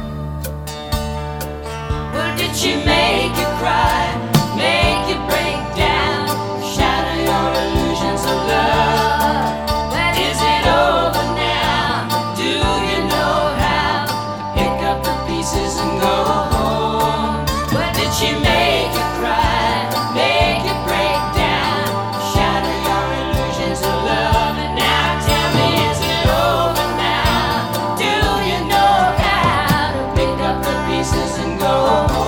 Well, did she make you cry, make you break down, shatter your illusions of love? Well, is it over now? Do you know how? Pick up the pieces and go home. Well, did she make you cry, make you break down, shatter your illusions of love? And now tell me, is it over now? Do you know how to pick up the pieces and go home?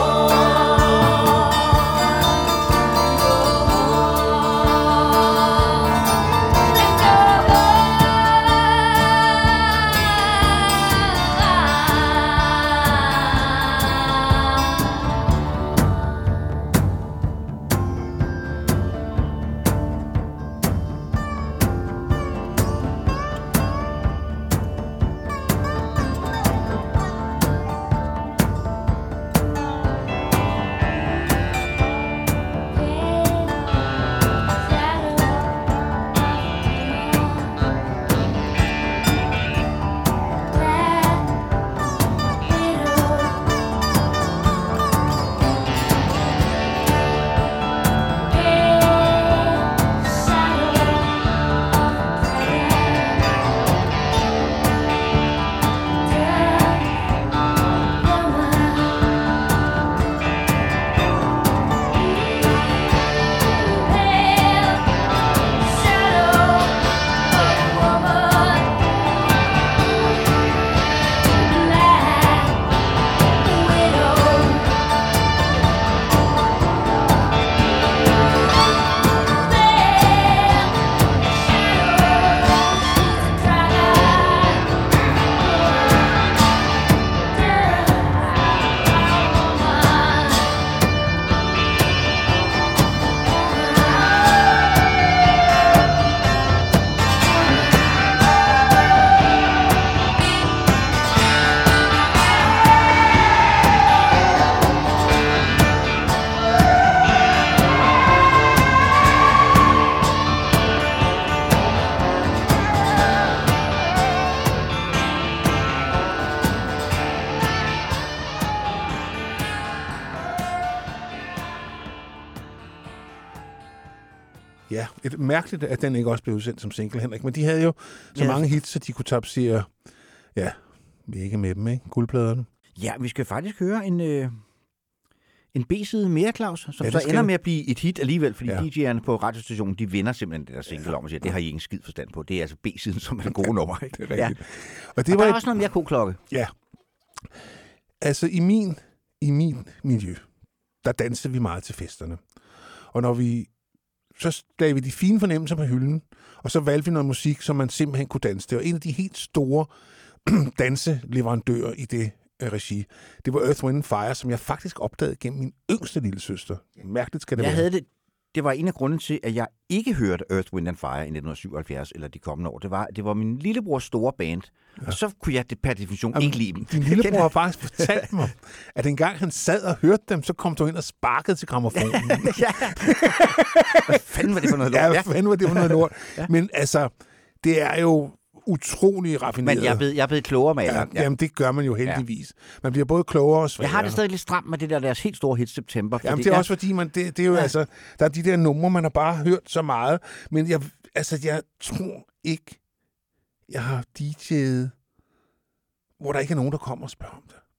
Ja, et mærkeligt, at den ikke også blev udsendt som single, Henrik. Men de havde jo så Ja. mange hits, så de kunne tapsere, ja, vægge med dem, ikke? Guldpladerne. Ja, vi skal faktisk høre en, øh, en B-side mere, Claus, som Ja, ja, det så skal ender vi. med at blive et hit alligevel, fordi Ja. ja. D J'erne på radiostationen, de vinder simpelthen det der single om og siger, det har I ingen skid forstand på. Det er altså B-siden, som er en god nummer. Ikke? Det er rigtigt. Ja. Og det Og var der er et, også noget mere koklokke. ja. Altså, i min, i min miljø, der dansede vi meget til festerne. Og når vi, så lagde vi de fine fornemmelser på hylden, og så valgte vi noget musik, som man simpelthen kunne danse. Det var en af de helt store danseleverandører i det øh, regi. Det var Earth, Wind and Fire, som jeg faktisk opdagede gennem min yngste lille søster. Mærkeligt skal det Jeg være. havde det, det var en af grunden til, at jeg ikke hørte Earth, Wind and Fire i nitten syvoghalvfjerds eller de kommende år. Det var, det var min lillebrors store band, ja. Og så kunne jeg det per definition Jamen, ikke lide dem. Din lillebror har faktisk fortalt mig, at en gang han sad og hørte dem, så kom du ind og sparkede til gramofonen. Ja. Hvad fanden var det for noget lort? Ja, hvad fanden var det for noget lort? Ja. Men altså, det er jo utrolig raffineret. Men jeg er blevet, jeg er blevet klogere med Ja, alderen. jamen, det gør man jo heldigvis. Man bliver både klogere og svagere. Jeg har det stadig lidt stramt med det der deres helt store hit September. Jamen, fordi det er jeg- også fordi, man, det, det er jo Ja. altså, der er de der numre, man har bare hørt så meget. Men jeg, altså, jeg tror ikke, jeg har D J'et, hvor der ikke er nogen, der kommer og spørger om det.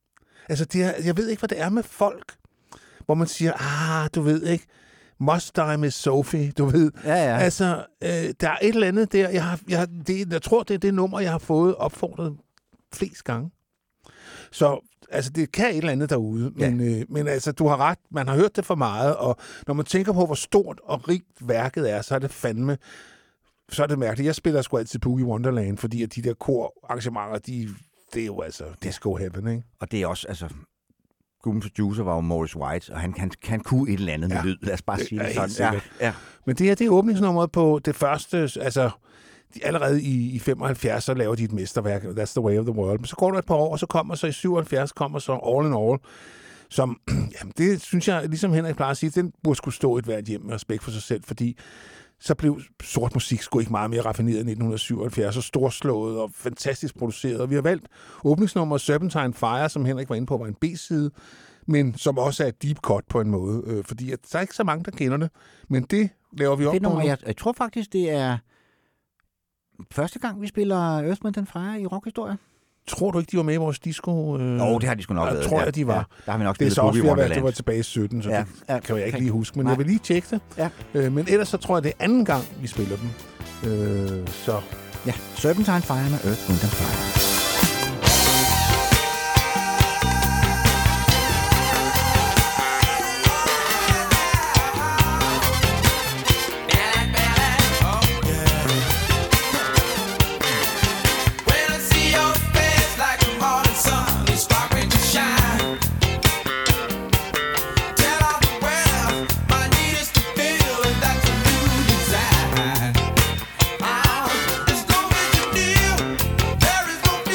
Altså, det er, jeg ved ikke, hvad det er med folk, hvor man siger, ah, du ved ikke, Must Die med Sophie, du ved. Ja, ja. Altså, øh, der er et eller andet der, jeg, har, jeg, det, jeg tror, det er det nummer, jeg har fået opfordret flest gange. Så altså, det kan et eller andet derude, men, ja. øh, men altså, du har ret, man har hørt det for meget, og når man tænker på, hvor stort og rigt værket er, så er det fandme, så er det mærkeligt. Jeg spiller sgu altid Boogie Wonderland, fordi at de der korarrangementer, de, det er jo altså disco heaven, ikke? Og det er også, altså, gruppens producer var jo Morris White, og han kan, kan kunne et eller andet med Ja. lyd. Lad os bare Det sige er det helt sådan. Ja, sikkert. ja. Men det her, det er åbningsnummeret på det første, altså de, allerede i, i femoghalvfjerds, så laver de et mesterværk, That's the Way of the World. Men så går der et par år, og så kommer så i syvoghalvfjerds, kommer så All in All, som, jamen det synes jeg, ligesom Henrik plejer at sige, den burde skulle stå et hvert hjem med respekt for sig selv, fordi så blev sort musik sgu ikke meget mere raffineret i nitten syvoghalvfjerds, og storslået og fantastisk produceret. Og vi har valgt åbningsnummeret Serpentine Fire, som Henrik var inde på, var en B-side, men som også er et deep cut på en måde, øh, fordi at der er ikke så mange, der kender det. Men det laver vi op Det på nummer, nu. jeg, jeg tror faktisk, det er første gang, vi spiller Earth, Wind and Fire i rockhistorie. Tror du ikke, de var med i vores disco? Øh... Jo, det har de sgu nok jeg været. tror ja, jeg, de var. Ja, der har vi nok Det er spillet så også Boogie ved at være, Wonderland. det var tilbage i sytten, så Ja, det ja, kan jeg ikke okay. lige huske. Men Nej. jeg vil lige tjekke det. Ja. Øh, men ellers så tror jeg, det er anden gang, vi spiller dem. Øh, så Ja, Serpentine Fire med Earth, Wind and Fire. When I see your face like a morning sun, it's starting to shine. Tell all the world my need is to feel, and that's a new design. Ah, as long as you're near, there is no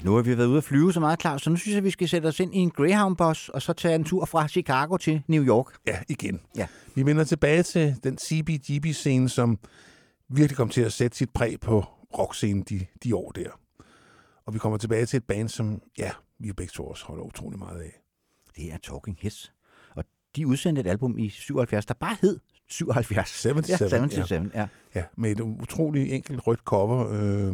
nu har vi været ude at flyve så meget, Claus, så nu synes jeg, vi skal sætte os ind i en Greyhound-bus, og så tage en tur fra Chicago til New York. Ja, igen. Ja. Vi vender tilbage til den C B G B-scene, som virkelig kom til at sætte sit præg på rockscenen de, de år der. Og vi kommer tilbage til et band, som, ja, vi begge to også holder utrolig meget af. Det er Talking Heads. Og de udsendte et album i syvoghalvfjerds, der bare hed syvoghalvfjerds. syvoghalvfjerds, ja. syvoghalvfjerds, ja. Ja, med et utroligt enkelt rødt cover. Øh,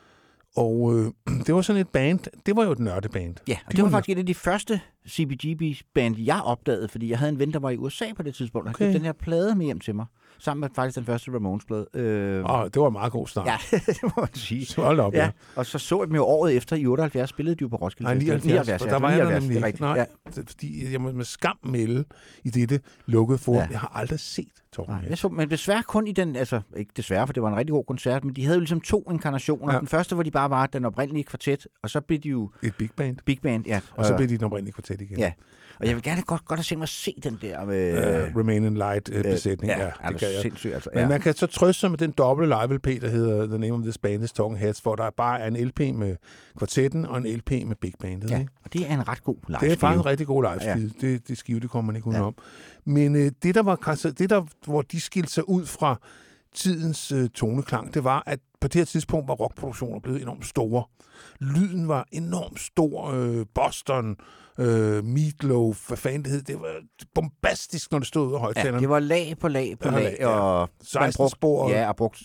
og øh, det var sådan et band, det var jo et nørdeband. Ja, og de det var faktisk et af de første C B G B-band, jeg opdagede, fordi jeg havde en ven, der var i U S A på det tidspunkt, og okay. købte den her plade med hjem til mig. Sammen med faktisk den første Ramones-plade. Øh... Oh, det var en meget god start. Ja, det må man sige. Så hold op, ja. ja. Og så så jeg dem jo året efter, i otteoghalvfjerds, spillede de jo på Roskilde. Nej, nioghalvfjerds. nioghalvfjerds, ja. Der var nioghalvfjerds, jeg nemlig ikke. Nej, ja. Fordi jeg må med skam melde i dette lukkede forum. Ja. Jeg har aldrig set Talking Heads. Jeg så, men desværre kun i den, altså ikke desværre, for det var en rigtig god koncert, men de havde jo ligesom to inkarnationer. Ja. Den første, hvor de bare var den oprindelige kvartet, og så blev de jo... Et big band. Big band, ja. Og så blev de den oprindelige kvartet igen. Ja. Og jeg vil gerne godt, godt have set mig se den der med... Uh, Remain in Light-besætning. Uh, ja, ja, det kan jeg. Sindssygt, altså. Men ja. Man kan så trøste sig med den dobbelt live-L P, der hedder The Name of This Band is Talking Heads, hvor der bare er en L P med kvartetten og en L P med big bandet. Ja, ikke? og det er en ret god live-skive. Det er faktisk en rigtig god live-skive. Ja. Det, det skive, det kommer man ikke udenom. Ja. Men uh, det, der var, det der, hvor de skilte sig ud fra tidens uh, toneklang, det var, at på det her tidspunkt var rockproduktioner blevet enormt store. Lyden var enormt stor. Uh, Boston, uh, Meatloaf, hvad fanden det hed, det var bombastisk, når det stod ud af højtalerne. Ja, det var lag på lag på lag, ja. og seksten spor. Ja, og brugt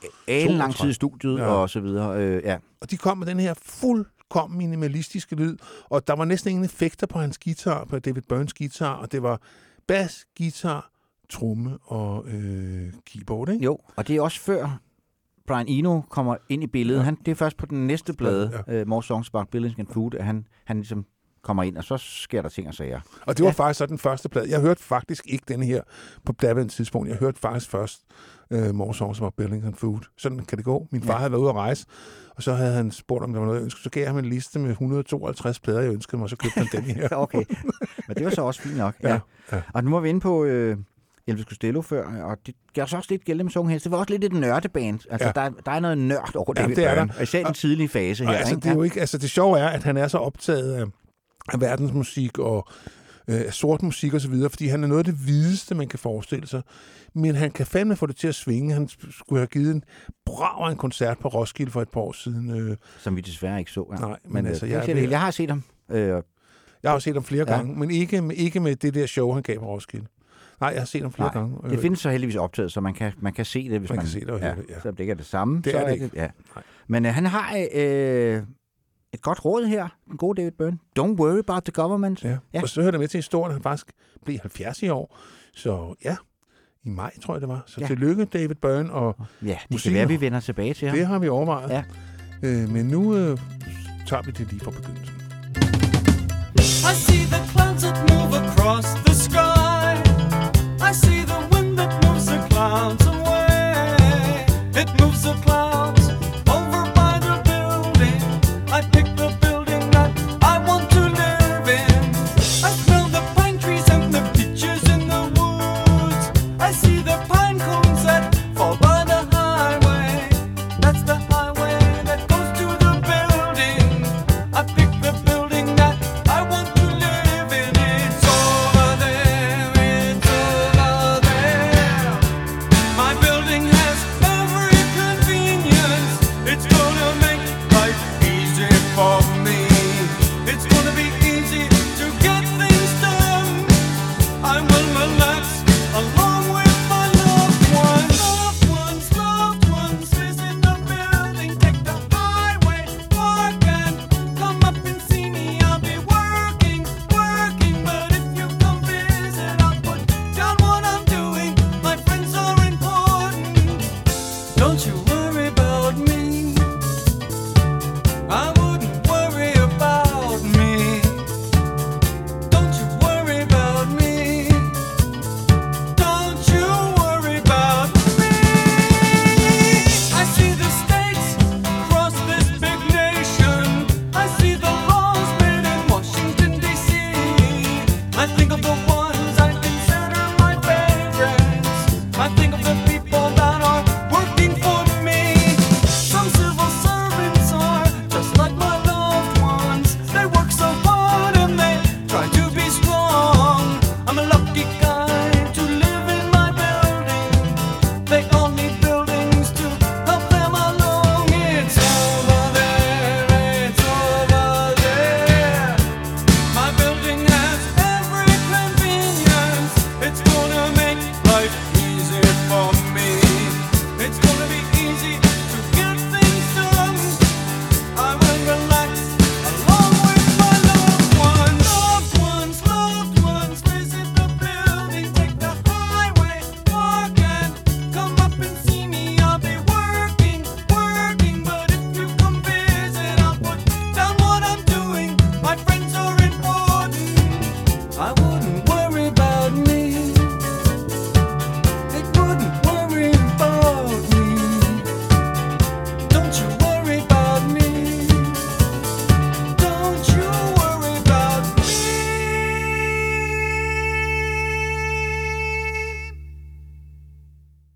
en lang tid i studiet, ja. Og så videre. Uh, ja. Og de kom med den her fuldkommen minimalistiske lyd, og der var næsten ingen effekter på hans guitar, på David Byrnes guitar, og det var bas, guitar, tromme og øh, keyboard, ikke? Jo, og det er også før Brian Eno kommer ind i billedet. Ja. Han, det er først på den næste plade, ja. uh, More Songs About Buildings and Food, at han, han ligesom kommer ind, og så sker der ting og sager. Og det var ja. faktisk så den første plade. Jeg hørte faktisk ikke den her på daværende tidspunkt. Jeg hørte faktisk først uh, More Songs About Buildings and Food. Sådan kan det gå. Min far ja. havde været ude at rejse, og så havde han spurgt, om der var noget, jeg ønskede. Så gav jeg ham en liste med et hundrede og tooghalvtreds plader, jeg ønskede mig, og så købte han den her. Okay, men det var så også fint nok. Ja. Ja. Ja. Og nu var vi inde på... Øh Elvis Costello før, og det gør så også lidt gældende med Talking Heads. Det var også lidt et nørdeband. Altså, ja. der, der er noget nørd over ja, David det Byrne. Og især i den tidlige fase her. Altså, ikke? Det, er jo ikke, altså, det sjove er, at han er så optaget af, af verdensmusik og øh, sort musik og så videre, fordi han er noget af det hvideste, man kan forestille sig. Men han kan fandme få det til at svinge. Han skulle have givet en brav en koncert på Roskilde for et par år siden. Øh. Som vi desværre ikke så. Ja. Nej, men, men altså... Jeg, jeg, jeg, jeg har set ham. Øh, jeg har også set ham flere ja. gange, men ikke med, ikke med det der show, han gav på Roskilde. Nej, jeg har set dem flere Nej, gange. Det findes så heldigvis optaget, så man kan, man kan se det, hvis man... Man kan se det og ja, det, ja. Så det ikke er det samme. Det så er det er ikke. Det, ja. Men øh, han har øh, et godt råd her, den gode David Byrne. Don't worry about the government. Ja. Ja. Og så hører det med til historien, at han faktisk blev halvfjerds i år. Så ja, i maj tror jeg det var. Så ja. Tillykke David Byrne og ja, det musikken. Kan være, vi vender tilbage til ham. Det har vi overvejet. Ja. Øh, men nu øh, tager vi det lige fra begyndelsen. I see the clouds that move across the sky. I see the wind that moves the clouds away. It moves the clouds over by the building. I pick the building that I want to live in. I smell the pine trees and the peaches in the woods. I see the pine cones that fall by the highway. That's the highway that goes to the building. I pick the building that I want to live in. It's over there.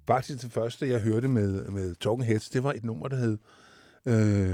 faktisk det første, jeg hørte med, med Talking Heads, det var et nummer, der hed... Øh,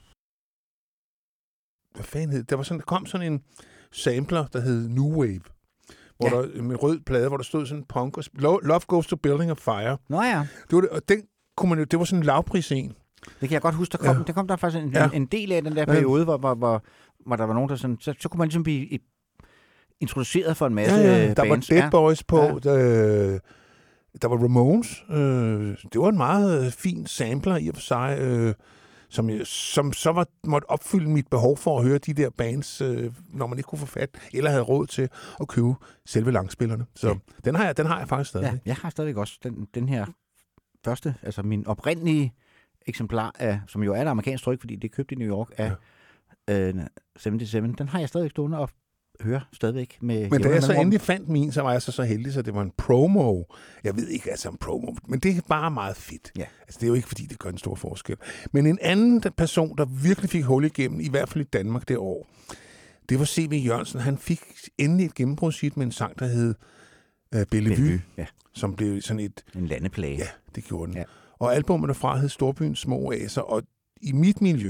hvad fanden hed det? Der, var sådan, der kom sådan en sampler, der hed New Wave, hvor ja. der med rød plade, hvor der stod sådan punk og... Love Goes to Building a Fire. Nå ja. Det var det, og den kunne man jo... Det var sådan en lavpris en. Det kan jeg godt huske, der kom, ja. der, kom der faktisk en, ja. en, en del af den der periode, ja. hvor, hvor, hvor, hvor der var nogen, der sådan... Så, så kunne man ligesom blive et, introduceret for en masse ja, ja. Der bands. var Dead Boys på, ja. der, der var Ramones. Øh, det var en meget fin sampler i og for sig, øh, som, som så var, måtte opfylde mit behov for at høre de der bands, øh, når man ikke kunne få fat, eller havde råd til at købe selve langspillerne. Så ja. den, har jeg, den har jeg faktisk stadig. Ja, jeg har stadigvæk også den, den her første, altså min oprindelige eksemplar af, som jo er et amerikansk tryk, fordi det er købt i New York af ja. øh, syvoghalvfems, den har jeg stadigvæk stående og hører stadigvæk med... Men da jeg så endelig fandt min, så var jeg så så heldig, så det var en promo. Jeg ved ikke, altså en promo, men det er bare meget fedt. Ja. Altså det er jo ikke, fordi det gør en stor forskel. Men en anden person, der virkelig fik hul igennem, i hvert fald i Danmark det år, det var C V Jørgensen. Han fik endelig et gennembrudshit med en sang, der hed uh, Bellevue, Bellevue ja. som blev sådan et... En landeplage. Ja, det gjorde den. Ja. Og albummet derfra hed Storbyens Små Oaser, og i mit miljø,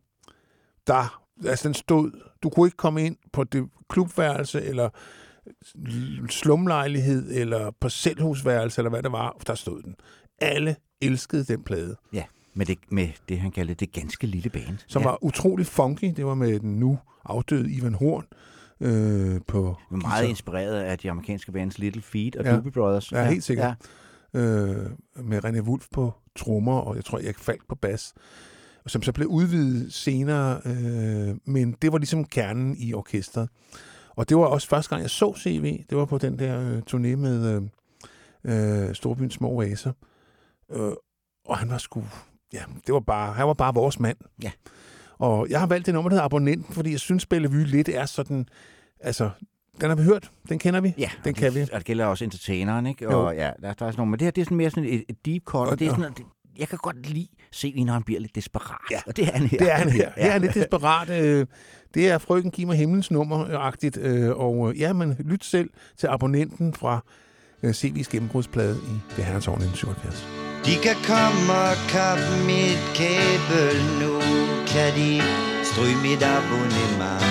der, altså den stod, du kunne ikke komme ind på det klubværelse, eller slumlejlighed, eller parcelhusværelse, eller hvad det var, der stod den. Alle elskede den plade. Ja, med det, med det han kaldte det ganske lille band. Som ja. var utrolig funky, det var med den nu afdøde Ivan Horn, øh, på meget guitar. Inspireret af de amerikanske bands Little Feat og ja. Doobie Brothers. Ja, helt sikkert. Ja. Øh, med René Wulff på trommer, og jeg tror, jeg faldt på bas, som så blev udvidet senere, øh, men det var ligesom kernen i orkestret. Og det var også første gang, jeg så C V, det var på den der øh, turné med øh, øh, Storbyens Små Oaser. Øh, og han var sgu, ja, det var bare, han var bare vores mand. Ja. Og jeg har valgt det nummer, der hedder Abonnenten, fordi jeg synes, Bellevue lidt er sådan, altså, den har vi hørt, den kender vi, ja, den kan det, vi. Og det gælder også entertaineren, ikke? Og ja, der, der er sådan nogle, men det her, det er sådan mere sådan et, et deep cut, og det er sådan noget, det, jeg kan godt lide C V, når han bliver lidt desperat. Ja, og det er han her. Det er han her. Ja. Det er lidt desperat. Det er Frøken Giv mig himlens nummer-agtigt. Og ja, men lyt selv til Abonnenten fra C V's gennembrudsplade i det herrens år nitten syvoghalvfjerds. De kan komme og kappe mit kabel nu, kan de stryge mit abonnement.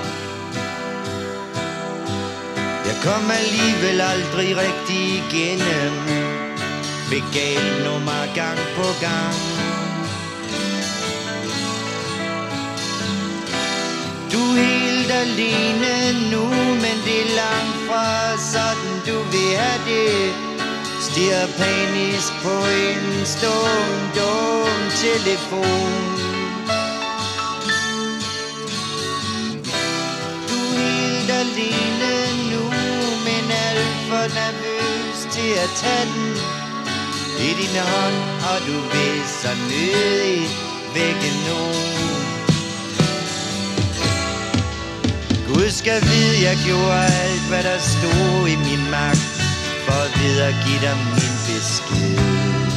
Jeg kom alligevel aldrig rigtig igennem, fik galt nummer gang på gang. Du er helt alene nu, men det er langt fra sådan du vil have det. Stirrer panisk på en stum, dum telefon. Du er helt alene nu, men alt for nervøs til at tage den i din hånd, og du vil så nødigt vække nogen. Gud skal vide, jeg gjorde alt, hvad der stod i min magt, for at videregive dig min besked.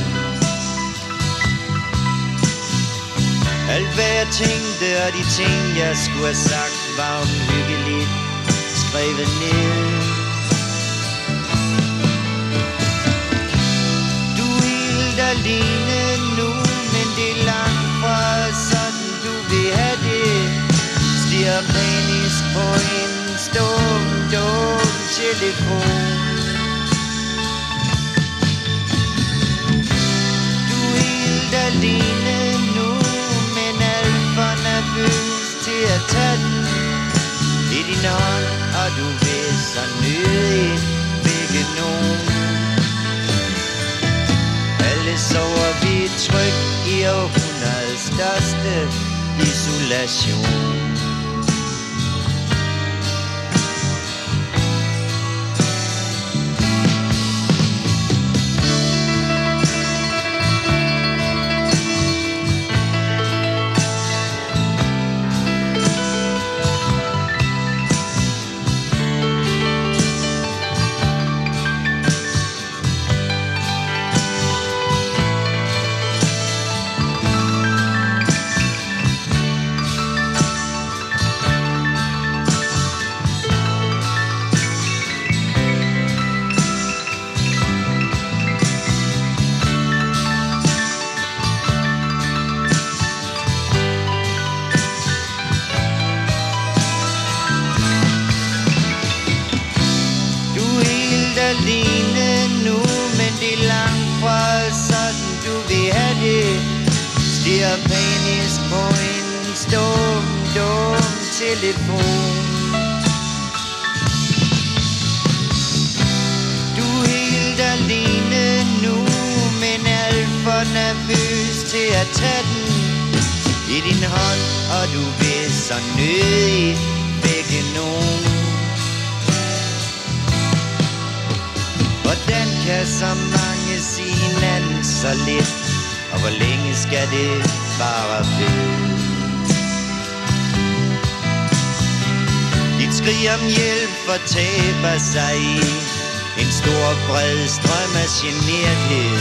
Alt hvad jeg tænkte, og de ting jeg skulle have sagt, var omhyggeligt skrevet ned. Du er helt alene nu, men det er langt fra sådan du vil have det. Stirrer panisk på en stum, dum telefon. Alene nu, men alt for nervøs til at tage den i din hånd, og du vil så nødigt vække nogen. Alle sover vi trygt i århundredets største isolation. Stiger penis på en stum, dum telefon. Du er helt alene nu, men alt for nervøs til at tage den i din hånd, og du vil så nødigt vække nogen. Hvordan kan så mange sige hinanden så lidt, og hvor længe skal det bare blive? Dit skrig om hjælp fortaber sig i en stor bred strøm af generthed.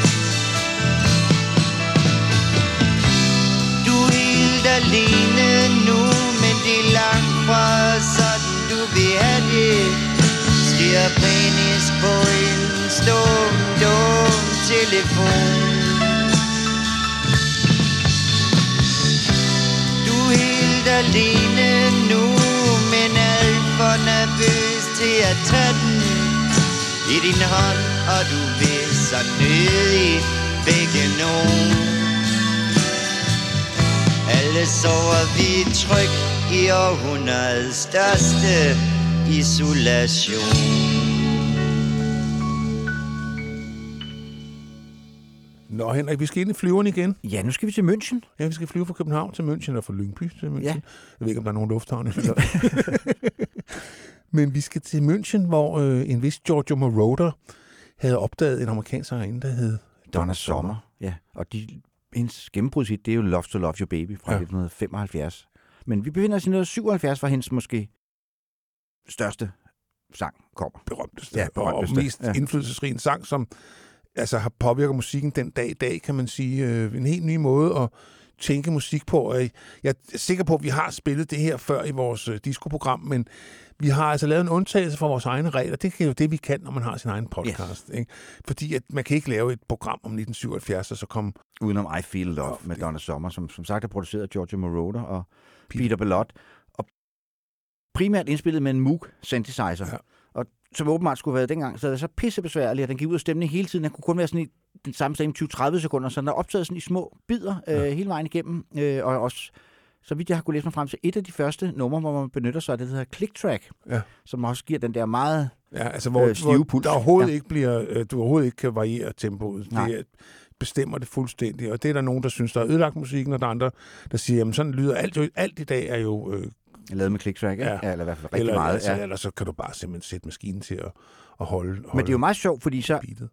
Du er helt alene nu, men det er langt fra sådan du vil have det. Stiger penis på en stum, dum telefon. Du er helt alene nu, men alt for nervøs til at tage den i din hånd, og du vil så nødigt vække nogen. Alle sover vi tryg i århundredets største isolation. Nå, Henrik, vi skal ind i flyveren igen. Ja, nu skal vi til München. Ja, vi skal flyve fra København til München, eller fra Lyngby til München. Ja. Jeg ved ikke, om der er nogen lufthavne. Men vi skal til München, hvor øh, en vis Giorgio Moroder havde opdaget en amerikansk sangerinde, der hed Donna Summer. Ja, og de, hendes gennembrudshit, det er jo Love to Love You Baby fra ja. nitten femoghalvfjerds. Men vi befinder os i nitten syvoghalvfjerds, hvor hendes måske største sang kommer. Berømteste. Ja, berømteste. Og mest ja. indflydelsesrig en sang, som altså har påvirket musikken den dag i dag, kan man sige. Øh, en helt ny måde at tænke musik på. Jeg er sikker på, at vi har spillet det her før i vores uh, discoprogram, men vi har altså lavet en undtagelse for vores egne regler. Det er jo det, vi kan, når man har sin egen podcast. Yes. Ikke? Fordi at man kan ikke lave et program om nitten syvoghalvfjerds, og så komme... Udenom I Feel Love oh, med Donna Summer, som som sagt er produceret af Giorgio Moroder og Peter, Peter Bellotte, og primært indspillet med en Moog synthesizer. Ja. Og som åbenbart skulle have været dengang, så er det så pissebesværligt, at den gik ud af stemning hele tiden. Den kunne kun være sådan i den samme stemme tyve til tredive sekunder, så den er optaget sådan i små bidder ja. øh, hele vejen igennem. Øh, og også, så vidt jeg har kunnet læse mig frem til, et af de første numre, hvor man benytter sig af det, der hedder click track, ja. som også giver den der meget ja, altså, hvor, øh, stive puls. Der overhovedet ja. ikke bliver, øh, du overhovedet ikke kan variere tempoet. Nej. Det bestemmer det fuldstændig, og det er der nogen, der synes, der er ødelagt musikken, og der er andre, der siger, jamen sådan lyder alt, alt i dag er jo... Øh, lavet med click track, ja. ja, eller i hvert fald rigtig eller, meget. Altså, ja. Eller så kan du bare simpelthen sætte maskinen til at, at holde, holde... Men det er jo meget sjovt, fordi så... Beatet.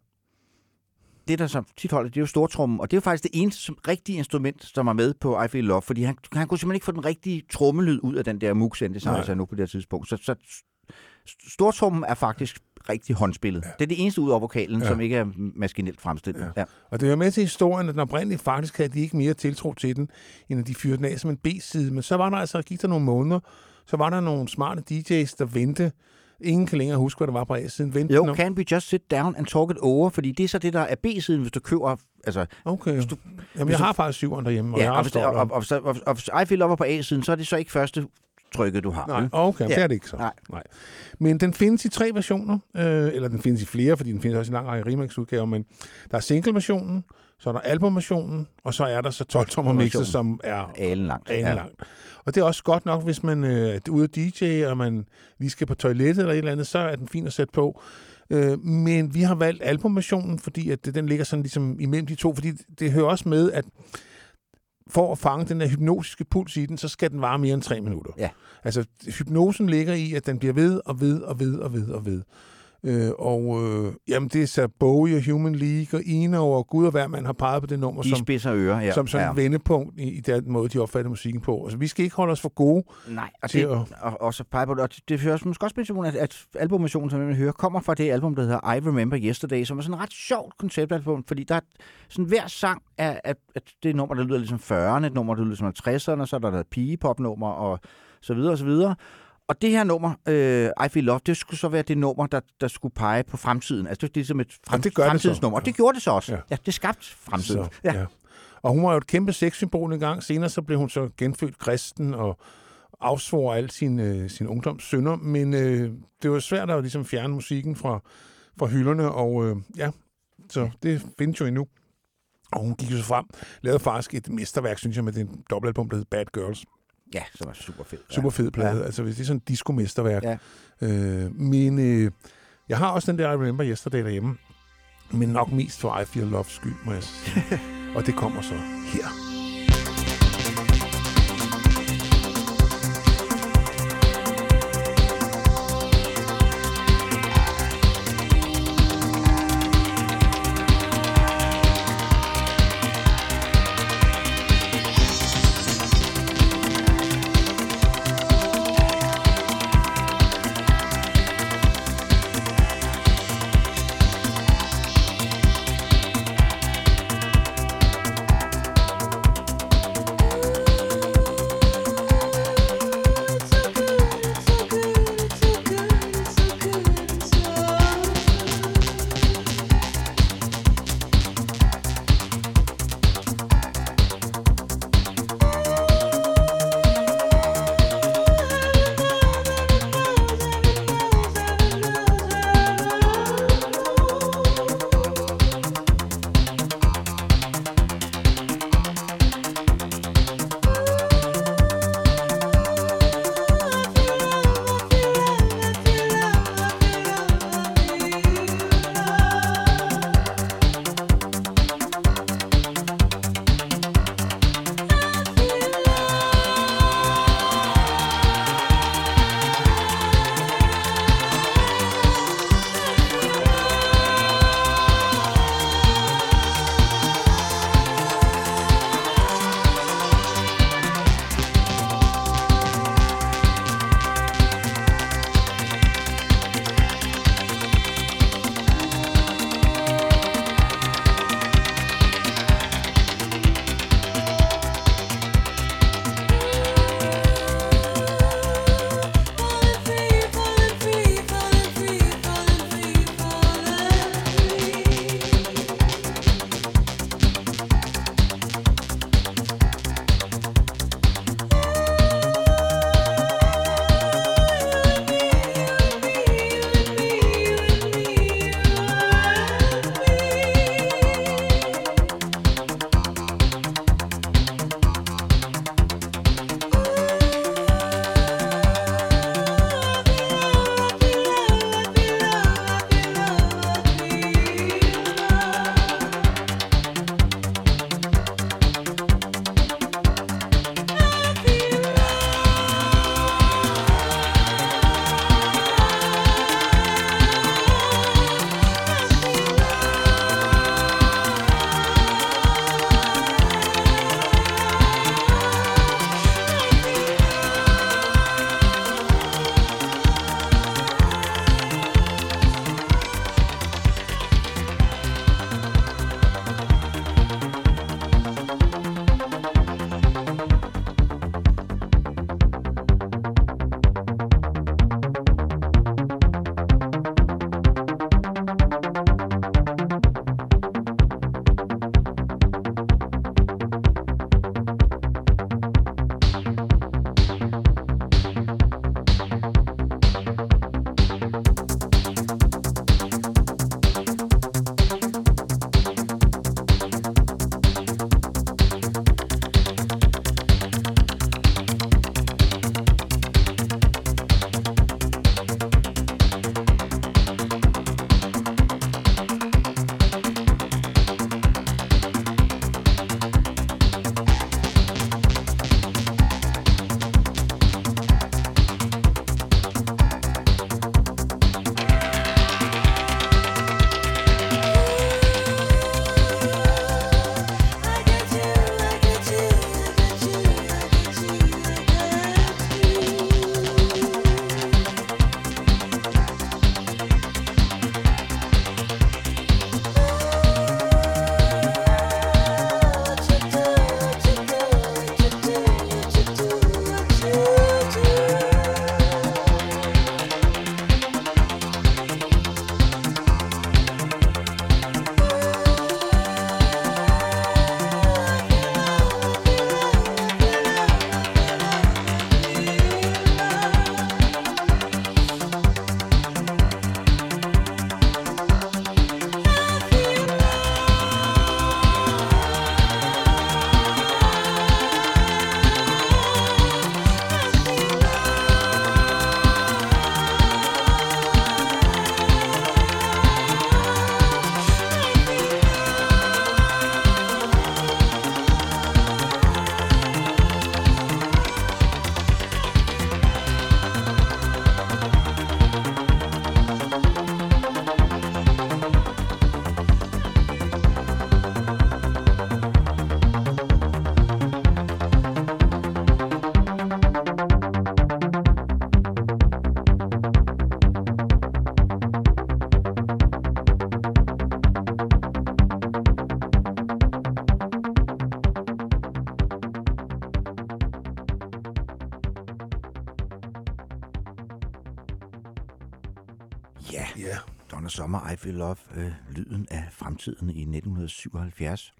Det, der så tit holder, det er jo stortrummen, og det er jo faktisk det eneste som, rigtige instrument, som er med på I Feel Love, fordi han, han kunne simpelthen ikke få den rigtige trommelyd ud af den der Moog synthesizer nu på det her tidspunkt. Så, så stortrummen er faktisk rigtig håndspillet. Ja. Det er det eneste ud over vokalen, ja. som ikke er maskinelt fremstillet. Ja. Ja. Og det er jo med til historien, at den oprindeligt faktisk havde de ikke mere tiltro til den, end at de fyrede den af som en B-side. Men så var der altså, gik der nogle måneder, så var der nogle smarte D J's, der vendte. Ingen kan længere huske, hvad der var på A-siden. Vente jo, Can We Just Sit Down and Talk It Over, fordi det er så det, der er B-siden, hvis du køber... Altså, okay. Hvis du, Jamen, jeg har faktisk syveren derhjemme, og ja, jeg har og, og, og, og, og, og I Feel Love på A-siden, så er det så ikke første trykket, du har. Nej, okay, ja. det er det ikke så. Nej. Nej. Men den findes i tre versioner, øh, eller den findes i flere, fordi den findes også i en lang række remix-udgaver, men der er single-versionen, så er der album-versionen, og så er der så tolv-tommer mixer, som er alenlangt. alenlangt. Ja. Og det er også godt nok, hvis man øh, er ude at D J, og man lige skal på toilettet eller et eller andet, så er den fin at sætte på. Øh, men vi har valgt album-versionen, fordi at det, den ligger sådan ligesom imellem de to, fordi det hører også med, at for at fange den der hypnotiske puls i den, så skal den vare mere end tre minutter. Ja. Altså, hypnosen ligger i, at den bliver ved og ved og ved og ved og ved. Øh, og øh, jamen, det er så Bowie og Human League og Eno og Gud og hver mand har peget på det nummer, de som, spidser ører, ja. som sådan ja. et vendepunkt i, i den måde, de opfatter musikken på. Altså, vi skal ikke holde os for gode. Nej, og, til det, at... og, og så pege på det. Og det høres måske også specielt, at, at albumversionen, som man hører, kommer fra det album, der hedder I Remember Yesterday, som er sådan et ret sjovt konceptalbum, fordi der er sådan hver sang af at, at det er et nummer, der lyder ligesom fyrrerne, et nummer, der lyder som halvtredserne, så er der der pigepop-nummer og så videre og så videre. Og det her nummer, øh, I Feel Love, det skulle så være det nummer, der, der skulle pege på fremtiden. Altså det er ligesom et frem, ja, det fremtidens nummer. Og det gjorde det så også. Ja, ja det skabte fremtiden. Så, ja. Ja. Og hun var jo et kæmpe sexsymbol en gang. Senere så blev hun så genfødt kristen og afsvor alle sine, sine ungdomssynder. Men øh, det var svært at ligesom fjerne musikken fra, fra hylderne. Og øh, ja, så det findes jo endnu. Og hun gik jo så frem, lavede faktisk et mesterværk, synes jeg, med den dobbeltalbum, der hed Bad Girls. Ja, som er super fed. Super fed plade. Ja. Altså, det er sådan et disco-mesterværk. Ja. Øh, men øh, jeg har også den der I Remember Yesterday derhjemme. Men nok mest for I Feel Love's skyld, må jeg sige. Og det kommer så her. Thank Sommer, I Feel Love, øh, lyden af fremtiden i nitten syvoghalvfjerds.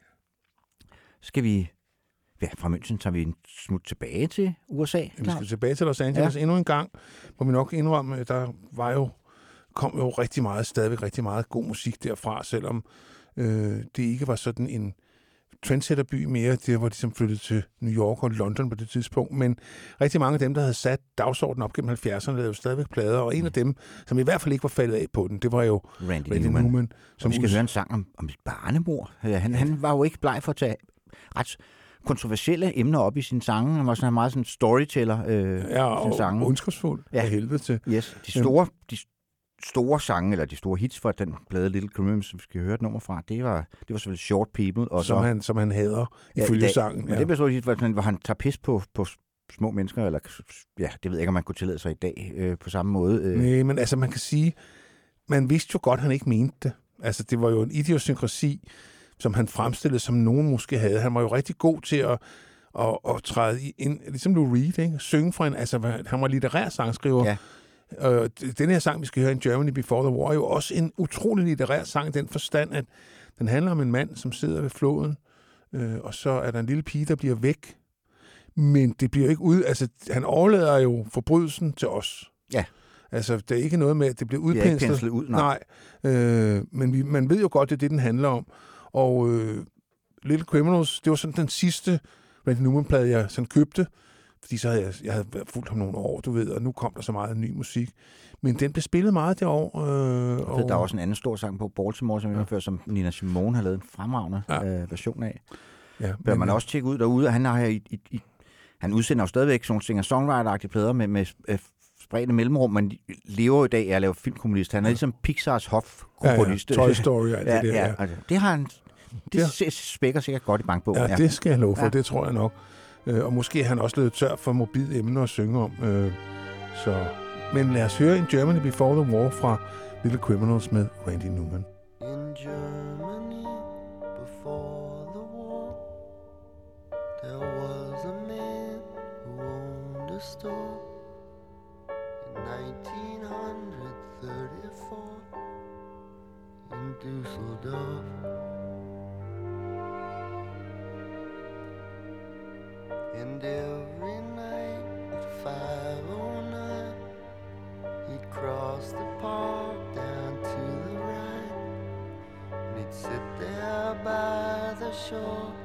Skal vi, ja, fra München tager vi en smut tilbage til U S A. Vi skal tilbage til Los Angeles ja. endnu en gang, hvor vi nok indrømme, der var jo, kom jo rigtig meget, stadigvæk rigtig meget god musik derfra, selvom øh, det ikke var sådan en trendsetterby mere. Det var ligesom flyttet til New York og London på det tidspunkt, men rigtig mange af dem, der havde sat dagsordenen op gennem halvfjerdserne, lavede jo stadigvæk plader, og en af dem, som i hvert fald ikke var faldet af på den, det var jo Randy, Randy Newman. Newman som vi skal us- høre en sang om, om et barnemor. Ja, han, han var jo ikke bleg for at tage ret kontroversielle emner op i sine sange. Han var sådan meget sådan storyteller øh, ja, og sange. ondskabsfuld ja. af helvede til. Yes, de store, de store sange, eller de store hits fra den plade Little Criminals, som vi skal høre et nummer fra, det var, det var selvfølgelig Short People. Og som, så, han, som han hader ja, ifølge sangen. Ja. Men det blev så hit, hvor han tager pis på, på små mennesker, eller ja, det ved jeg ikke, om man kunne tillade sig i dag øh, på samme måde. Øh. Nej, men altså man kan sige, man vidste jo godt, han ikke mente det. Altså det var jo en idiosynkrasi, som han fremstillede, som nogen måske havde. Han var jo rigtig god til at, at, at træde ind, ligesom Lou Reed, ikke? Synge for en, altså han var litterær sangskriver. Ja. Øh, den her sang, vi skal høre, In Germany Before the War, er jo også en utrolig litterær sang i den forstand, at den handler om en mand, som sidder ved floden, øh, og så er der en lille pige, der bliver væk. Men det bliver ikke ud... Altså, han overlader jo forbrydelsen til os. Ja. Altså, det er ikke noget med, at det bliver udpenslet. Det ud, nej. nej. Øh, men vi, man ved jo godt, det er det, den handler om. Og øh, Little Criminals, det var sådan den sidste Randy Newman-plade, jeg sådan købte. Fordi så havde jeg, jeg havde fulgt ham nogle år, du ved, og nu kom der så meget ny musik. Men den blev spillet meget det år. Øh, og ved, der er også en anden stor sang på Baltimore, som, ja. som Nina Simone har lavet en fremragende ja. øh, version af. Ja, Bør man ja. også tjekke ud derude, og han har her i, i, i han udsender jo stadigvæk sådan singer-songwriter-agtige plader med, med øh, spredte mellemrum, men lever jo i dag af at lave filmkommunist. Han er ligesom Pixars hofkomponist. Ja, ja. Toy Story og alt ja, det der. Ja, altså, det har han... Det ja. spækker sikkert godt i bankbogen. Ja, ja, det skal jeg love for, ja. det tror jeg nok. Øh, og måske har han også løbet tør for morbide emner at synge om. Øh, så. Men lad os høre In Germany Before the War fra Little Criminals med Randy Newman. In Germany before the war, there was a man who owned a store. In nineteen thirty-four, in Düsseldorf. And every night at five oh nine, he'd cross the park down to the Rhine, and he'd sit there by the shore.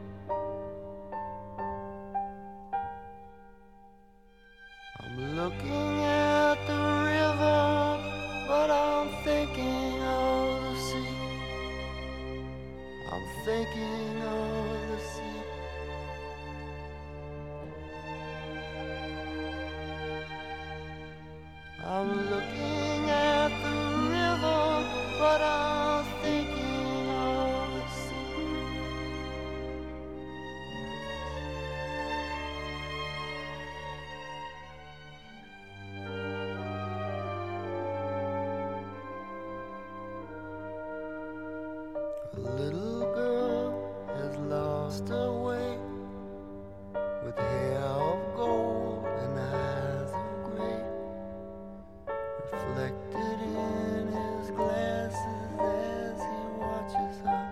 I'm looking at the river, but I'm thinking of the sea. I'm thinking of the sea. I'm looking at the river, but I'm thinking of the sea. A little girl has lost her way, with hair of gold and eyes of gray, reflected in his glasses as he watches her.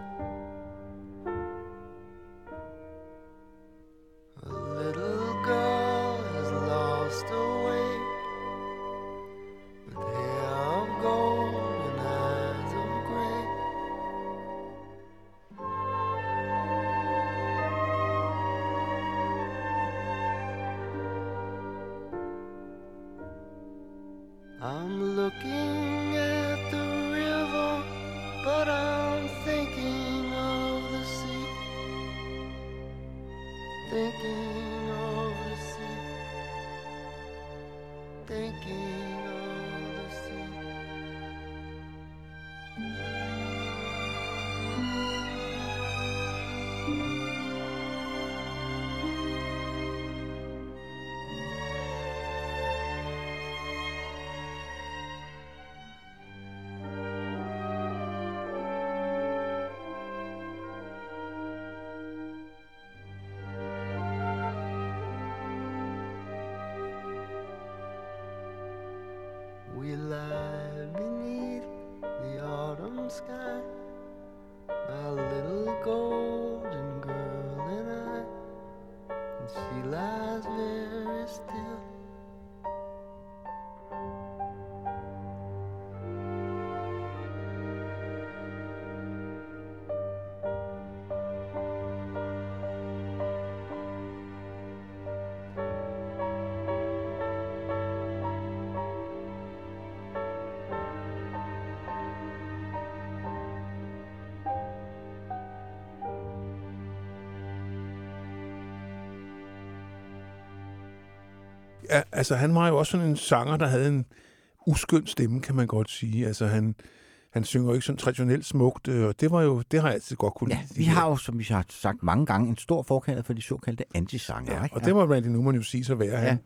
A little girl has lost her way, with hair of gold and eyes of gray. sky. My little golden girl and I, and she lies very still. Ja, altså, han var jo også sådan en sanger, der havde en uskøn stemme, kan man godt sige. Altså, han, han synger jo ikke sådan traditionelt smukt, øh, og det var jo, det har jeg altid godt kunne Ja, lide. vi har jo, som vi har sagt mange gange, en stor forkærlighed for de såkaldte antisanger. Ja, ikke? og det må Randy Newman jo sige sig være. Han,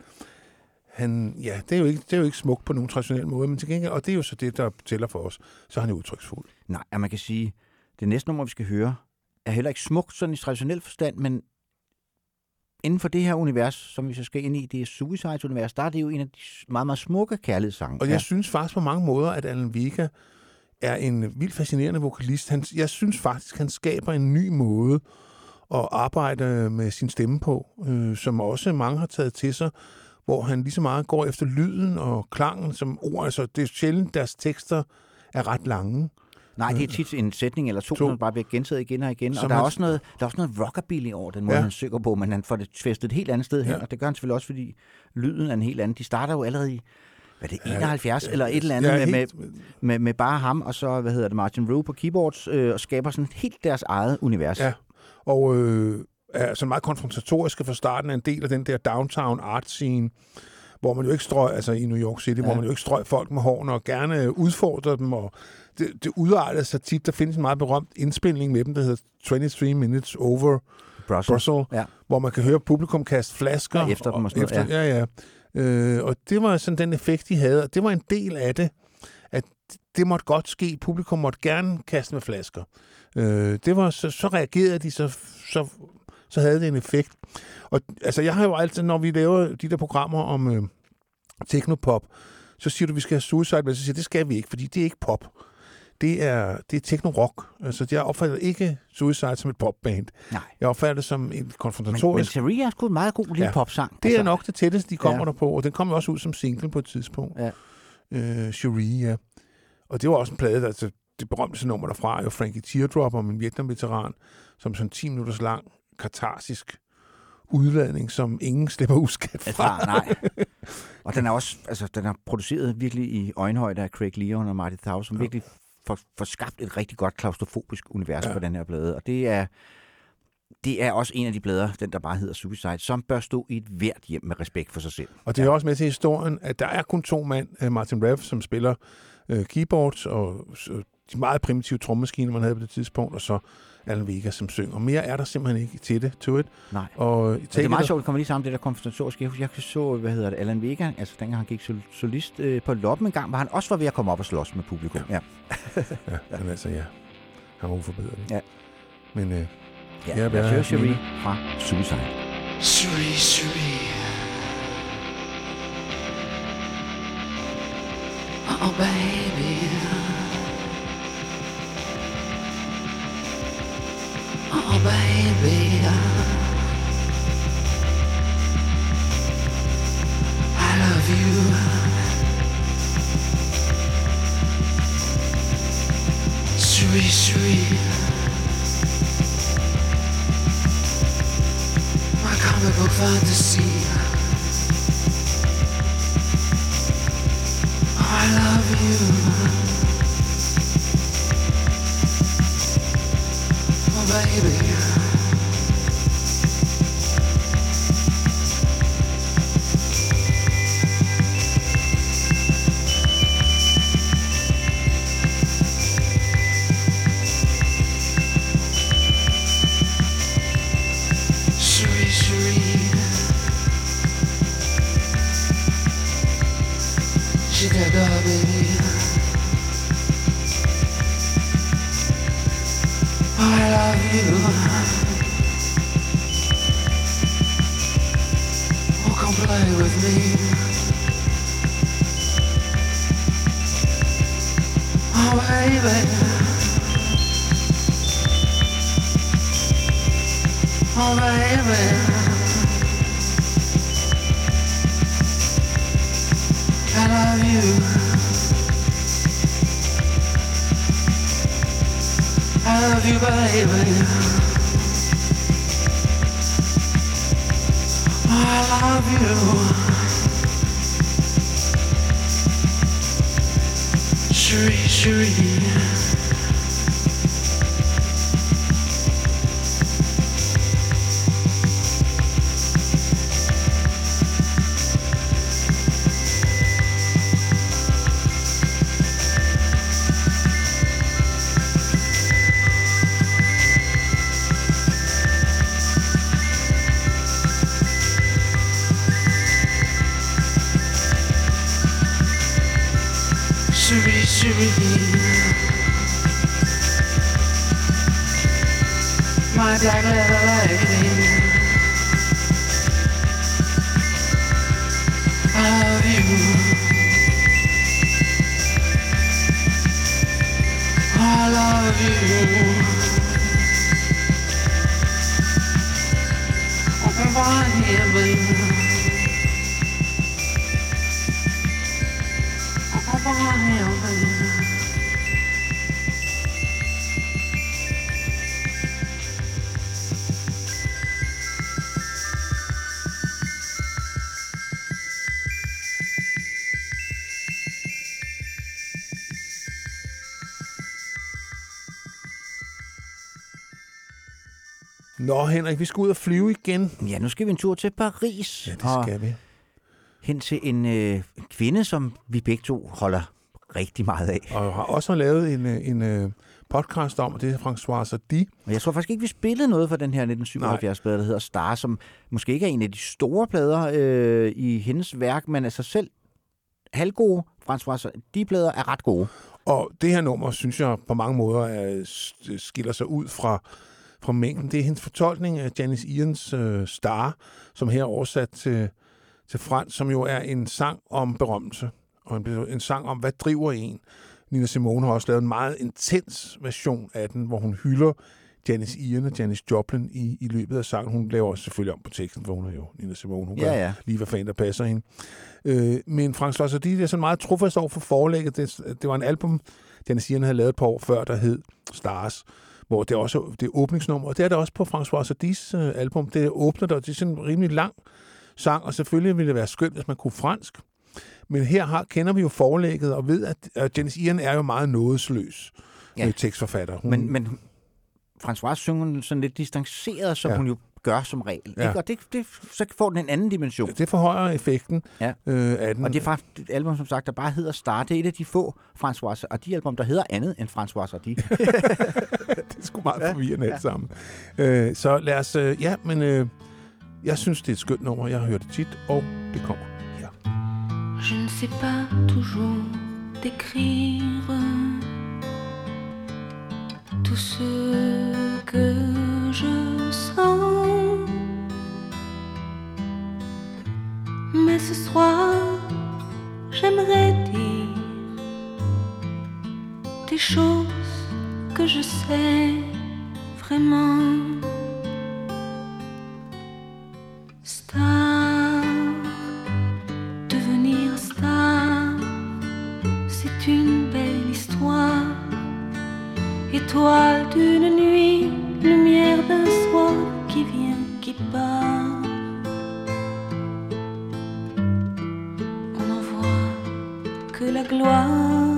han, ja, det er, jo ikke, det er jo ikke smukt på nogen traditionel måde, men til gengæld, og det er jo så det, der tæller for os, så er han jo udtryksfuld. Nej, ja, man kan sige, det næste nummer, vi skal høre, er heller ikke smukt sådan i traditionel forstand, men inden for det her univers, som vi så skal ind i, det er Suicide-univers, der er det jo en af de meget, meget smukke kærlighedssange. Og jeg Ja. synes faktisk på mange måder, at Alan Vega er en vildt fascinerende vokalist. Han, jeg synes faktisk, han skaber en ny måde at arbejde med sin stemme på, øh, som også mange har taget til sig, hvor han lige så meget går efter lyden og klangen som ord. Altså, det er sjældent, deres tekster er ret lange. Nej, det er tit en sætning eller to, To. som bare bliver gentaget igen og igen. Som og der er, han- også noget, der er også noget rockabilly over den måde, Ja. han synger på, men han får det fæstet et helt andet sted hen, Ja. og det gør han selvfølgelig også, fordi lyden er en helt anden. De starter jo allerede i, hvad er det, enoghalvfjerds Ja, eller et eller andet ja, med, med, helt- med, med bare ham, og så, hvad hedder det, Martin Rue på keyboards, øh, og skaber sådan helt deres eget univers. Ja, og øh, er så meget konfrontatoriske fra starten, er en del af den der downtown art scene, hvor man jo ikke strøg, altså i New York City, ja. hvor man jo ikke strøg folk med hårene og gerne udfordrer dem, og det, det udarter sig tit. Der findes en meget berømt indspilning med dem, der hedder tyve-tre minutes over Brussels. Brussels, Ja. hvor man kan høre publikum kaste flasker. Ja, efter dem og sådan noget, efter, ja, ja. Øh, og det var sådan den effekt, de havde, og det var en del af det, at det måtte godt ske. Publikum måtte gerne kaste med flasker. Øh, det var, så, så reagerede de, så, så, så havde det en effekt. Og altså, jeg har jo altid, når vi laver de der programmer om øh, technopop, så siger du, vi skal have Suicide, men så siger jeg, det skal vi ikke, fordi det er ikke pop. Det er, det er techno-rock. Altså, jeg opfatter ikke Suicide som et popband. Nej. Jeg opfatter det som en Men, men konfrontatorisk... Theory er sgu en meget god lille Ja. popsang. Det er Altså, nok det tætteste, de kommer Ja. der på, og den kom jo også ud som single på et tidspunkt. Ja. Øh, Cherie, ja. Og det var også en plade, der, altså, det berømte nummer derfra er jo Frankie Teardrop om en Vietnam-veteran, som sådan ti minutters lang, katarsisk udladning, som ingen slipper uskat fra. fra, nej. Og den er også, altså, den er produceret virkelig i øjenhøjde af Craig Leon og Marty Thau, som ja. virkelig får, får skabt et rigtig godt klaustrofobisk univers ja. på den her plade. Og det er, det er også en af de plader, den der bare hedder Suicide, som bør stå i et hvert hjem med respekt for sig selv. Og det er ja. også med til historien, at der er kun to mand, Martin Rev, som spiller øh, keyboards, og øh, de meget primitive trommemaskiner, man havde på det tidspunkt, og så Alan Vega, som synger. Og mere er der simpelthen ikke til det, to it. Nej. Og Men det er meget sjovt, at det kommer lige sammen det der konfrontatoriske. Jeg, jeg så, hvad hedder det, Alan Vega, altså dengang han gik sol- solist øh, på Loppen en gang, var han også var ved at komme op og slås med publikum. Ja, ja. ja men altså, ja. Han var uforbedret. Ja. Men øh, ja, ja, jeg hører Cherie fra Suicide. Cherie, Cherie. Oh, baby. Oh, baby. I love you. Cherie, Cherie. My comic book fantasy. Oh, I love you. Oh, baby. Cherie, Cherie. She got dog, baby. Oh, I love you. Oh, come play with me. Oh, baby. Oh baby, I love you. I love you, baby. Oh, I love you. Cherie, cherie. Cherie, cherie. My black leather lady. I love you. I love you. Open my hand, baby. Open my hand, baby. Nå, Henrik, vi skal ud og flyve igen. Ja, nu skal vi en tur til Paris. Ja, det og skal vi. hen til en øh, kvinde, som vi begge to holder rigtig meget af. Og har også lavet en, en, en podcast om, og det er Françoise Hardy. Og jeg tror faktisk ikke, vi spillede noget fra den her nitten syvoghalvfjerds-plade, der hedder Star, som måske ikke er en af de store plader øh, i hendes værk, men altså selv halvgode Françoise Hardy-plader er ret gode. Og det her nummer, synes jeg, på mange måder er, skiller sig ud fra, fra mængden. Det er hendes fortolkning af Janis Ians øh, Star, som her er oversat til, til fransk, som jo er en sang om berømmelse. Og en, en sang om, hvad driver en. Nina Simone har også lavet en meget intens version af den, hvor hun hylder Janis Ian og Janis Joplin i, i løbet af sangen. Hun laver også selvfølgelig om på teksten, for hun er jo Nina Simone. Hun Ja, gør ja. lige, hvad fanden der passer hende. Øh, men Françoise Hardy er sådan meget trofast over for forlægget. Det, det var en album, Janis Ian havde lavet et par år før, der hed Stars, hvor det også det er åbningsnummer. Og det er det også på Françoise Hardys øh, album. Det åbner der, det er sådan en rimelig lang sang, og selvfølgelig ville det være skønt, hvis man kunne fransk. Men her har, kender vi jo forlægget, og ved, at, at Janis Ian er jo meget nådesløs Ja. ja. tekstforfatter. Hun, Men, men Françoise synger hun sådan lidt distanceret, som ja. Ja. hun jo gør som regel. Ja. Ikke? Og det, det, så får den en anden dimension. det forhøjer effekten Ja. øh, af den. Og det er faktisk et album, som sagt, der bare hedder Star. Det er et af de få Françoise Hardy-album, der hedder andet end Françoise Hardy. det er sgu meget forvirrende alt sammen. Øh, så lad os... Øh, ja, men øh, jeg synes, det er et skønt nummer. Jeg har hørt det tit, og det kommer her. Je ne sais pas toujours décrire tout ce que je sens. Mais ce soir, j'aimerais dire des choses que je sais vraiment. Star, devenir star, c'est une belle histoire. Étoile d'une nuit, lumière d'un soir qui vient, qui part. On n'en voit que la gloire.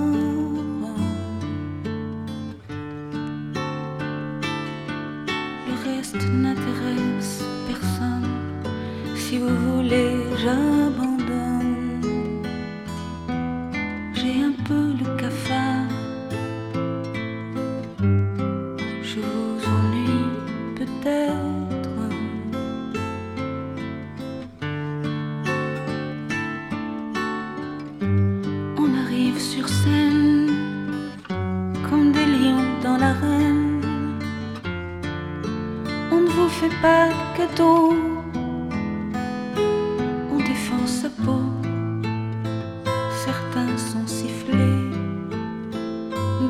Le reste n'intéresse personne. Si vous voulez, j'abandonne. J'ai un peu le cafard. Je vous ennuie peut-être. On arrive sur scène comme des lions dans l'arène. On ne vous fait pas de cadeau. On défend sa peau. Certains sont sifflés,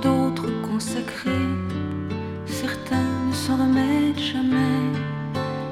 d'autres consacrés. Certains ne s'en remettent jamais.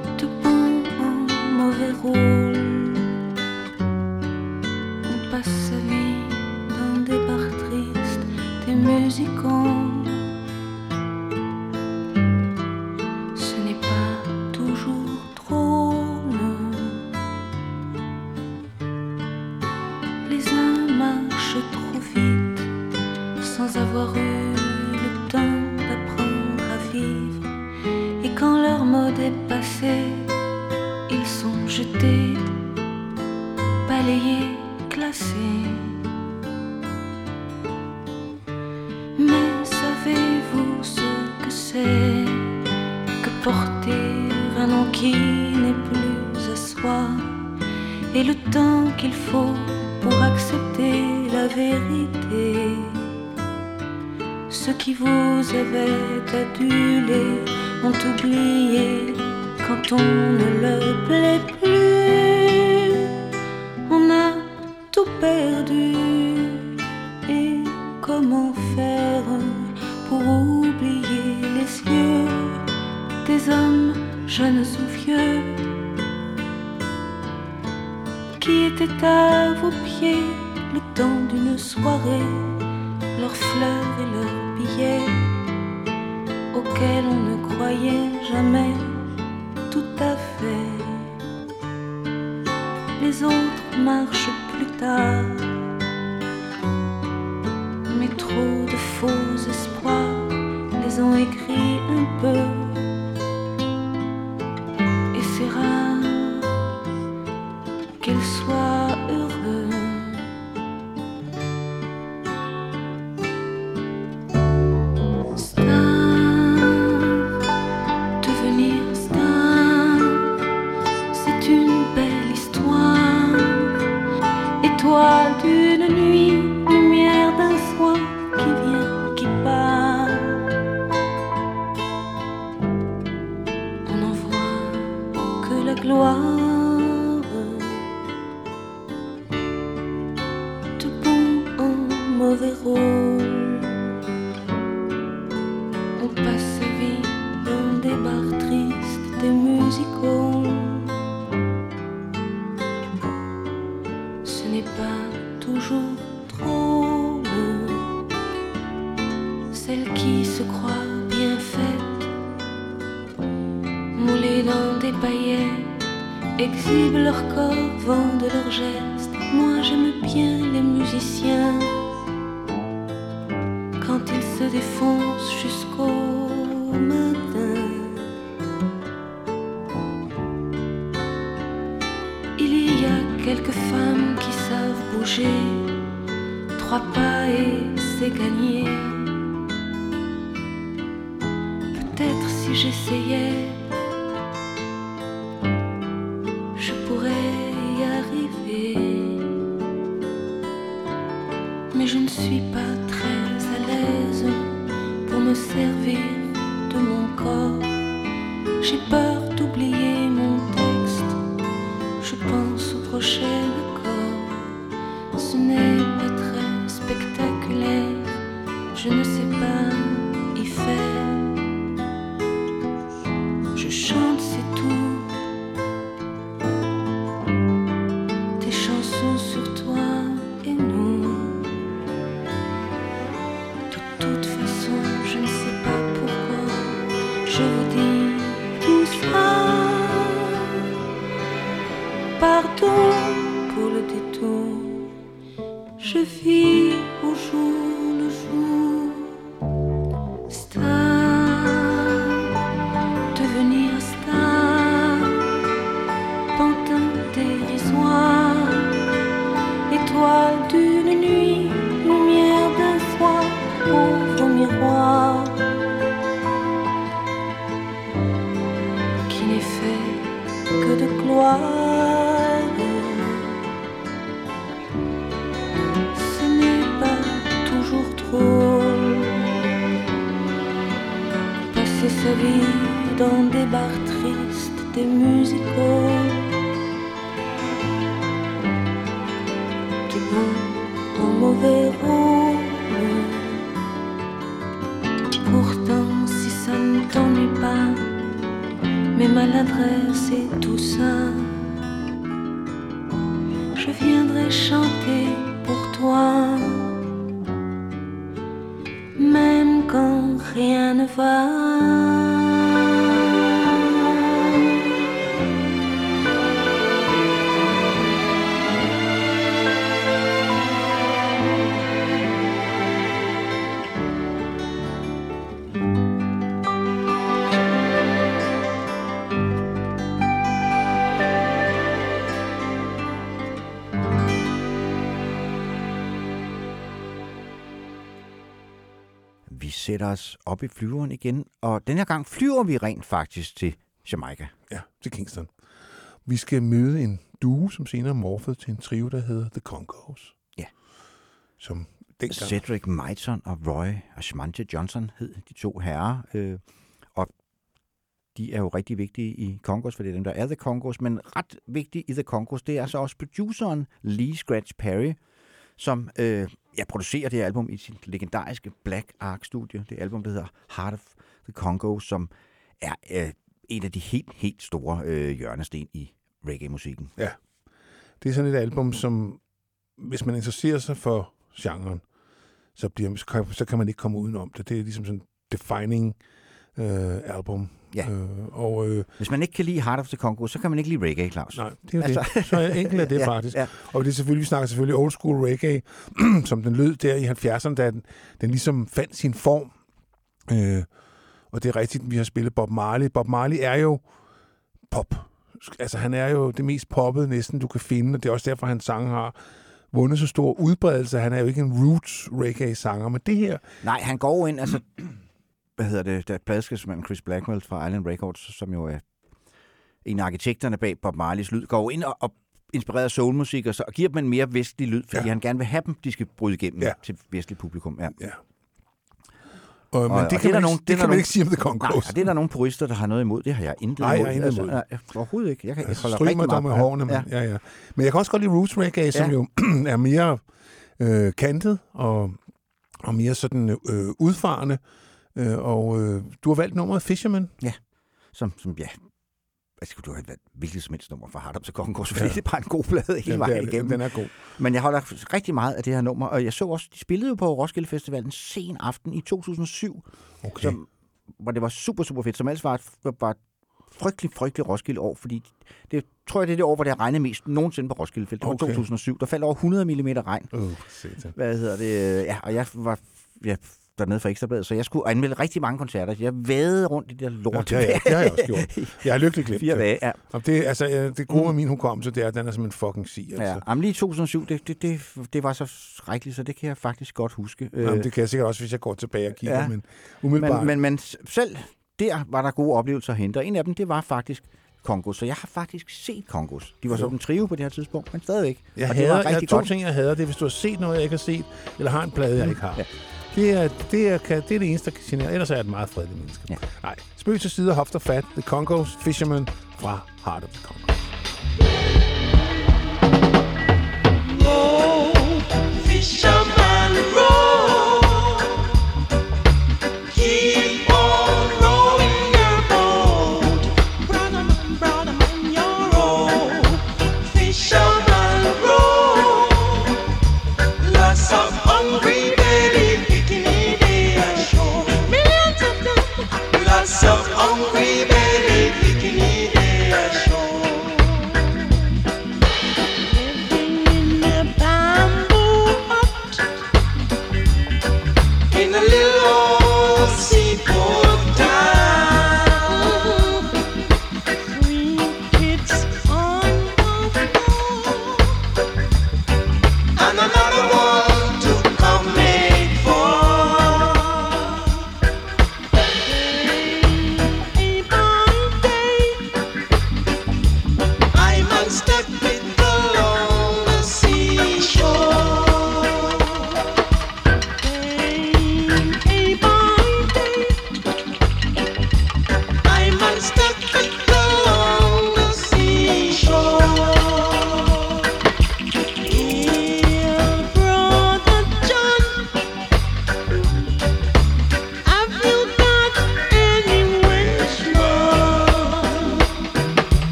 porter un nom qui n'est plus à soi, et le temps qu'il faut pour accepter la vérité. Ceux qui vous avaient adulé ont oublié quand on ne leur plaît plus. On a tout perdu, et comment faire pour oublier les yeux des hommes jeunes ou vieux qui étaient à vos pieds le temps d'une soirée, leurs fleurs et leurs billets auxquels on ne croyait jamais tout à fait. Les autres marchent plus tard, mais trop de faux espoirs les ont écrits un peu. Et c'est rare qu'ils soient heureux. Star, devenir star, c'est une belle histoire. Étoile d'une nuit, lumière d'un soir qui vient, qui part. On n'en voit que la gloire, de bon en mauvais rôle. On passe sa vie dans des bars tristes, des musicals. Ce n'est pas toujours drôle. Celles qui se croient bien faites, moulées dans des paillettes, exhibent leur corps, vendent leurs gestes. Moi j'aime bien les musiciens quand ils se défoncent jusqu'au matin. Il y a quelques femmes qui savent bouger, trois pas et c'est gagné. Peut-être si j'essayais, je pourrais y arriver. Mais je ne suis pas très à l'aise pour me servir de mon corps. J'ai peur d'oublier mon texte, je pense au prochain accord. Ce n'est pas très spectaculaire, je ne sais pas y faire. Je chante, c'est tout, des chansons sur toi et nous. De toute façon, je ne sais pas pourquoi je vous dis tout ça. Pardon pour le détour, je vis au jour le jour. Star, devenir star, pantin dérisoire, étoile d'une nuit, lumière d'un soir, pauvre miroir qui n'est fait que de gloire. Ce n'est pas toujours drôle, passer sa vie dans des bars tristes, des musicals. De bon en mauvais rôle. Pourtant, si ça ne t'ennuie pas, mes maladresses et tout ça, je viendrai chanter pour toi, même quand rien ne va. sætter os op i flyveren igen, og den her gang flyver vi rent faktisk til Jamaica. Ja, til Kingston. Vi skal møde en duo, som senere morfede til en trio, der hedder The Congos. Ja. Som dengang... Cedric Myton og Roy Ashmante Johnson hed de to herrer, øh, og de er jo rigtig vigtige i Congos, for det er dem, der er The Congos, men ret vigtige i The Congos, det er altså også produceren Lee Scratch Perry, som øh, ja, producerer det album i sit legendariske Black Ark-studie. Det album, der hedder Heart of the Congo, som er øh, en af de helt, helt store øh, hjørnesten i reggae-musikken. Ja, det er sådan et album, som hvis man interesserer sig for genren, så, bliver, så, kan, så kan man ikke komme udenom det. Det er ligesom sådan defining øh, album. Ja. Øh, og, øh, hvis man ikke kan lide Heart of the Congo, så kan man ikke lide reggae, Claus. Nej, det er jo altså. det. Så enkelt er det ja, faktisk. Ja. Og det er selvfølgelig, vi snakker selvfølgelig old school reggae, som den lød der i halvfjerdserne, da den, den ligesom fandt sin form. Øh, og det er rigtigt, vi har spillet Bob Marley. Bob Marley er jo pop. Altså han er jo det mest poppede næsten, du kan finde, og det er også derfor, hans sange har vundet så stor udbredelse. Han er jo ikke en roots reggae-sanger, men det her... Nej, han går ind, altså... hvad hedder det, der pladskabsmanden Chris Blackwell fra Island Records, som jo er en af arkitekterne bag Bob Marleys lyd, går ind og, og inspirerer soulmusik, og, så, og giver dem en mere vestlig lyd, fordi ja. han gerne vil have dem, de skal bryde igennem ja. til vestligt publikum. Ja. ja. Og, men og, det og kan, det man, nogen, ikke, det kan man nogen, ikke sige om The Congos. Nej, og det er der nogle purister, der har noget imod. Det har jeg intet nej, imod. Jeg altså, imod. Nej, overhovedet ikke. Jeg kan altså, holde stryg rigtig mig meget med hårene. Men, ja. Ja, ja. Men jeg kan også godt lide roots reggae, som ja. jo er mere øh, kantet og, og mere sådan øh, udfarende. Øh, og øh, du har valgt nummeret Fisherman. Ja, som, som ja... Altså, du har valgt hvilket som helst nummer fra Heart of the Congo, fordi ja. det er bare en god plade hele vejen igennem. Den er god. Men jeg holder rigtig meget af det her nummer, og jeg så også, de spillede jo på Roskilde Festival en sen aften i to tusind og syv, okay. som, hvor det var super, super fedt, som ellers var et, var et frygtelig, frygtelig Roskilde år, fordi det tror jeg, det er det år, hvor det har regnet mest nogensinde på Roskilde Festival. Det var okay. to tusind og syv. Der faldt over hundrede millimeter regn. Uh, Hvad hedder det? Ja, og jeg var... Ja, dernede for Ekstrabladet, så jeg skulle anmelde rigtig mange koncerter. Jeg vadede rundt i de der lort. Ja, ja, det har jeg også gjort. Jeg har lykkelig glemt Fire dage, ja. Og det, altså, det gode med min hukommelse, det er, at den er som en fucking sig. Altså. Ja, jamen lige to tusind og syv, det, det, det, det var så skrækkeligt, så det kan jeg faktisk godt huske. Jamen, det kan jeg sikkert også, hvis jeg går tilbage og kigger, ja. men umiddelbart. Men, men, men selv der var der gode oplevelser at hente, og en af dem, det var faktisk Congos. Så jeg har faktisk set Congos. De var sådan en trio på det her tidspunkt, men stadigvæk. Jeg og hader, det var rigtig jeg har to godt. ting, jeg hader. Det er, hvis du har set noget, jeg ikke har set, eller har en plade, jeg ikke har. Ja. Det er det, er, det er det eneste, der kan genere. Ellers er jeg et meget fredeligt menneske. Ja. Nej, spøg til side, hofter fat. The Congos, Fisherman fra Heart of the Congo. Oh, fisherman, row. Keep on rowing your boat. Brother man, brother man, you're row. Fisherman, row. Lots of hungry lots of hungry belly bikini they are shown. Living in a bamboo hut,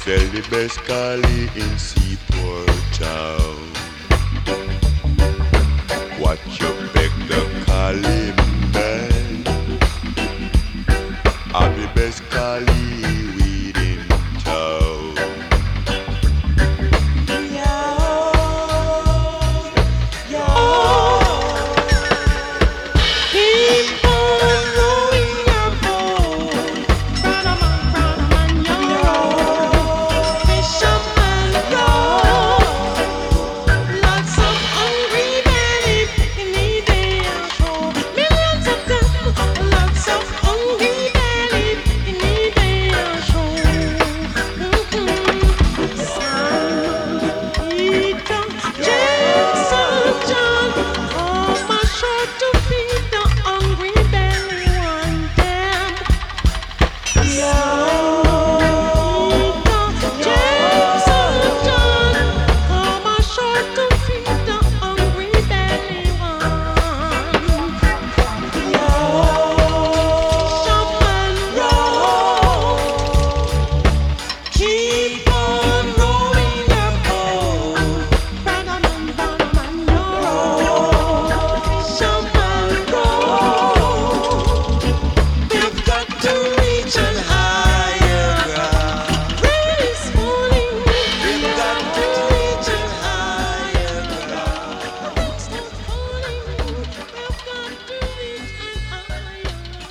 sell the best collie in Seaport Town. What you beg the collie man? I'm the best collie weed in town. Keep on rolling your boat, Brotherman, Brotherman, yo. Fisherman, yo. Lots of hungry belly picnic day on shore. Millions of them, lots of hungry belly picnic day on shore. Mm-hmm. Simon, Peter, James, and John, come ashore to feed the hungry belly one them. Simon, Peter, James, and John, come ashore to feed the hungry belly one. Fisherman, row. Keep on rowing your boat, Brotherman, Brotherman, yo. Fisherman, row. We've got to reach an higher ground. Rain is falling. We've got to reach an higher ground. It's not falling. We've got to reach an higher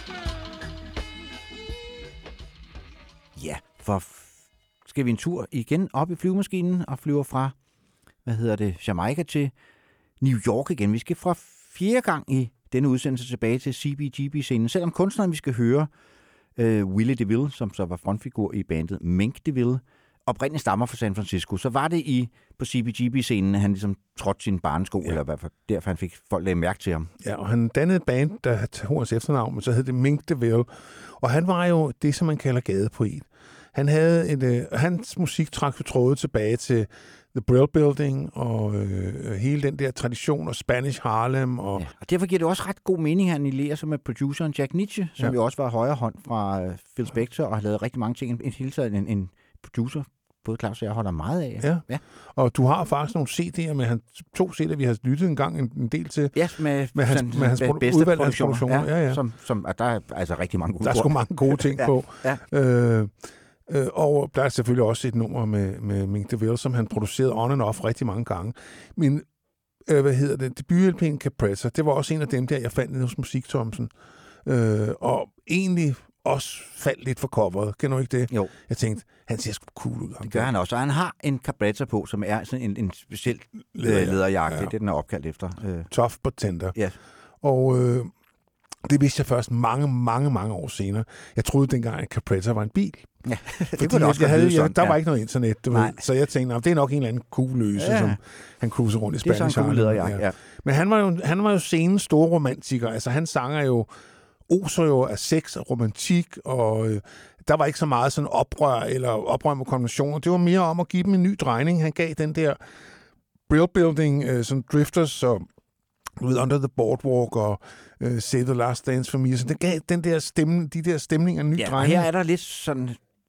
ground. Ja, for f- skal vi en tur igen op i flyvemaskinen og flyver fra, hvad hedder det, Jamaica til New York igen. Vi skal fra fjerde gang i denne udsendelse tilbage til C B G B-scenen. Selvom kunstneren, vi skal høre, øh, Willie DeVille, som så var frontfigur i bandet Mink DeVille, oprindeligt stammer fra San Francisco, så var det i på C B G B-scenen, at han ligesom trådte sin barnesko, ja. Eller i hvert fald derfor han fik folk lagde mærke til ham. Ja, og han dannede et band, der tog hans efternavn, men så hed det Mink DeVille. Og han var jo det, som man kalder gadepoet. Han havde et, øh, hans musik trak jo tråde tilbage til The Brill Building og øh, hele den der tradition og Spanish Harlem. Og, Ja, og derfor giver det også ret god mening, at han lærer sig med produceren Jack Nitzsche, som Ja. jo også var højre hånd fra øh, Phil Spector og har lavet rigtig mange ting. En, en hele tiden en, en producer, både Claus og jeg holder meget af. Ja. ja. og du har faktisk nogle C D'er med han, to C'er, vi har lyttet en gang en, en del til. Ja, med, Med hans- sådan, med hans produ- bedste udvalgte hans produktioner. produktioner. Ja, ja. Som, som, og der er altså rigtig mange gode Der er sgu ord. mange gode ting Ja, på. ja. Øh, øh, og der er selvfølgelig også et nummer med, med Mink DeVille, som han producerede on and off rigtig mange gange. Men, øh, hvad hedder det, debut-L P'en Capressa, det var også en af dem der, jeg fandt nede hos Musik Thomsen. Øh, og egentlig også faldt lidt for coveret. Kender du ikke det? Jo. Jeg tænkte, han ser sgu cool ud. ham Det gør der. han også. Og han har en cabretta på, som er sådan en, en speciel Læderjakke. øh, lederjakke. Ja. Det er det, den er opkaldt efter. Øh, Tough but tender. ja. Og øh, det vidste jeg først mange, mange, mange år senere. Jeg troede dengang, at Capretta var en bil. ja, det Fordi kunne det også jeg godt havde, lyde jeg, sådan. der var ja. ikke noget internet, du Nej. ved. Så jeg tænkte, det er nok en eller anden cool løse, Ja. ja. som han cruiser rundt i Det er Spanish sådan en cool Harlem. lederjakke, ja. Men han var jo, han var jo scenens store romantiker. Altså, han sanger jo, oser jo af sex og romantik, og øh, der var ikke så meget sådan oprør eller oprør med konventioner. Det var mere om at give dem en ny drejning. Han gav den der Brill Building, øh, som Drifters og du ved, Under the Boardwalk og øh, Save the Last Dance for Me. Så det gav den der stemme, de der stemninger en ny Ja, og drejning. her er der lidt sådan,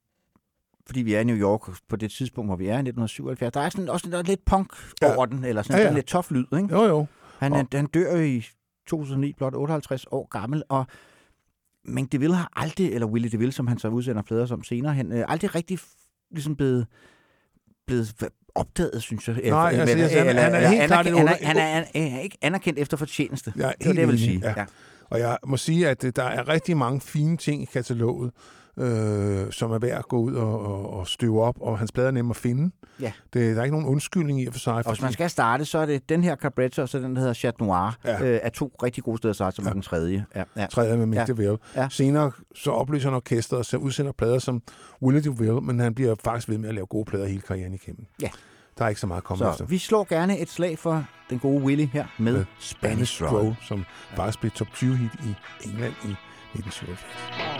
fordi vi er i New York på det tidspunkt, hvor vi er i nitten syvoghalvfjerds, der er sådan, også der er lidt punk Ja. over den, eller sådan Ja, ja, ja. ja. lidt tough lyd, ikke? Jo, jo. Han, er, han dør jo i to tusind og ni, blot otteoghalvtreds år gammel, og Mink DeVille har aldrig, eller Willie DeVille, som han så udsender plader som senere, han er aldrig rigtig ligesom blevet, blevet opdaget, synes jeg. Nej, Eller- altså, jeg- han- eller- han er eller helt klart anerkendt- en han, er, under- han, er, han er ikke anerkendt efter fortjeneste. Jeg er det var det, jeg helt vil enig, sige. ja. Ja. Og jeg må sige, at øh, der er rigtig mange fine ting i kataloget, øh, som er værd at gå ud og, og, og støve op, og hans plader er nemme at finde. Ja. Det, der er ikke nogen undskyldning i og for sig. Og hvis fordi- man skal starte, så er det den her Cabretta, og så den, der hedder Chat Noir, Ja. øh, er to rigtig gode steder at starte, som ja. er den tredje. Ja. Ja. træder med Mick Ja. DeVille. Ja. Senere så opløser han orkestret og så udsender plader som Willie DeVille, men han bliver faktisk ved med at lave gode plader hele karrieren igennem. Ja. Der er ikke så meget at komme Så efter. vi slår gerne et slag for den gode Willie her med Med Spanish Stroll. Stroll, som ja. faktisk blev top tyve hit i England i nitten syvogfirs.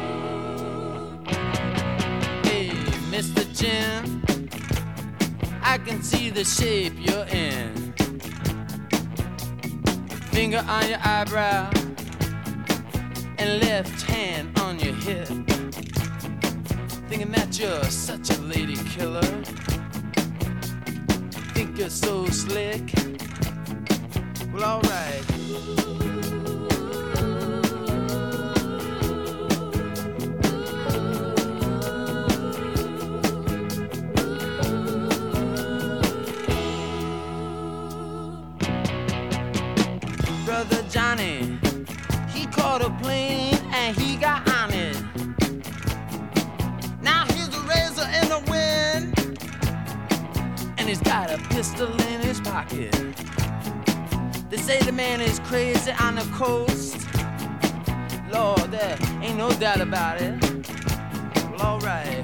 Hey, Mister Jim, I I can see the shape you're in. Finger on your eyebrow and left hand on your hip. Thinking that you're such a lady killer. Think you're so slick. Well, alright. Brother Johnny, he caught a plane and he got on it. Now he's a razor in the wind, and he's got a pistol in his pocket. They say the man is crazy on the coast. Lord, there ain't no doubt about it. Well, alright.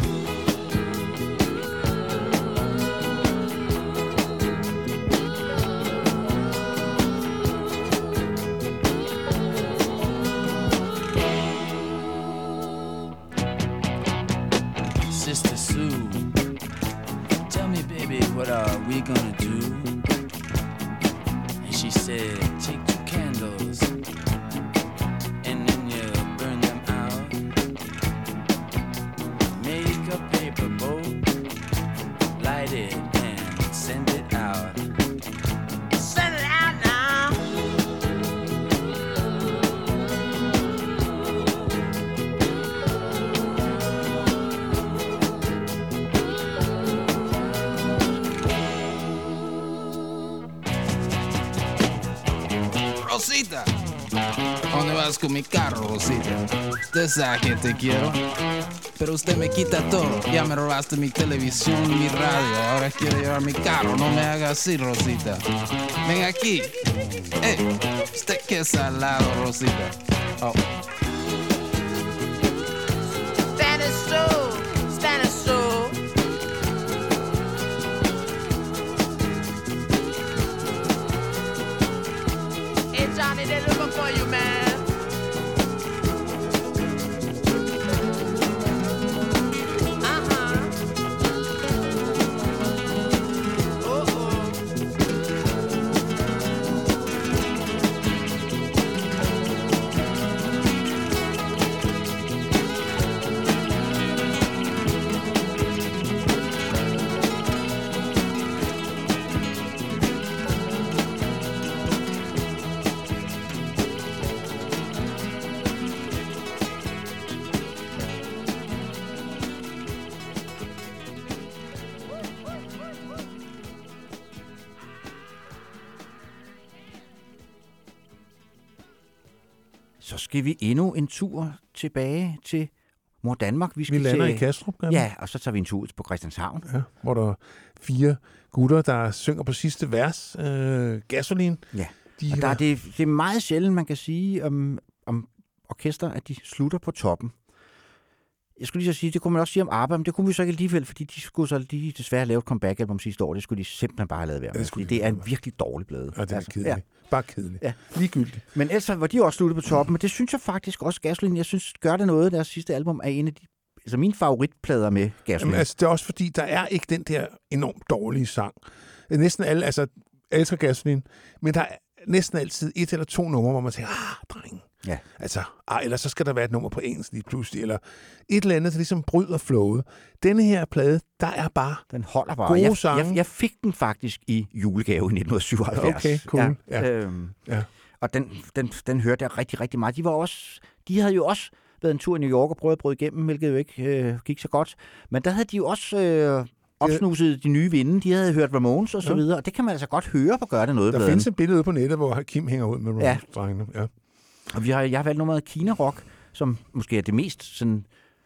Sister Sue, tell me, baby, what are we gonna do? And she said, take two candles and then you burn them out. Make a paper boat, light it and send it out. Send it out now. Rosita, ¿dónde vas con mi carro, Rosita? Usted sabe que te quiero, pero usted me quita todo. Ya me robaste mi televisión y mi radio. Ahora quiero llevar mi carro. No me haga así, Rosita. Ven aquí. Eh, usted que es salado, Rosita. Oh. Standing still, standing still. Hey Johnny, they're looking for you, man. Uh-huh. Uh-oh. Så skal vi endnu en tur tilbage til Mor Danmark. Vi, skal Vi lander til, i Kastrup, gør vi? Ja, og så tager vi en tur ud på Christianshavn. Ja, hvor der er fire gutter, der synger på sidste vers. Øh, Gasoline. Ja, De og der var- er det, det er meget sjældent, man kan sige om, om orkester, at de slutter på toppen. Jeg skulle lige så sige, det kunne man også sige om ABBA, men det kunne vi så ikke alligevel, fordi de skulle så de desværre lave et comeback-album sidste år. Det skulle de simpelthen bare have lavet være med. Ja, det Det, skulle de det er lade en være. virkelig dårlig blade. Ja, det er kedeligt. ja. Bare kedeligt. Ja. Ligegyldigt. Men ellers var de også sluttet på toppen, men det synes jeg faktisk også, Gasoline, jeg synes, gør det noget. Deres sidste album er en af de, altså mine favoritplader med Gasoline. Jamen, altså, det er også fordi, der er ikke den der enormt dårlige sang. Næsten alle, altså, jeg elsker Gasoline, men der er næsten altid et eller to numre, hvor man tænker, ah, dreng. Ja. Altså, ah, eller så skal der være et nummer på engelsk lige pludselig, eller et eller andet, der ligesom bryder flowet. Denne her plade, der er bare Den holder bare. gode Jeg, sange. jeg, jeg fik den faktisk i julegave i nitten syvoghalvfjerds. Okay, cool. Ja. Ja. Øhm, Ja. Og den, den, den hørte jeg rigtig, rigtig meget. De var også, de havde jo også været en tur i New York og prøvet at bryde igennem, hvilket jo ikke øh, gik så godt. Men der havde de jo også øh, opsnuset de nye vinde. De havde hørt Ramones og så Ja. videre, og det kan man altså godt høre på Gør det noget. Der bladen. findes et billede ude på nettet, hvor Kim hænger ud med Ramones-drengene. Ja. Og vi har, jeg har valgt nummeret Kina Rock, som måske er det mest sådan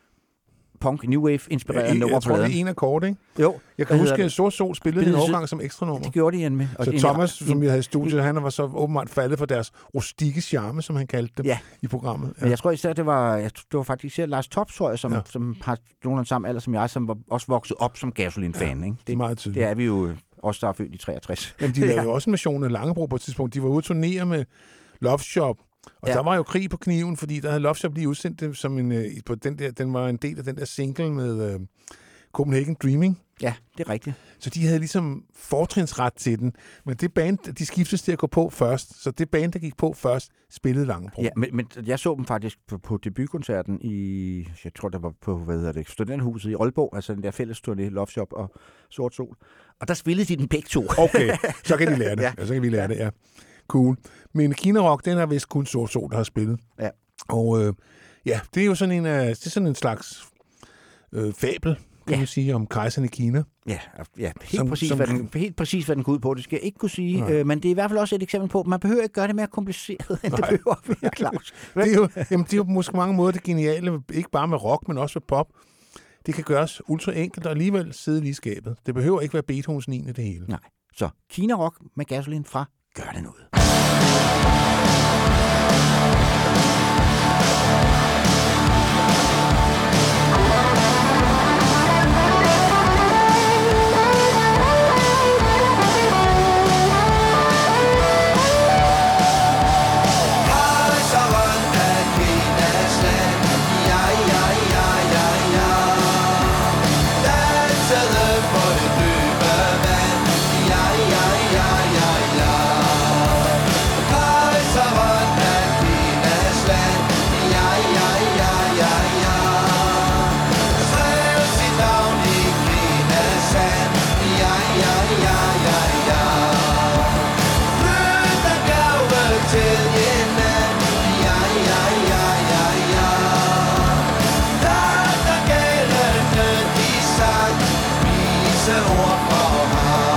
punk, new wave inspirerede Jeg, nummer jeg på tror, det pladen. er en akkord, ikke? Jo, Jeg kan hvad huske, hedder at Sort Sol spillede Spillede en så- overgang som ekstra nummer. det gjorde de igen med. Og Så det er en- Thomas, som vi havde i studiet, han var så åbenbart faldet for deres rustikke charme, som han kaldte dem Ja. i programmet. Men jeg tror især, det var, jeg, tror, det var faktisk især Lars Tops, tror jeg, som, Ja. ja. som har nogenlunde samme alder som jeg, som var også vokset op som Gasoline-fan. Ja, Ikke? det er meget tydeligt. Det er vi jo også, der er født i treogtres. Men de lavede jo også en version af Langebro på et tidspunkt. De var ude at turnere med Love Shop, og Ja. der var jo krig på kniven, fordi der havde Love Shop lige udsendt det som en, øh, på den der, den var en del af den der single med øh, Copenhagen Dreaming. Ja, det er rigtigt. Så de havde ligesom fortrinsret til den. Men det band, de skiftes til at gå på først. Så det band, der gik på først, spillede Langebro. Ja, men, men jeg så dem faktisk på, på debutkoncerten i, jeg tror, der var på, hvad hedder det, Studenterhuset i Aalborg, altså den der fælles turné, Love Shop og Sort Sol. Og der spillede de den begge to. Okay, så kan de lære det. Ja. Ja, så kan vi lære det, ja. Cool. Men Kina Rock, den er vist kun Sort Sol, der har spillet. Ja. Og øh, ja, det er jo sådan en, øh, det er sådan en slags øh, fabel, kan Ja. man sige, om kejseren i Kina. Ja, ja helt, Som- præcis, som- hvad den, helt præcis, hvad den går ud på. Det skal jeg ikke kunne sige, øh, men det er i hvert fald også et eksempel på, at man behøver ikke gøre det mere kompliceret, end det behøver at være, Claus. Det er jo, jamen, det er jo måske mange måder det geniale, ikke bare med rock, men også med pop. Det kan gøres ultra enkelt og alligevel sidde lige i skabet. Det behøver ikke være Beethovens niende det hele. Nej, så Kina Rock med Gasoline fra Gør det noget. Kejseren af Kinas land, ja, ja, ja, ja, ja. Dansede på det dybe vand, ja, ja, ja, ja, ja. Kejseren af Kinas land, ja, ja, ja, ja, ja. Skrev sit navn i Kinas sand, ja, ja, ja, ja, ja. Flytter gave til en mand, ja, ja, ja, ja, ja. Nattergalene, de sang vise ord for ham.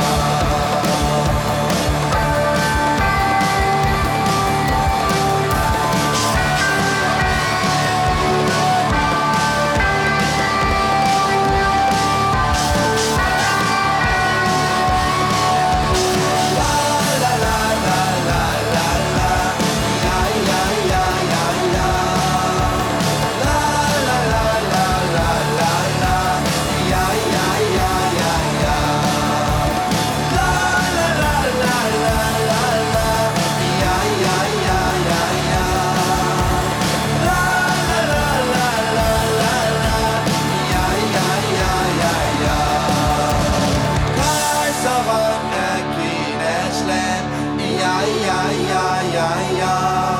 Kejseren af Kinas land, ja, ja, ja, ja, ja.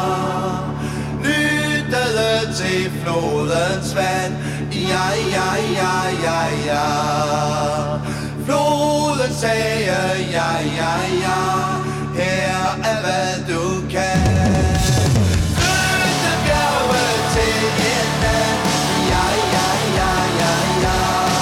Lyttede til flodens vand, ja, ja, ja, ja, ja. Floden sagde, ja, ja, ja, her er hvad du kan. Flytte bjerge til en mand, ja, ja, ja, ja, ja.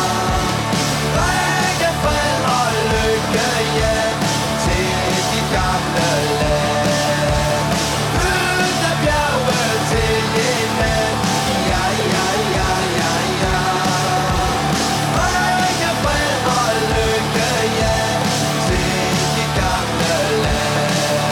Bringe fred og lykke hjem til dit gamle land. Flytte bjerge til en mand, ja, ja, ja, ja, ja. Bringe fred og lykke hjem til dit gamle land.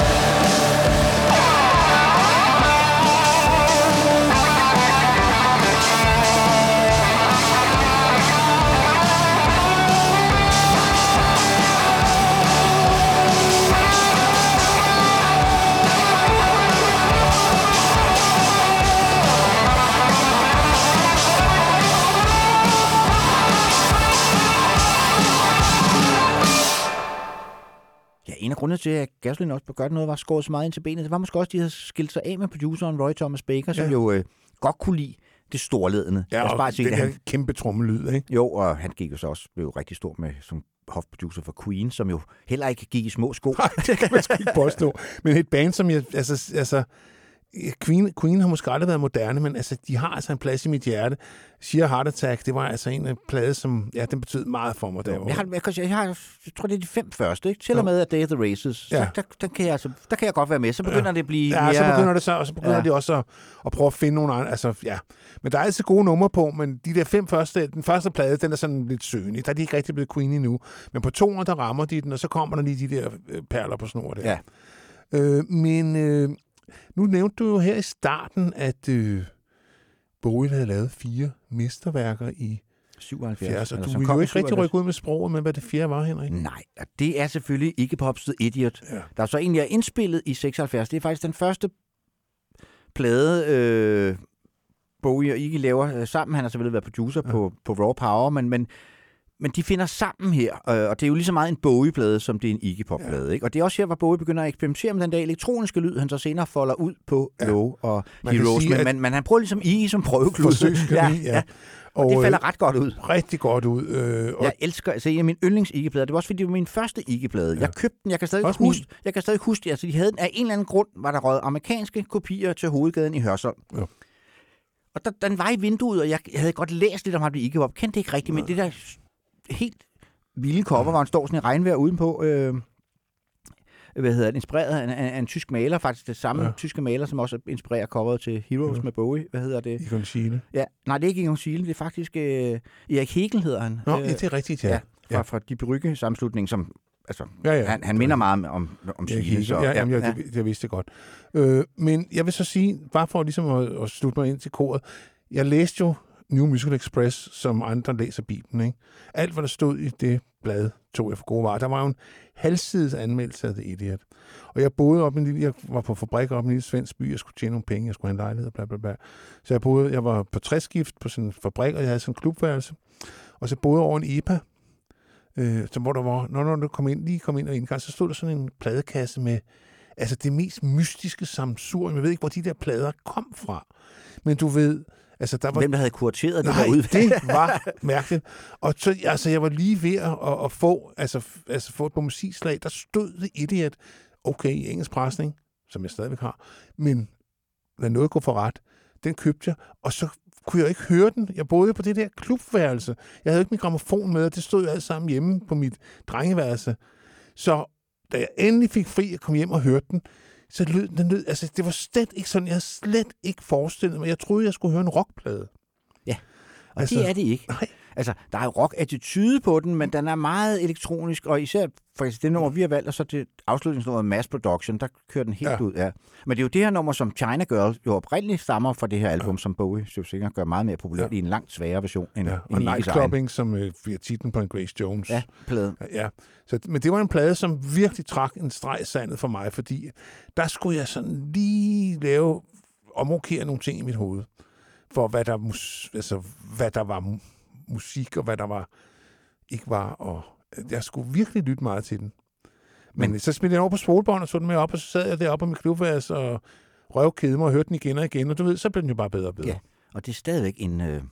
Ja, en af grundene til, at Gasoline også gør noget, var skåret så meget ind til benet. Det var måske også, at de havde skilt sig af med produceren Roy Thomas Baker, som Ja. jo øh, godt kunne lide det storledende. Ja, Lad os og bare sige, den at her han, kæmpe trommelyd, ikke? jo, og han gik jo så også, blev jo rigtig stor med som hofproducer for Queen, som jo heller ikke gik i små sko. Nej, det kan man sgu ikke påstå. Men et band, som jeg... Altså, altså Queen, Queen har måske aldrig været moderne, men altså, de har altså en plads i mit hjerte. Sheer Heart Attack, det var altså en af plade, som... Ja, den betød meget for mig derovre. Jeg, har, jeg, kan, jeg, har, jeg tror, det er de fem første, ikke? Til og med at Day of the Races. Så Ja. der, der, kan jeg, altså, der kan jeg godt være med. Så begynder Ja. det at blive Ja, mere... så begynder det så, og så begynder Ja. ja. de også at, at prøve at finde nogle andre... Altså, ja. Men der er altid gode numre på, men de der fem første... Den første plade, den er sådan lidt søgende. Der er de ikke rigtig blevet Queen endnu. Men på toeren, der rammer de den, og så kommer der lige de der øh, perler på snor der. Ja. Øh, men øh, nu nævnte du jo her i starten, at øh, Bowie havde lavet fire mesterværker i syvoghalvfjerds. halvfjerds, og eller du som vil kom jo i ikke rigtig syvoghalvfjerds. rykke ud med sproget, men hvad det fjerde var, Henrik? Nej, og det er selvfølgelig ikke Popsted Idiot. Ja. Der er så egentlig er indspillet i seksoghalvfjerds. Det er faktisk den første plade, øh, Bowie og Iggy laver øh, sammen. Han har selvfølgelig været producer ja. på, på Raw Power, men, men men de finder sammen her, øh, og det er jo lige så meget en Bowie-plade, som det er en Iggy Pop-plade. Ja. Ikke? Og det er også her, hvor Bowie begynder at eksperimentere med den der elektroniske lyd, han så senere folder ud på ja. Low og man Heroes. Sige, men, men, men han prøver ligesom Iggy som prøveklud. Ja, ja. ja. Og, og det falder ret godt ud. Rigtig godt ud. Øh, og jeg elsker, altså en af mine yndlings Iggy-plader, det var også fordi, det var min første Iggy-plade. Ja. Jeg købte den, jeg kan stadig også huske, min... jeg kan stadig huske, altså de havde den af en eller anden grund, var der røget amerikanske kopier til Hovedgaden i Hørsholm. Ja. Og der, den var i vinduet, og jeg, jeg havde godt læst lidt om ham, det Iggy Pop. Kendte det ikke rigtigt, men det der helt vilde cover, hvor han står sådan i regnvejr udenpå, øh, hvad hedder det, inspireret af en, af en tysk maler, faktisk det samme ja. tyske maler, som også inspirerer coveret til Heroes ja. med Bowie. Hvad hedder det? Egon Schiele. Ja, nej, det er ikke Egon Schiele, det er faktisk øh, Erik Hegel hedder han. Nå, øh, ja, det er rigtigt, ja. ja fra, ja. fra De Brygge sammenslutning, som altså, ja, ja. han, han minder meget om, om, om Schiele. Ja, ja, jamen, ja, ja. Det, det vidste jeg godt. Øh, men jeg vil så sige, bare for ligesom at, at slutte mig ind til koret, jeg læste jo New Musical Express, som andre læser Bibelen, ikke? Alt, hvad der stod i det blad, tog jeg for gode varer. Der var jo en halvsides anmeldelse af The Idiot. Og jeg boede op i en lille, jeg var på fabrik op i en lille svensk by, jeg skulle tjene nogle penge, jeg skulle have en lejlighed, og bla bla bla. Så jeg boede, jeg var på træskift på sådan en fabrik, og jeg havde sådan en klubværelse. Og så boede jeg over en E P A, øh, så hvor der var, når, når du kom ind, lige kom ind og indgang, så stod der sådan en pladekasse med, altså det mest mystiske sammensurium. Jeg ved ikke, hvor de der plader kom fra. Men du ved, altså, der var... Hvem der havde kurateret det Nej, derude? det var mærkeligt. Og så, altså, jeg var lige ved at, at, at få, altså, altså, få et musislag, der stod The Idiot, okay, i engelsk presning, som jeg stadigvæk har, men lad noget gå for ret. Den købte jeg, og så kunne jeg ikke høre den. Jeg boede på det der klubværelse. Jeg havde ikke min grammofon med, og det stod jo alt sammen hjemme på mit drengeværelse. Så da jeg endelig fik fri at komme hjem og hørte den, så lød den lød, altså det var slet ikke sådan, jeg havde slet ikke forestillet mig. Jeg troede, jeg skulle høre en rockplade. Ja, og altså, det er det ikke. Nej. Altså, der er jo rock-attitude på den, men den er meget elektronisk, og især faktisk det nummer, vi har valgt, og så til afslutningsnummeret Mass Production, der kører den helt ja. ud. Ja. Men det er jo det her nummer, som China Girl jo oprindeligt stammer fra det her album, ja. som Bowie så sikkert gør meget mere populært ja. i en langt sværere version end, ja. end og Nightclubbing, som øh, bliver titlen på en Grace Jones. Ja, plade. Ja. Så, men det var en plade, som virkelig trak en streg i sandet for mig, fordi der skulle jeg sådan lige lave, omrokere nogle ting i mit hoved, for hvad der, mus, altså, hvad der var musik, og hvad der var ikke var, og jeg skulle virkelig lytte meget til den. Men, Men så spillede jeg over på spolebånd og så den med op, og så sad jeg deroppe på mit klubværelse og røvkæde mig og hørte den igen og igen, og du ved, så blev den jo bare bedre og bedre. Ja, og det er stadigvæk en... Øh...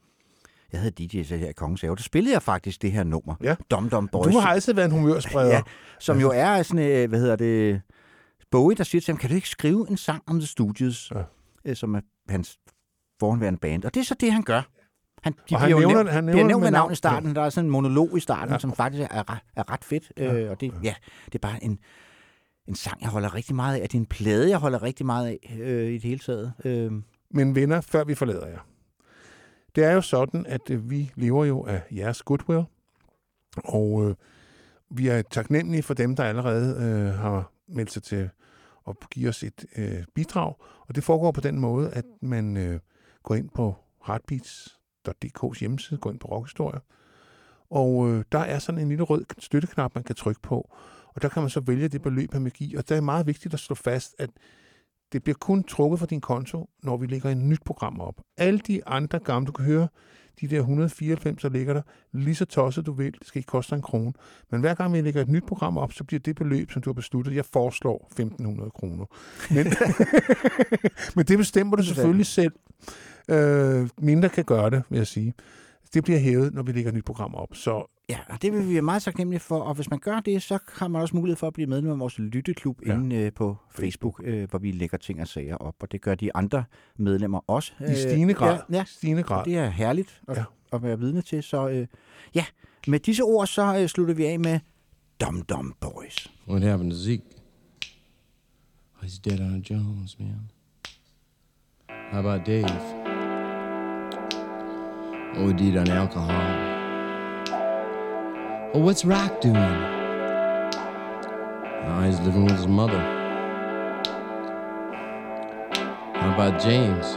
Jeg havde D J's her i Kongens Have, der spillede jeg faktisk det her nummer. Ja. Dum Dum Boys. Du har altid været en humørspreder. Ja, som jo er sådan, hvad hedder det... Bowie, der siger til ham, kan du ikke skrive en sang om The Stooges, ja. som er hans forhåndværende band. Og det er så det, han gør. Han, de og han bliver nævner, nævnt, han nævner bliver nævnt med med navn navn i starten. Ja. Der er sådan en monolog i starten, ja. som faktisk er, er, er ret fedt. Ja. Øh, og det, ja, det er bare en, en sang, jeg holder rigtig meget af. Det er en plade, jeg holder rigtig meget af øh, i det hele taget. Øh. Men venner, før vi forlader jer. Det er jo sådan, at øh, vi lever jo af jeres goodwill. Og øh, vi er taknemmelige for dem, der allerede øh, har meldt sig til at give os et øh, bidrag. Og det foregår på den måde, at man øh, går ind på heartbeats punktum d k's hjemmeside, går ind på Rockhistorie, og øh, der er sådan en lille rød støtteknap, man kan trykke på, og der kan man så vælge det beløb, man vil give, og det er meget vigtigt at slå fast, at det bliver kun trukket fra din konto, når vi lægger et nyt program op. Alle de andre gamle, du kan høre, de der et hundrede og fireoghalvfems, der ligger der, lige så tosset du vil, det skal ikke koste en krone. Men hver gang vi lægger et nyt program op, så bliver det beløb, som du har besluttet, jeg foreslår femten hundrede kroner. Men, Men det bestemmer du selvfølgelig selv. Øh, mindre kan gøre det, vil jeg sige. Det bliver hævet, når vi lægger et nyt program op. Så ja, og det vil vi være meget taknemmelige for, og hvis man gør det, så har man også mulighed for at blive medlem af vores lytteklub ja. inde øh, på Facebook, øh, hvor vi lægger ting og sager op, og det gør de andre medlemmer også. I stigende grad. Ja, ja. Stigende grad. Det er herligt at, ja. at være vidne til, så øh, ja, med disse ord, så øh, slutter vi af med Dum Dum Boys. What happened to Zeke? Oh, he's dead on Jones, man. How about Dave? O D'd on alcohol. Well, what's Rock doing? Oh, he's living with his mother. How about James?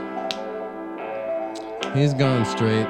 He's gone straight.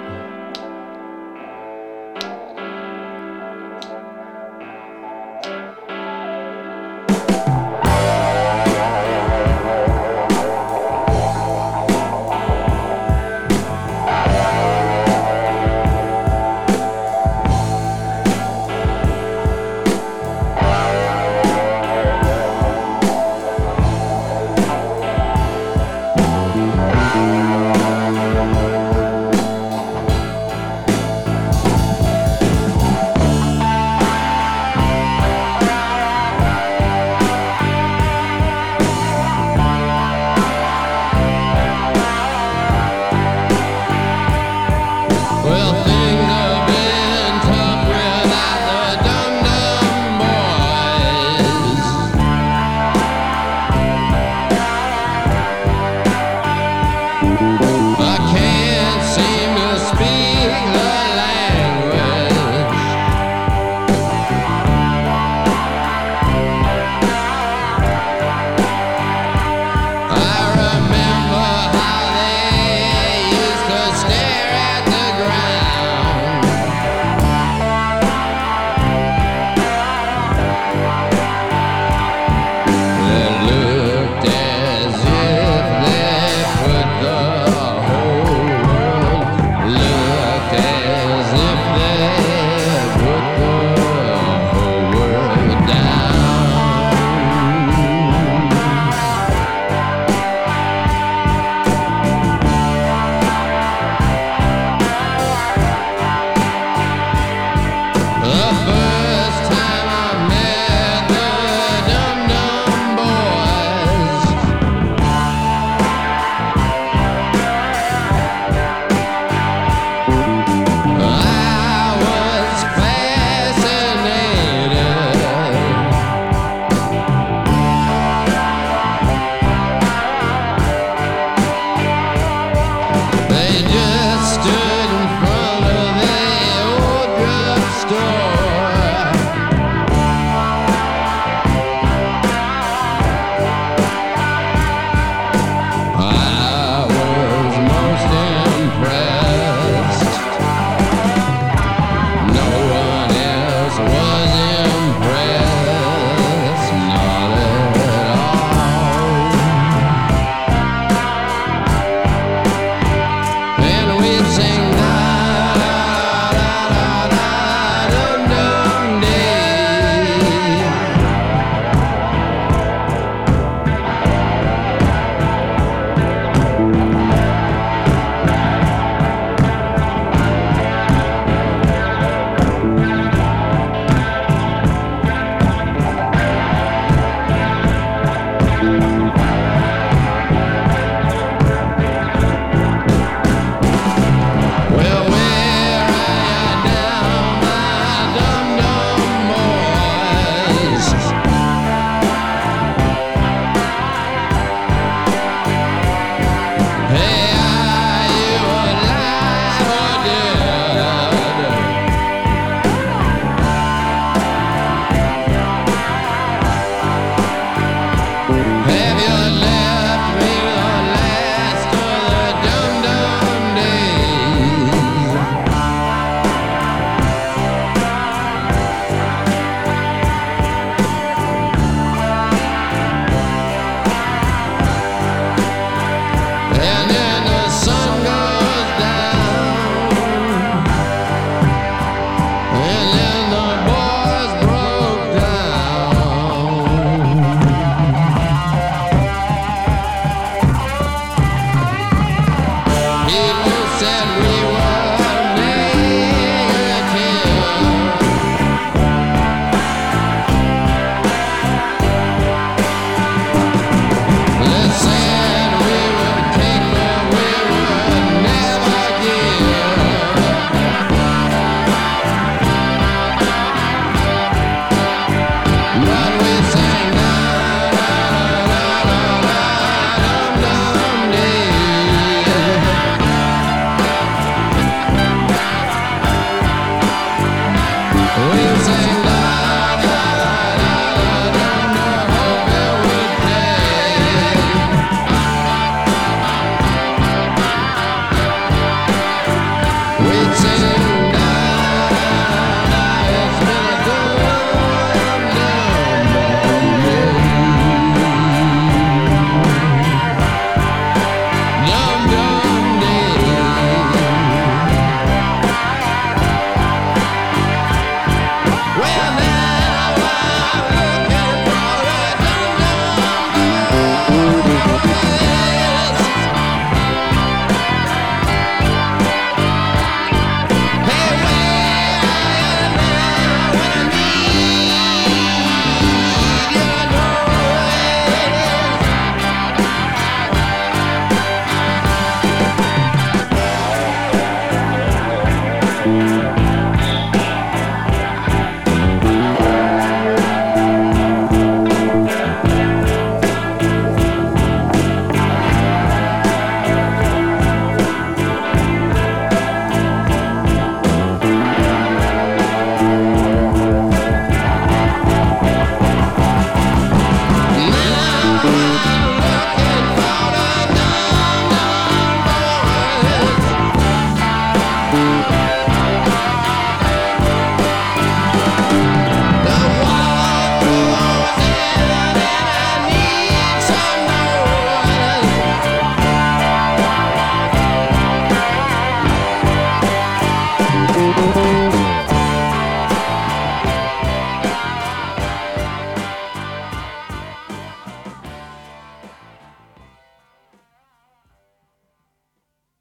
Thank you.